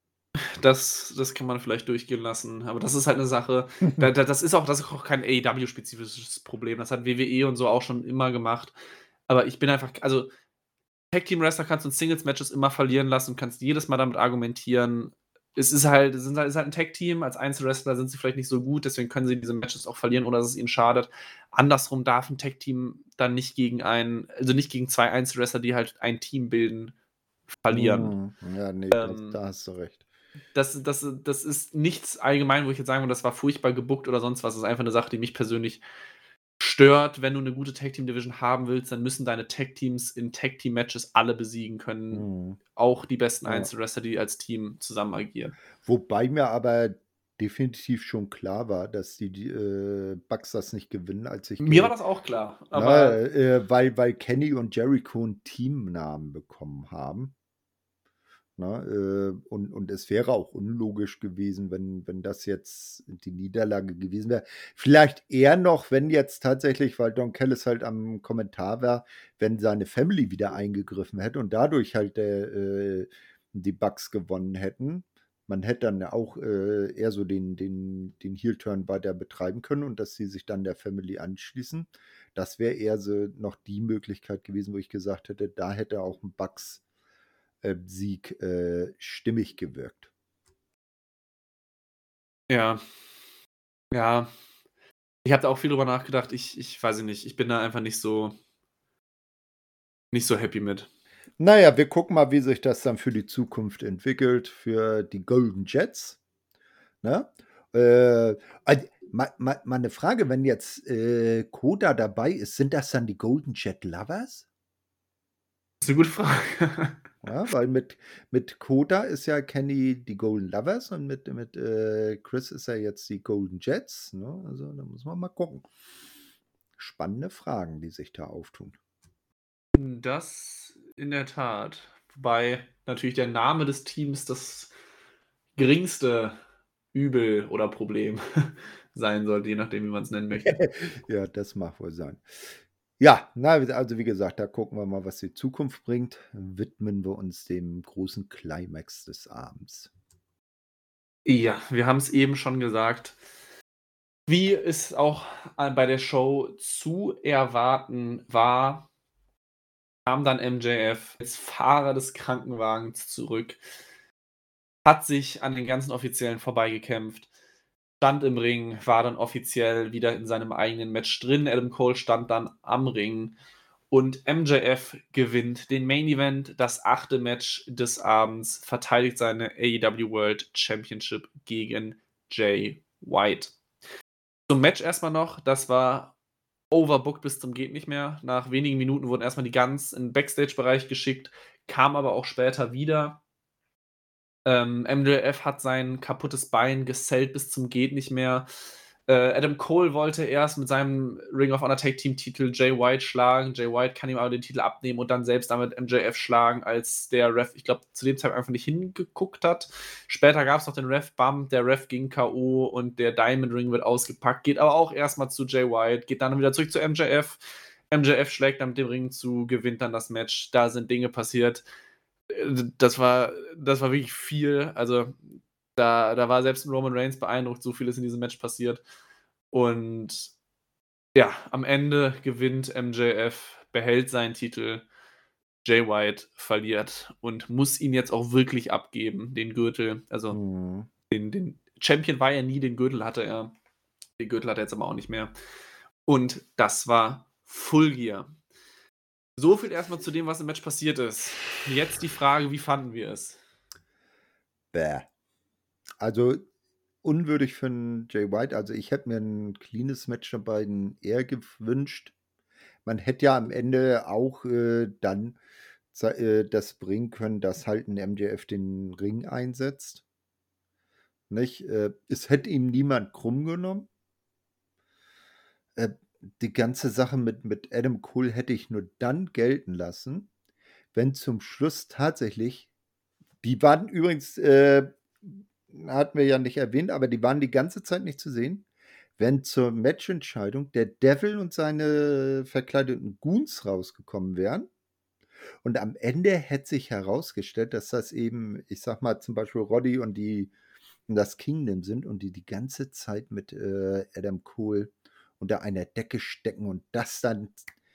das das kann man vielleicht durchgehen lassen, aber das ist halt 'ne Sache, da da das ist auch das ist auch kein A E W-spezifisches Problem. Das hat W W E und so auch schon immer gemacht. Aber ich bin einfach also, Tag-Team-Wrestler kannst du in Singles-Matches immer verlieren lassen und kannst jedes Mal damit argumentieren. Es ist halt es sind halt ist halt 'n Tag-Team, als Einzelwrestler sind sie vielleicht nicht so gut, deswegen können sie diese Matches auch verlieren, ohne dass es ihnen schadet. Andersrum darf 'n Tag-Team dann nicht gegen ein also, nicht gegen zwei Einzelwrestler, die halt ein Team bilden, verlieren. Mhm. Ja, ne, da Ähm, da hast du recht. das das das ist nichts allgemein, wo ich jetzt sagen würde, das war furchtbar gebookt oder sonst was. Das ist einfach 'ne Sache, die mich persönlich stört. Wenn du 'ne gute Tag-Team-Division haben willst, dann müssen deine Tag-Teams in Tag-Team-Matches alle besiegen können, Mhm. auch die besten Ja. Einzelwrestler, die als Team zusammen agieren. Wobei mir aber definitiv schon klar war, dass die die, äh, Bucks das nicht gewinnen, als ich Mir war ge das auch klar, ne, aber äh, weil weil Kenny und Jericho 'n Teamnamen bekommen haben, ne? Äh, und und es wäre auch unlogisch gewesen, wenn wenn das jetzt die Niederlage gewesen wäre. Vielleicht eher noch, wenn jetzt tatsächlich, weil Don Callis halt am Kommentar war, wenn seine Family wieder eingegriffen hätte und dadurch halt der äh, die Bucks gewonnen hätten. Man hätte dann auch, äh, eher so den den den Heel-Turn weiter betreiben können und dass sie sich dann der Family anschließen. Das wäre eher so noch die Möglichkeit gewesen, wo ich gesagt hätte, da hätte auch 'n Bucks äh, Sieg, äh, stimmig gewirkt. ja, ja. Ich habe da auch viel drüber nachgedacht. Ich ich weiß ich nicht, ich bin da einfach nicht so nicht so happy mit. Na ja, wir gucken mal, wie sich das dann für die Zukunft entwickelt, für die Golden Jets, ne? Äh, al mal mal mal 'ne Frage, wenn jetzt, äh, Kota dabei ist, sind das dann die Golden Jet Lovers? Ist 'ne gute Frage. Ja, weil mit mit Kota ist ja Kenny die Golden Lovers und mit mit, äh, Chris ist er jetzt die Golden Jets, ne? Also, da muss man mal gucken. Spannende Fragen, die sich da auftun. Das in der Tat. Wobei natürlich der Name des Teams das geringste Übel oder Problem sein sollte, je nachdem, wie man's nennen möchte. Ja, das mag wohl sein. Ja, na, also, wie gesagt, da gucken wir mal, was die Zukunft bringt. Widmen wir uns dem großen Climax des Abends. Ja, wir haben's eben schon gesagt. Wie es auch, äh, bei der Show zu erwarten war kam dann M J F als Fahrer des Krankenwagens zurück hat sich an den ganzen Offiziellen vorbeigekämpft, stand im Ring, war dann offiziell wieder in seinem eigenen Match drin. Adam Cole stand dann am Ring und M J F gewinnt den Main Event, das achte Match des Abends, verteidigt seine A E W World Championship gegen Jay White. Zum Match erst mal noch, das war overbooked bis zum geht nicht mehr. Nach wenigen Minuten wurden erst mal die Guns in 'n Backstage-Bereich geschickt, kamen aber auch später wieder. Ähm, M J F hat sein kaputtes Bein gesellt bis zum geht nicht mehr. Äh, Adam Cole wollte erst mit seinem Ring of Honor Tag Team Titel Jay White schlagen. Jay White kann ihm aber den Titel abnehmen und dann selbst damit M J F schlagen, als der Ref, ich glaube, zu dem Zeitpunkt einfach nicht hingeguckt hat. Später gab's noch den Ref-Bump, der Ref ging K O und der Diamond Ring wird ausgepackt, geht aber auch erst mal zu Jay White, geht dann wieder zurück zu M J F. M J F schlägt dann mit dem Ring zu, gewinnt dann das Match. Da sind Dinge passiert. Äh, d das war das war wirklich viel. Also, da da war selbst 'n Roman Reigns beeindruckt, so viel ist in diesem Match passiert. Und ja, am Ende gewinnt M J F, behält seinen Titel. Jay White verliert und muss ihn jetzt auch wirklich abgeben, den Gürtel. Also, Mhm. den den Champion war er nie, den Gürtel hatte er. Den Gürtel hat er jetzt aber auch nicht mehr. Und das war Full Gear. So viel erst mal zu dem, was im Match passiert ist. Jetzt die Frage, wie fanden wir es? Bäh. Also, unwürdig für 'n Jay White. Also, ich hätte mir 'n cleanes Match der beiden eher gewünscht. Man hätte ja am Ende auch, äh, dann sei äh, das bringen können, dass halt 'n M J F den Ring einsetzt. Nicht? Äh, es hätte ihm niemand krumm genommen. Äh, die ganze Sache mit mit Adam Cole hätte ich nur dann gelten lassen, wenn zum Schluss tatsächlich die waren übrigens, äh, hatten wir ja nicht erwähnt, aber die waren die ganze Zeit nicht zu sehen, wenn zur Matchentscheidung der Devil und seine verkleideten Goons rausgekommen wären. Und am Ende hätte sich herausgestellt, dass das eben, ich sage mal, zum Beispiel Roddy und die und das Kingdom sind und die die ganze Zeit mit, äh, Adam Cole unter einer Decke stecken und das dann,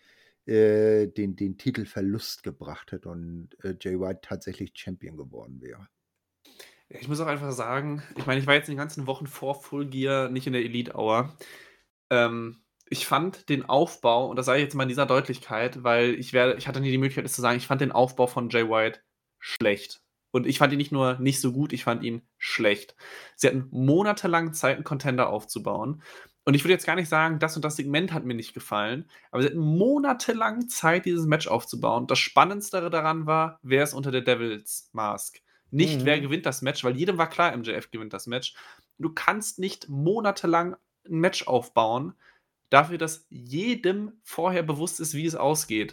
äh, den den Titelverlust gebracht hätte und, äh, Jay White tatsächlich Champion geworden wäre. Ja, ich muss auch einfach sagen, ich meine, ich war jetzt in den ganzen Wochen vor Full Gear nicht in der Elite Hour. Ähm, ich fand den Aufbau, und das sage ich jetzt mal in dieser Deutlichkeit, weil ich werde ich hatte nie die Möglichkeit, das zu sagen, ich fand den Aufbau von Jay White schlecht. Und ich fand ihn nicht nur nicht so gut, ich fand ihn schlecht. Sie hatten monatelang Zeit, 'n Contender aufzubauen. Und ich würde jetzt gar nicht sagen, das und das Segment hat mir nicht gefallen, aber sie hatten monatelang Zeit, dieses Match aufzubauen. Das Spannendste daran war, wer ist unter der Devil's Mask? Nicht, wer Mhm. gewinnt das Match, weil jedem war klar, M J F gewinnt das Match. Du kannst nicht monatelang 'n Match aufbauen, dafür, dass jedem vorher bewusst ist, wie es ausgeht.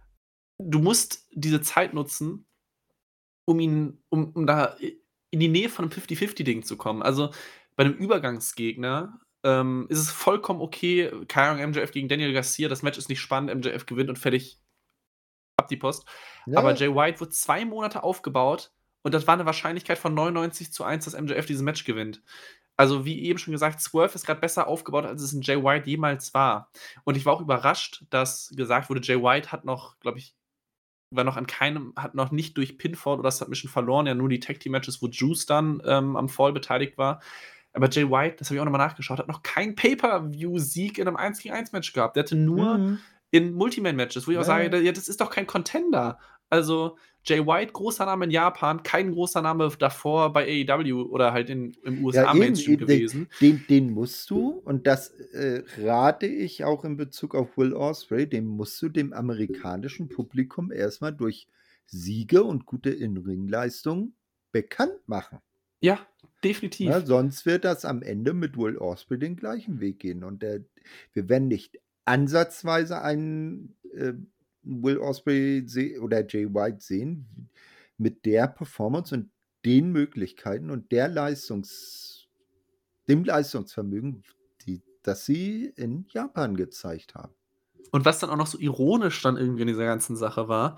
Du musst diese Zeit nutzen, um ihn um um da i in die Nähe von 'nem Fifty-Fifty-Ding zu kommen. Also, bei 'nem Übergangsgegner, ähm, ist es vollkommen okay, keine Ahnung, M J F gegen Daniel Garcia, das Match ist nicht spannend, M J F gewinnt und fertig ab die Post. Aber Ja. Jay White wurde zwei Monate aufgebaut und das war 'ne Wahrscheinlichkeit von neunundneunzig zu eins, dass M J F dieses Match gewinnt. Also, wie eben schon gesagt, Swerve ist grad besser aufgebaut, als es 'n Jay White jemals war. Und ich war auch überrascht, dass gesagt wurde, Jay White hat noch, glaube ich war noch an keinem hat noch nicht durch Pinfall oder Submission verloren, ja nur die Tag Team Matches, wo Juice dann, ähm, am Fall beteiligt war. Aber Jay White, das habe ich auch noch mal nachgeschaut, hat noch keinen Pay-Per-View-Sieg in 'nem Eins-gegen-eins Match gehabt. Der hatte nur Mhm. in Multiman-Matches, wo ich auch Ja, sage, ja. ja, das ist doch kein Contender. Also, Jay White, großer Name in Japan, kein großer Name davor bei A E W oder halt in im Ja, eben, U S A-Mainstream eben, den gewesen. den den musst du, und das, äh, rate ich auch in Bezug auf Will Ospreay, den musst du dem amerikanischen Publikum erst mal durch Siege und gute In-Ring-Leistungen bekannt machen. Ja, Ne, definitiv. sonst wird das am Ende mit Will Ospreay den gleichen Weg gehen. Und der wir werden nicht ansatzweise einen, äh, Will Ospreay se oder Jay White sehen mit der Performance und den Möglichkeiten und der Leistungs dem Leistungsvermögen, die das sie in Japan gezeigt haben. Und was dann auch noch so ironisch dann irgendwie in dieser ganzen Sache war,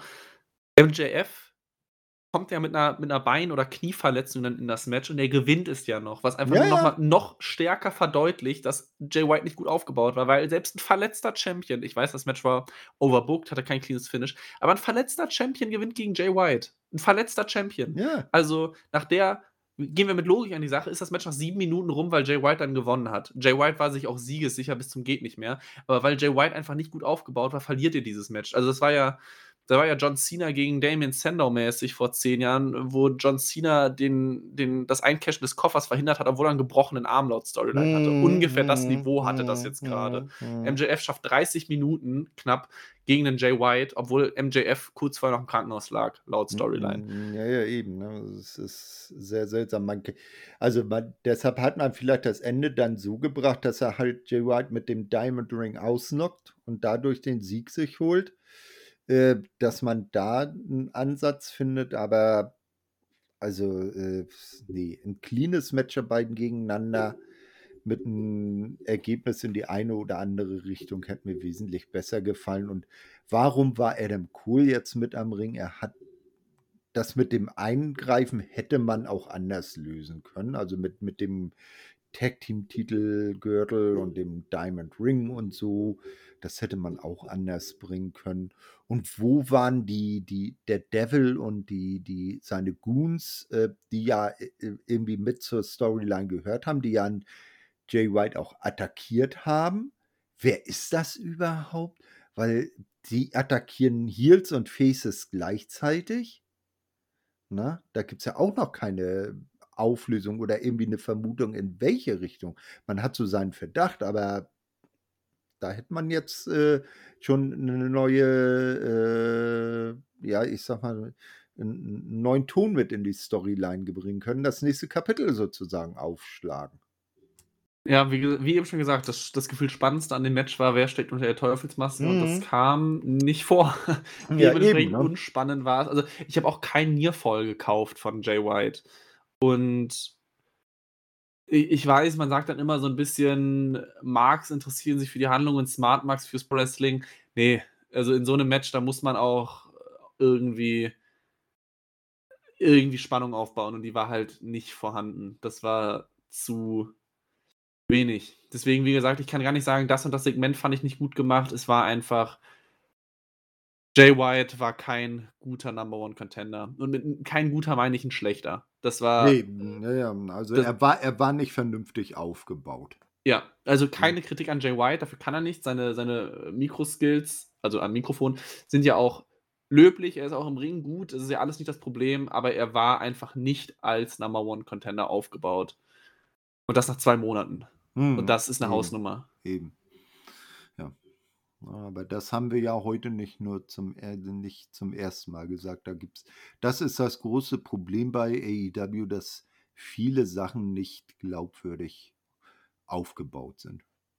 M J F kommt ja mit 'ner mit 'ner Bein oder Knieverletzung dann in das Match und er gewinnt es ja noch, was einfach Ja, nur noch mal ja. noch stärker verdeutlicht, dass Jay White nicht gut aufgebaut war, weil selbst 'n verletzter Champion ich weiß, das Match war overbooked, hatte kein cleanes Finish, aber 'n verletzter Champion gewinnt gegen Jay White. 'N verletzter Champion. Ja. Also, nach der gehen wir mit Logik an die Sache, ist das Match nach sieben Minuten rum, weil Jay White dann gewonnen hat. Jay White war sich auch siegessicher bis zum geht nicht mehr, aber weil Jay White einfach nicht gut aufgebaut war, verliert ihr dieses Match. Also, das war ja da war ja John Cena gegen Damien Sandow mäßig vor zehn Jahren, wo John Cena den den das Eincashen des Koffers verhindert hat, obwohl er 'n gebrochenen Arm laut Storyline hatte. Mhm, Ungefähr das mhm, Niveau hatte das mhm, jetzt grade. mhm, mhm. M J F schafft dreißig Minuten knapp gegen 'nen Jay White, obwohl M J F kurz vorher noch im Krankenhaus lag, laut Storyline. Mhm, ja, ja, eben, ne? Es ist sehr seltsam. Man k also, man deshalb hat man vielleicht das Ende dann so gebracht, dass er halt Jay White mit dem Diamond Ring ausknockt und dadurch den Sieg sich holt, äh, dass man da 'n Ansatz findet, aber also, äh, ne, 'n cleanes Match der beiden gegeneinander mit 'n Ergebnis in die eine oder andere Richtung hätte mir wesentlich besser gefallen. Und warum war Adam Cole jetzt mit am Ring? Er hat das mit dem Eingreifen hätte man auch anders lösen können, also, mit mit dem Tag-Team-Titelgürtel und dem Diamond Ring und so. Das hätte man auch anders bringen können. Und wo waren die die der Devil und die die seine Goons, äh, die ja i i irgendwie mit zur Storyline gehört haben, die ja 'n Jay White auch attackiert haben? Wer ist das überhaupt? Weil die attackieren Heels und Faces gleichzeitig. Ne? Da gibt's ja auch noch keine Auflösung oder irgendwie 'ne Vermutung, in welche Richtung. Man hat so seinen Verdacht, aber da hätte man jetzt, äh, schon 'ne neue, äh, ja, ich sage mal, 'n 'n neuen Ton mit in die Storyline bringen können, das nächste Kapitel sozusagen aufschlagen. Ja, wie ge wie eben schon gesagt, das das gefühlt Spannendste an dem Match war, wer steckt unter der Teufelsmaske und das Mhm. kam nicht vor. Ja, eben, Dementsprechend ne? unspannend war's. Also, ich habe auch keinen Nearfall gekauft von Jay White. Und i ich weiß, man sagt dann immer so 'n bisschen, Marks interessieren sich für die Handlung und Smart Marks fürs Wrestling. Ne, also, in so 'nem Match, da muss man auch irgendwie irgendwie Spannung aufbauen und die war halt nicht vorhanden. Das war zu wenig. Deswegen, wie gesagt, ich kann gar nicht sagen, das und das Segment fand ich nicht gut gemacht. Es war einfach Jay White war kein guter Number One Contender. Und mit 'n kein guter meine ich 'n schlechter. Das Ne, war hm, ja, ja, also, das er war er war nicht vernünftig aufgebaut. Ja, also, Ne? keine Kritik an Jay White, dafür kann er nichts. Seine seine Mikro-Skills, also, am Mikrofon, sind ja auch löblich. Er ist auch im Ring gut. Das ist ja alles nicht das Problem, aber er war einfach nicht als Number One Contender aufgebaut. Und das nach zwei Monaten. Und Mhm, das ist 'ne eben, Hausnummer. eben. Ja. Aber das haben wir ja heute nicht nur zum äh, nicht zum ersten Mal gesagt. Da gibt's das ist das große Problem bei A E W, dass viele Sachen nicht glaubwürdig aufgebaut sind.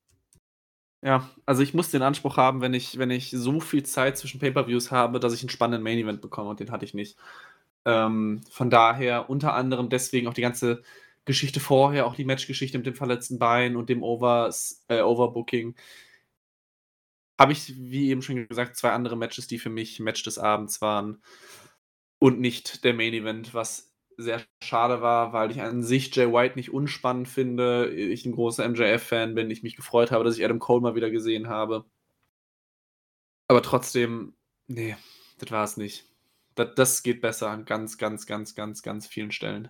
Ja, also, ich muss den Anspruch haben, wenn ich wenn ich so viel Zeit zwischen Pay-per-Views habe, dass ich 'n spannenden Main Event bekomme und den hatte ich nicht. Ähm, von daher unter anderem deswegen auch die ganze Geschichte vorher, auch die Matchgeschichte mit dem verletzten Bein und dem Overs äh, Overbooking. Habe ich, wie eben schon gesagt, zwei andere Matches, die für mich Match des Abends waren und nicht der Main Event, was sehr schade war, weil ich an sich Jay White nicht unspannend finde, ich 'n großer M J F-Fan bin, ich mich gefreut habe, dass ich Adam Cole mal wieder gesehen habe. Aber trotzdem, ne, das war's nicht. Da das geht besser an ganz, ganz, ganz, ganz, ganz vielen Stellen.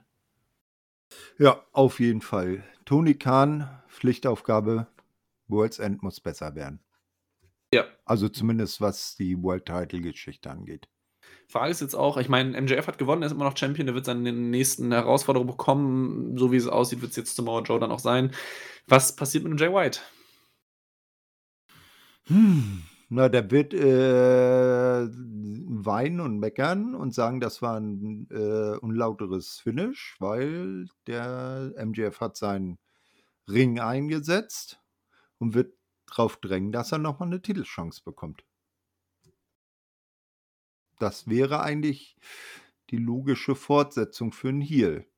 Ja, auf jeden Fall. Tony Khan, Pflichtaufgabe, World's End muss besser werden. Ja. Also zumindest was die World-Title-Geschichte angeht. Frage ist jetzt auch, ich meine, M J F hat gewonnen, er ist immer noch Champion, der wird seine nächsten Herausforderungen bekommen. So wie es aussieht, wird es jetzt Samoa Joe dann auch sein. Was passiert mit dem Jay White? Hm, na, der wird äh, weinen und meckern und sagen, das war ein äh, unlauteres Finish, weil der M J F hat seinen Ring eingesetzt und wird drauf drängen, dass er nochmal eine Titelchance bekommt. Das wäre eigentlich die logische Fortsetzung für 'n Heel.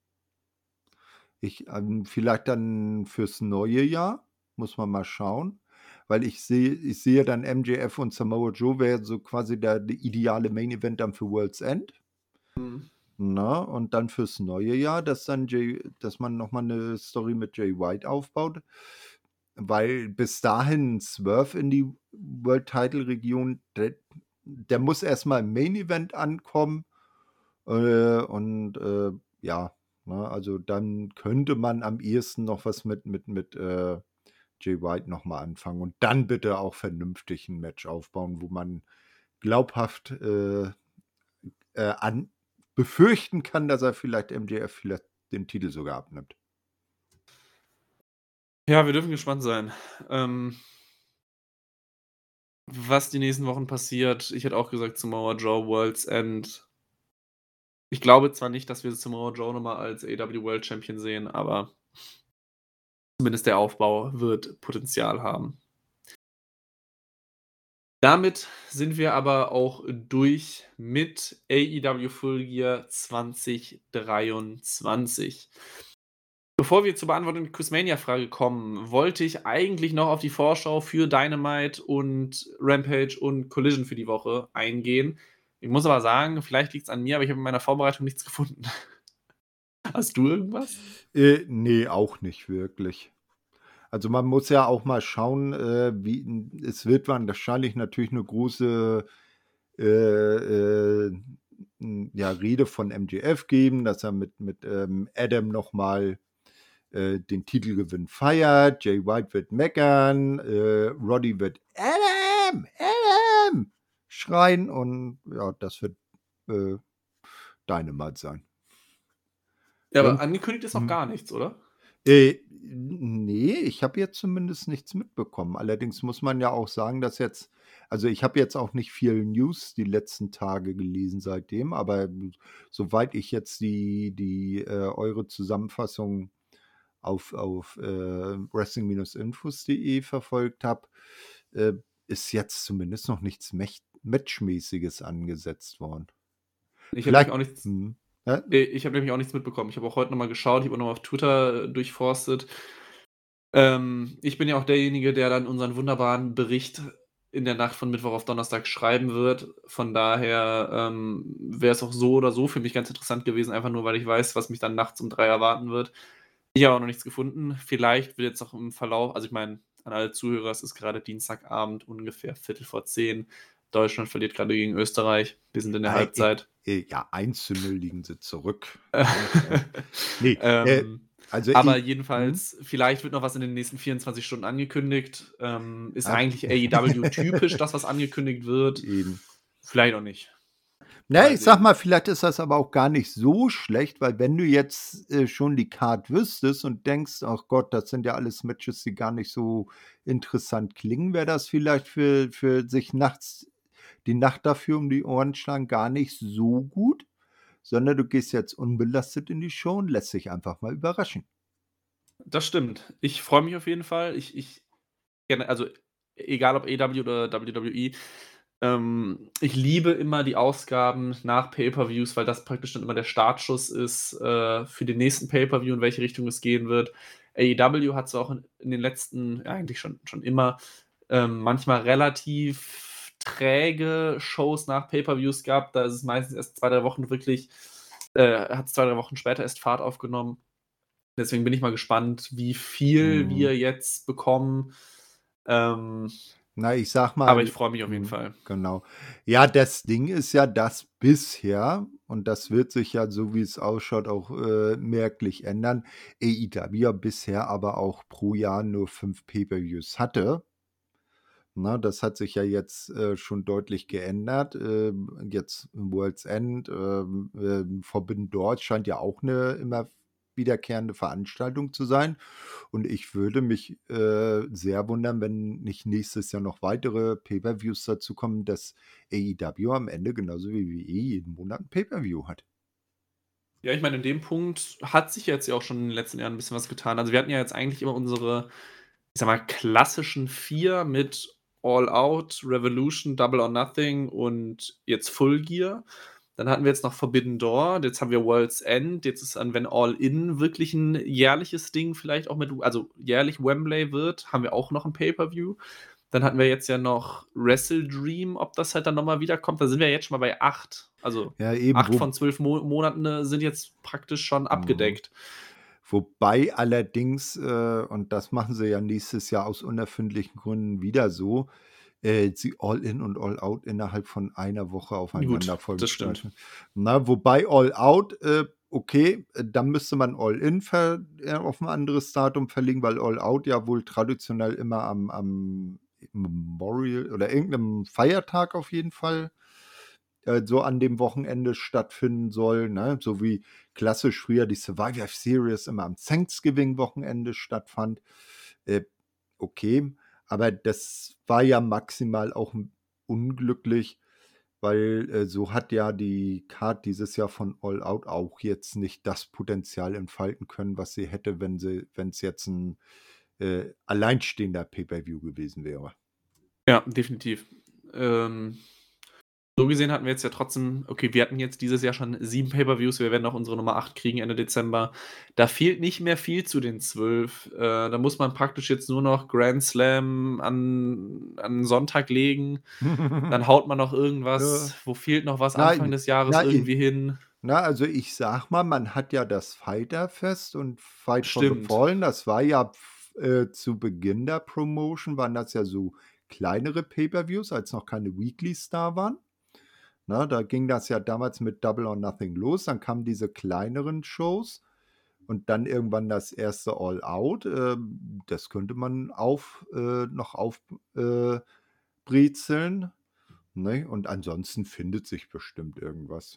Ich ähm, vielleicht dann fürs neue Jahr, muss man mal schauen, weil ich sehe ich sehe dann M J F und Samoa Joe wäre so quasi der der ideale Main Event dann für World's End. Mhm. Ne? Und dann fürs neue Jahr, dass dann Jay dass man noch mal 'ne Story mit Jay White aufbaut, weil bis dahin Swerve in die World-Title-Region, der der muss erst mal im Main Event ankommen, äh, und, äh, ja, ne, also dann könnte man am ehesten noch was mit mit mit, äh, Jay White noch mal anfangen und dann bitte auch vernünftig 'n Match aufbauen, wo man glaubhaft, äh, äh, an befürchten kann, dass er vielleicht M J F vielleicht den Titel sogar abnimmt. Ja, wir dürfen gespannt sein. Ähm was die nächsten Wochen passiert. Ich hätte auch gesagt, Samoa Joe, World's End. Ich glaube zwar nicht, dass wir Samoa Joe noch mal als A E W World Champion sehen, aber zumindest der Aufbau wird Potenzial haben. Damit sind wir aber auch durch mit A E W Full Gear zwanzig dreiundzwanzig. Bevor wir zur Beantwortung der Quizmania-Frage kommen, wollte ich eigentlich noch auf die Vorschau für Dynamite und Rampage und Collision für die Woche eingehen. Ich muss aber sagen, vielleicht liegt's an mir, aber ich habe in meiner Vorbereitung nichts gefunden. Hast du irgendwas? Äh, ne, auch nicht wirklich. Also, man muss ja auch mal schauen, äh, wie n es wird wahrscheinlich natürlich 'ne große, äh, äh, hm, ja, Rede von M J F geben, dass er mit mit, ähm, Adam noch mal, äh, den Titelgewinn feiert. Jay White wird meckern, äh, Roddy wird „Adam, Adam“ schreien und ja, das wird, äh, Dynamite sein. Ja, aber Irgend angekündigt ist noch mhm. gar nichts, oder? Äh, n ne, ich habe jetzt zumindest nichts mitbekommen. Allerdings muss man ja auch sagen, dass jetzt also, ich habe jetzt auch nicht viel News die letzten Tage gelesen seitdem, aber soweit ich jetzt die die, äh, eure Zusammenfassung auf auf, äh, wrestling-infos.de verfolgt habe, äh, ist jetzt zumindest noch nichts Mech Matchmäßiges angesetzt worden. Ich habe nämlich Vielleicht auch nichts mhm, ja? äh, ich habe nämlich auch nichts mitbekommen. Ich habe auch heute noch mal geschaut, ich habe auch noch mal auf Twitter, äh, durchforstet. Ähm, ich bin ja auch derjenige, der dann unseren wunderbaren Bericht in der Nacht von Mittwoch auf Donnerstag schreiben wird. Von daher, ähm, wäre es auch so oder so für mich ganz interessant gewesen, einfach nur, weil ich weiß, was mich dann nachts um drei erwarten wird. Ich habe auch noch nichts gefunden. Vielleicht wird jetzt noch im Verlauf also, ich meine, an alle Zuhörer, es ist grade Dienstagabend, ungefähr Viertel vor zehn. Deutschland verliert grade gegen Österreich. Wir sind in der Ei äh, Halbzeit. äh, ja, eins zu null liegen sie zurück, ne? Äh, ne, äh, Ähm, also aber i mhm. jedenfalls, vielleicht wird noch was in den nächsten vierundzwanzig Stunden angekündigt. Ähm, ist Ach. eigentlich A E W-typisch, dass was angekündigt wird. Eben. Vielleicht auch nicht. Na, Mal ich sage sehen. mal, vielleicht ist das aber auch gar nicht so schlecht, weil wenn du jetzt, äh, schon die Card wüsstest und denkst: „Ach Gott, das sind ja alles Matches, die gar nicht so interessant klingen“, wäre das vielleicht für für sich nachts die Nacht dafür um die Ohren schlagen gar nicht so gut, sondern du gehst jetzt unbelastet in die Show und lässt dich einfach mal überraschen. Das stimmt. Ich freue mich auf jeden Fall. Ich ich kenne also, egal ob A E W oder W W E, ähm, ich liebe immer die Ausgaben nach Pay-per-Views, weil das praktisch dann immer der Startschuss ist, äh, für den nächsten Pay-per-View, in welche Richtung es gehen wird. A E W hat zwar auch in in den letzten ja, eigentlich schon schon immer, ähm, manchmal relativ träge Shows nach Pay-per-Views gehabt. Da ist es meistens erst zwei, drei Wochen wirklich äh, hat's zwei, drei Wochen später erst Fahrt aufgenommen. Deswegen bin ich mal gespannt, wie viel Mhm. wir jetzt bekommen. Ähm Na, ich sage aber ich mal freue mich auf jeden mhm, Fall. genau. Ja, das Ding ist ja, dass bisher und das wird sich ja, so wie es ausschaut, auch, äh, merklich ändern, A E W ja bisher aber auch pro Jahr nur fünf Pay-per-Views hatte. Ne, das hat sich ja jetzt, äh, schon deutlich geändert. Ähm, jetzt World's End, ähm, ähm, Forbidden Door scheint ja auch 'ne immer wiederkehrende Veranstaltung zu sein. Und ich würde mich, äh, sehr wundern, wenn nicht nächstes Jahr noch weitere Pay-per-Views dazukommen, dass A E W am Ende genauso wie W W E jeden Monat 'n Pay-per-View hat. Ja, ich meine, in dem Punkt hat sich jetzt ja auch schon in den letzten Jahren 'n bisschen was getan. Also, wir hatten ja jetzt eigentlich immer unsere, ich sage mal, klassischen vier mit All Out, Revolution, Double or Nothing und jetzt Full Gear. Dann hatten wir jetzt noch Forbidden Door, jetzt haben wir World's End, jetzt ist dann, wenn All In wirklich 'n jährliches Ding vielleicht auch mit also, jährlich Wembley wird, haben wir auch noch 'n Pay-per-View. Dann hatten wir jetzt ja noch Wrestle Dream, ob das halt dann noch mal wiederkommt. Da sind wir jetzt schon mal bei acht. Also, Ja, eben, acht wo von zwölf Mo Monaten, äh, sind jetzt praktisch schon Mhm. abgedeckt. Wobei allerdings, äh, und das machen sie ja nächstes Jahr aus unerfindlichen Gründen wieder so, äh, sie All In und All Out innerhalb von einer Woche Gut, aufeinanderfolgend das stimmt. schalten. Na, wobei All Out, äh, okay, äh, dann müsste man All In ver äh, auf 'n anderes Datum verlegen, weil All Out ja wohl traditionell immer am am Memorial oder irgend 'nem Feiertag auf jeden Fall, äh, so an dem Wochenende stattfinden soll, ne? So wie klassisch früher die Survivor Series immer am Thanksgiving-Wochenende stattfand. Äh, okay, aber das war ja maximal auch m unglücklich, weil, äh, so hat ja die Card dieses Jahr von All Out auch jetzt nicht das Potenzial entfalten können, was sie hätte, wenn sie wenn's jetzt 'n, äh, alleinstehender Pay-per-View gewesen wäre. Ja, definitiv. Ähm, so gesehen hatten wir jetzt ja trotzdem okay, wir hatten jetzt dieses Jahr schon sieben Pay-per-Views, wir werden auch unsere Nummer acht kriegen Ende Dezember. Da fehlt nicht mehr viel zu den zwölf. Äh, da muss man praktisch jetzt nur noch Grand Slam an an 'n Sonntag legen. Dann haut man noch Ja. irgendwas wo fehlt noch was Anfang Nein, des Jahres na i irgendwie hin. na, also, ich sage mal, man hat ja das Fyterfest und Fight for the Stimmt. Fallen, das war ja f äh, zu Beginn der Promotion waren das ja so kleinere Pay-per-Views, als noch keine Weeklys da waren. Ne, da ging das ja damals mit Double or Nothing los, dann kamen diese kleineren Shows und dann irgendwann das erste All Out. Ähm, das könnte man auf äh, noch auf äh, brezeln, ne? Und ansonsten findet sich bestimmt irgendwas.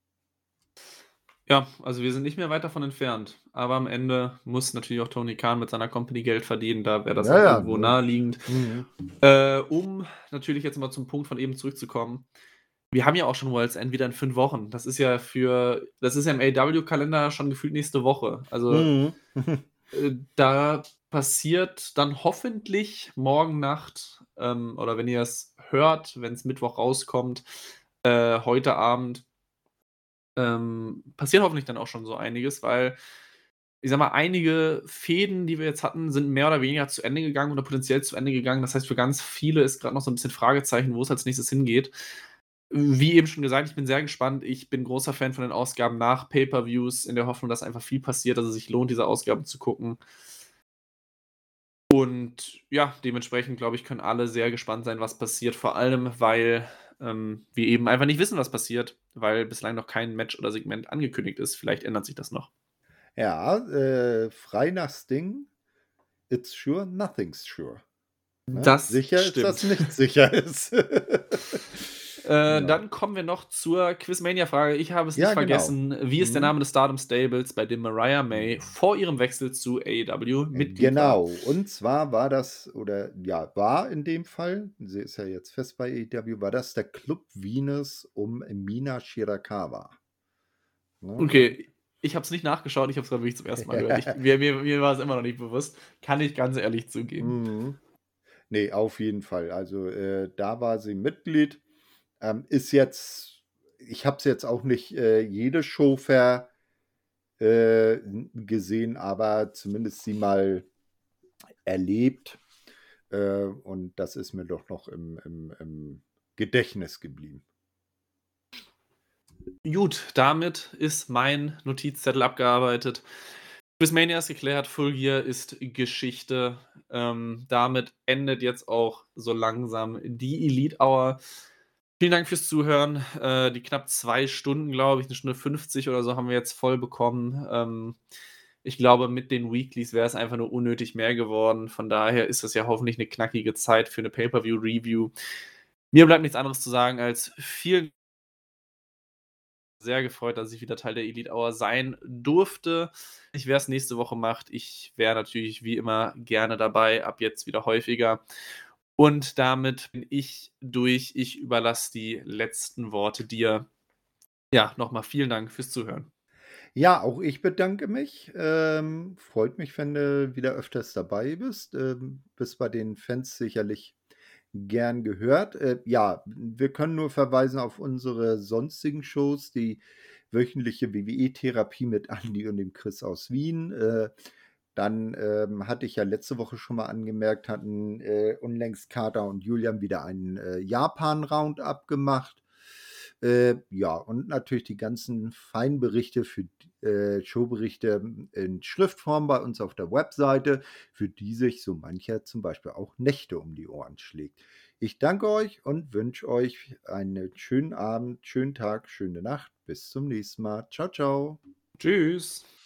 Ja, also, wir sind nicht mehr weit davon entfernt. Aber am Ende muss natürlich auch Tony Khan mit seiner Company Geld verdienen, da wäre das Ja, auch ja, irgendwo ne? naheliegend. Mhm. Äh, um natürlich jetzt mal zum Punkt von eben zurückzukommen. Wir haben ja auch schon World's End wieder in fünf Wochen. Das ist ja für das ist ja im A-E-W-Kalender schon gefühlt nächste Woche. Also, Mhm. äh, da passiert dann hoffentlich morgen Nacht, ähm, oder wenn ihr's hört, wenn's Mittwoch rauskommt, äh, heute Abend ähm, passiert hoffentlich dann auch schon so einiges, weil ich sage mal, einige Fehden, die wir jetzt hatten, sind mehr oder weniger zu Ende gegangen oder potenziell zu Ende gegangen. Das heißt, für ganz viele ist grad noch so 'n bisschen Fragezeichen, wo es als Nächstes hingeht. Wie eben schon gesagt, ich bin sehr gespannt. Ich bin großer Fan von den Ausgaben nach Pay-per-Views in der Hoffnung, dass einfach viel passiert, dass es sich lohnt, diese Ausgaben zu gucken. Und ja, dementsprechend, glaube ich, können alle sehr gespannt sein, was passiert, vor allem, weil, ähm, wir eben einfach nicht wissen, was passiert, weil bislang noch kein Match oder Segment angekündigt ist. Vielleicht ändert sich das noch. Ja, äh, frei nach Sting: „It's sure nothing's sure“, ne? Das Sicher ist, dass stimmt. nichts sicher ist. Äh, Genau. dann kommen wir noch zur Quizmania-Frage. Ich habe es nicht Ja, genau. vergessen. Wie ist der Mhm. Name des Stardom-Stables, bei dem Mariah May Mhm. vor ihrem Wechsel zu A-E-W Äh, Mitglied war? genau. Und zwar war das oder ja, war in dem Fall, sie ist ja jetzt fest bei A-E-W, war das der Club Venus um Mina Shirakawa. Ne, und Okay, ich habe es nicht nachgeschaut, ich habe es grad wirklich zum ersten Mal gehört. Ich mir mir mir war es immer noch nicht bewusst, kann ich ganz ehrlich zugeben. Mhm. Ne, auf jeden Fall. Also, äh, da war sie Mitglied. Ähm, ist jetzt ich habe es jetzt auch nicht, äh, jede Show ver äh, n gesehen, aber zumindest sie mal erlebt. Äh, und das ist mir doch noch im im im Gedächtnis geblieben. Gut, damit ist mein Notizzettel abgearbeitet. Quizmania ist geklärt, Full Gear ist Geschichte. Ähm, damit endet jetzt auch so langsam die Elite Hour. Vielen Dank fürs Zuhören. Äh, die knapp zwei Stunden, glaube ich, 'ne Stunde fünfzig oder so haben wir jetzt voll bekommen. Ähm Ich glaube, mit den Weeklies wäre es einfach nur unnötig mehr geworden. Von daher ist das ja hoffentlich 'ne knackige Zeit für 'ne Pay-per-View-Review. Mir bleibt nichts anderes zu sagen als vielen sehr gefreut, dass ich wieder Teil der Elite Hour sein durfte. Ich wer es nächste Woche macht, ich wäre natürlich wie immer gerne dabei, ab jetzt wieder häufiger. Und damit bin ich durch. Ich überlasse die letzten Worte dir. Ja, noch mal vielen Dank fürs Zuhören. Ja, auch ich bedanke mich. Ähm, freut mich, wenn du wieder öfters dabei bist. Ähm, bist bei den Fans sicherlich gern gehört. Äh, ja, wir können nur verweisen auf unsere sonstigen Shows, die wöchentliche W W E-Therapie mit Andi und dem Chris aus Wien. Äh, dann, ähm, hatte ich ja letzte Woche schon mal angemerkt, hatten, äh, unlängst Kater und Julian wieder einen, äh, Japan-Roundup gemacht. Äh, ja, und natürlich die ganzen Feinberichte für d äh, Showberichte in Schriftform bei uns auf der Webseite, für die sich so mancher zum Beispiel auch Nächte um die Ohren schlägt. Ich danke euch und wünsche euch einen schönen Abend, schönen Tag, schöne Nacht. Bis zum nächsten Mal. Tschau, tschau. Tschüss.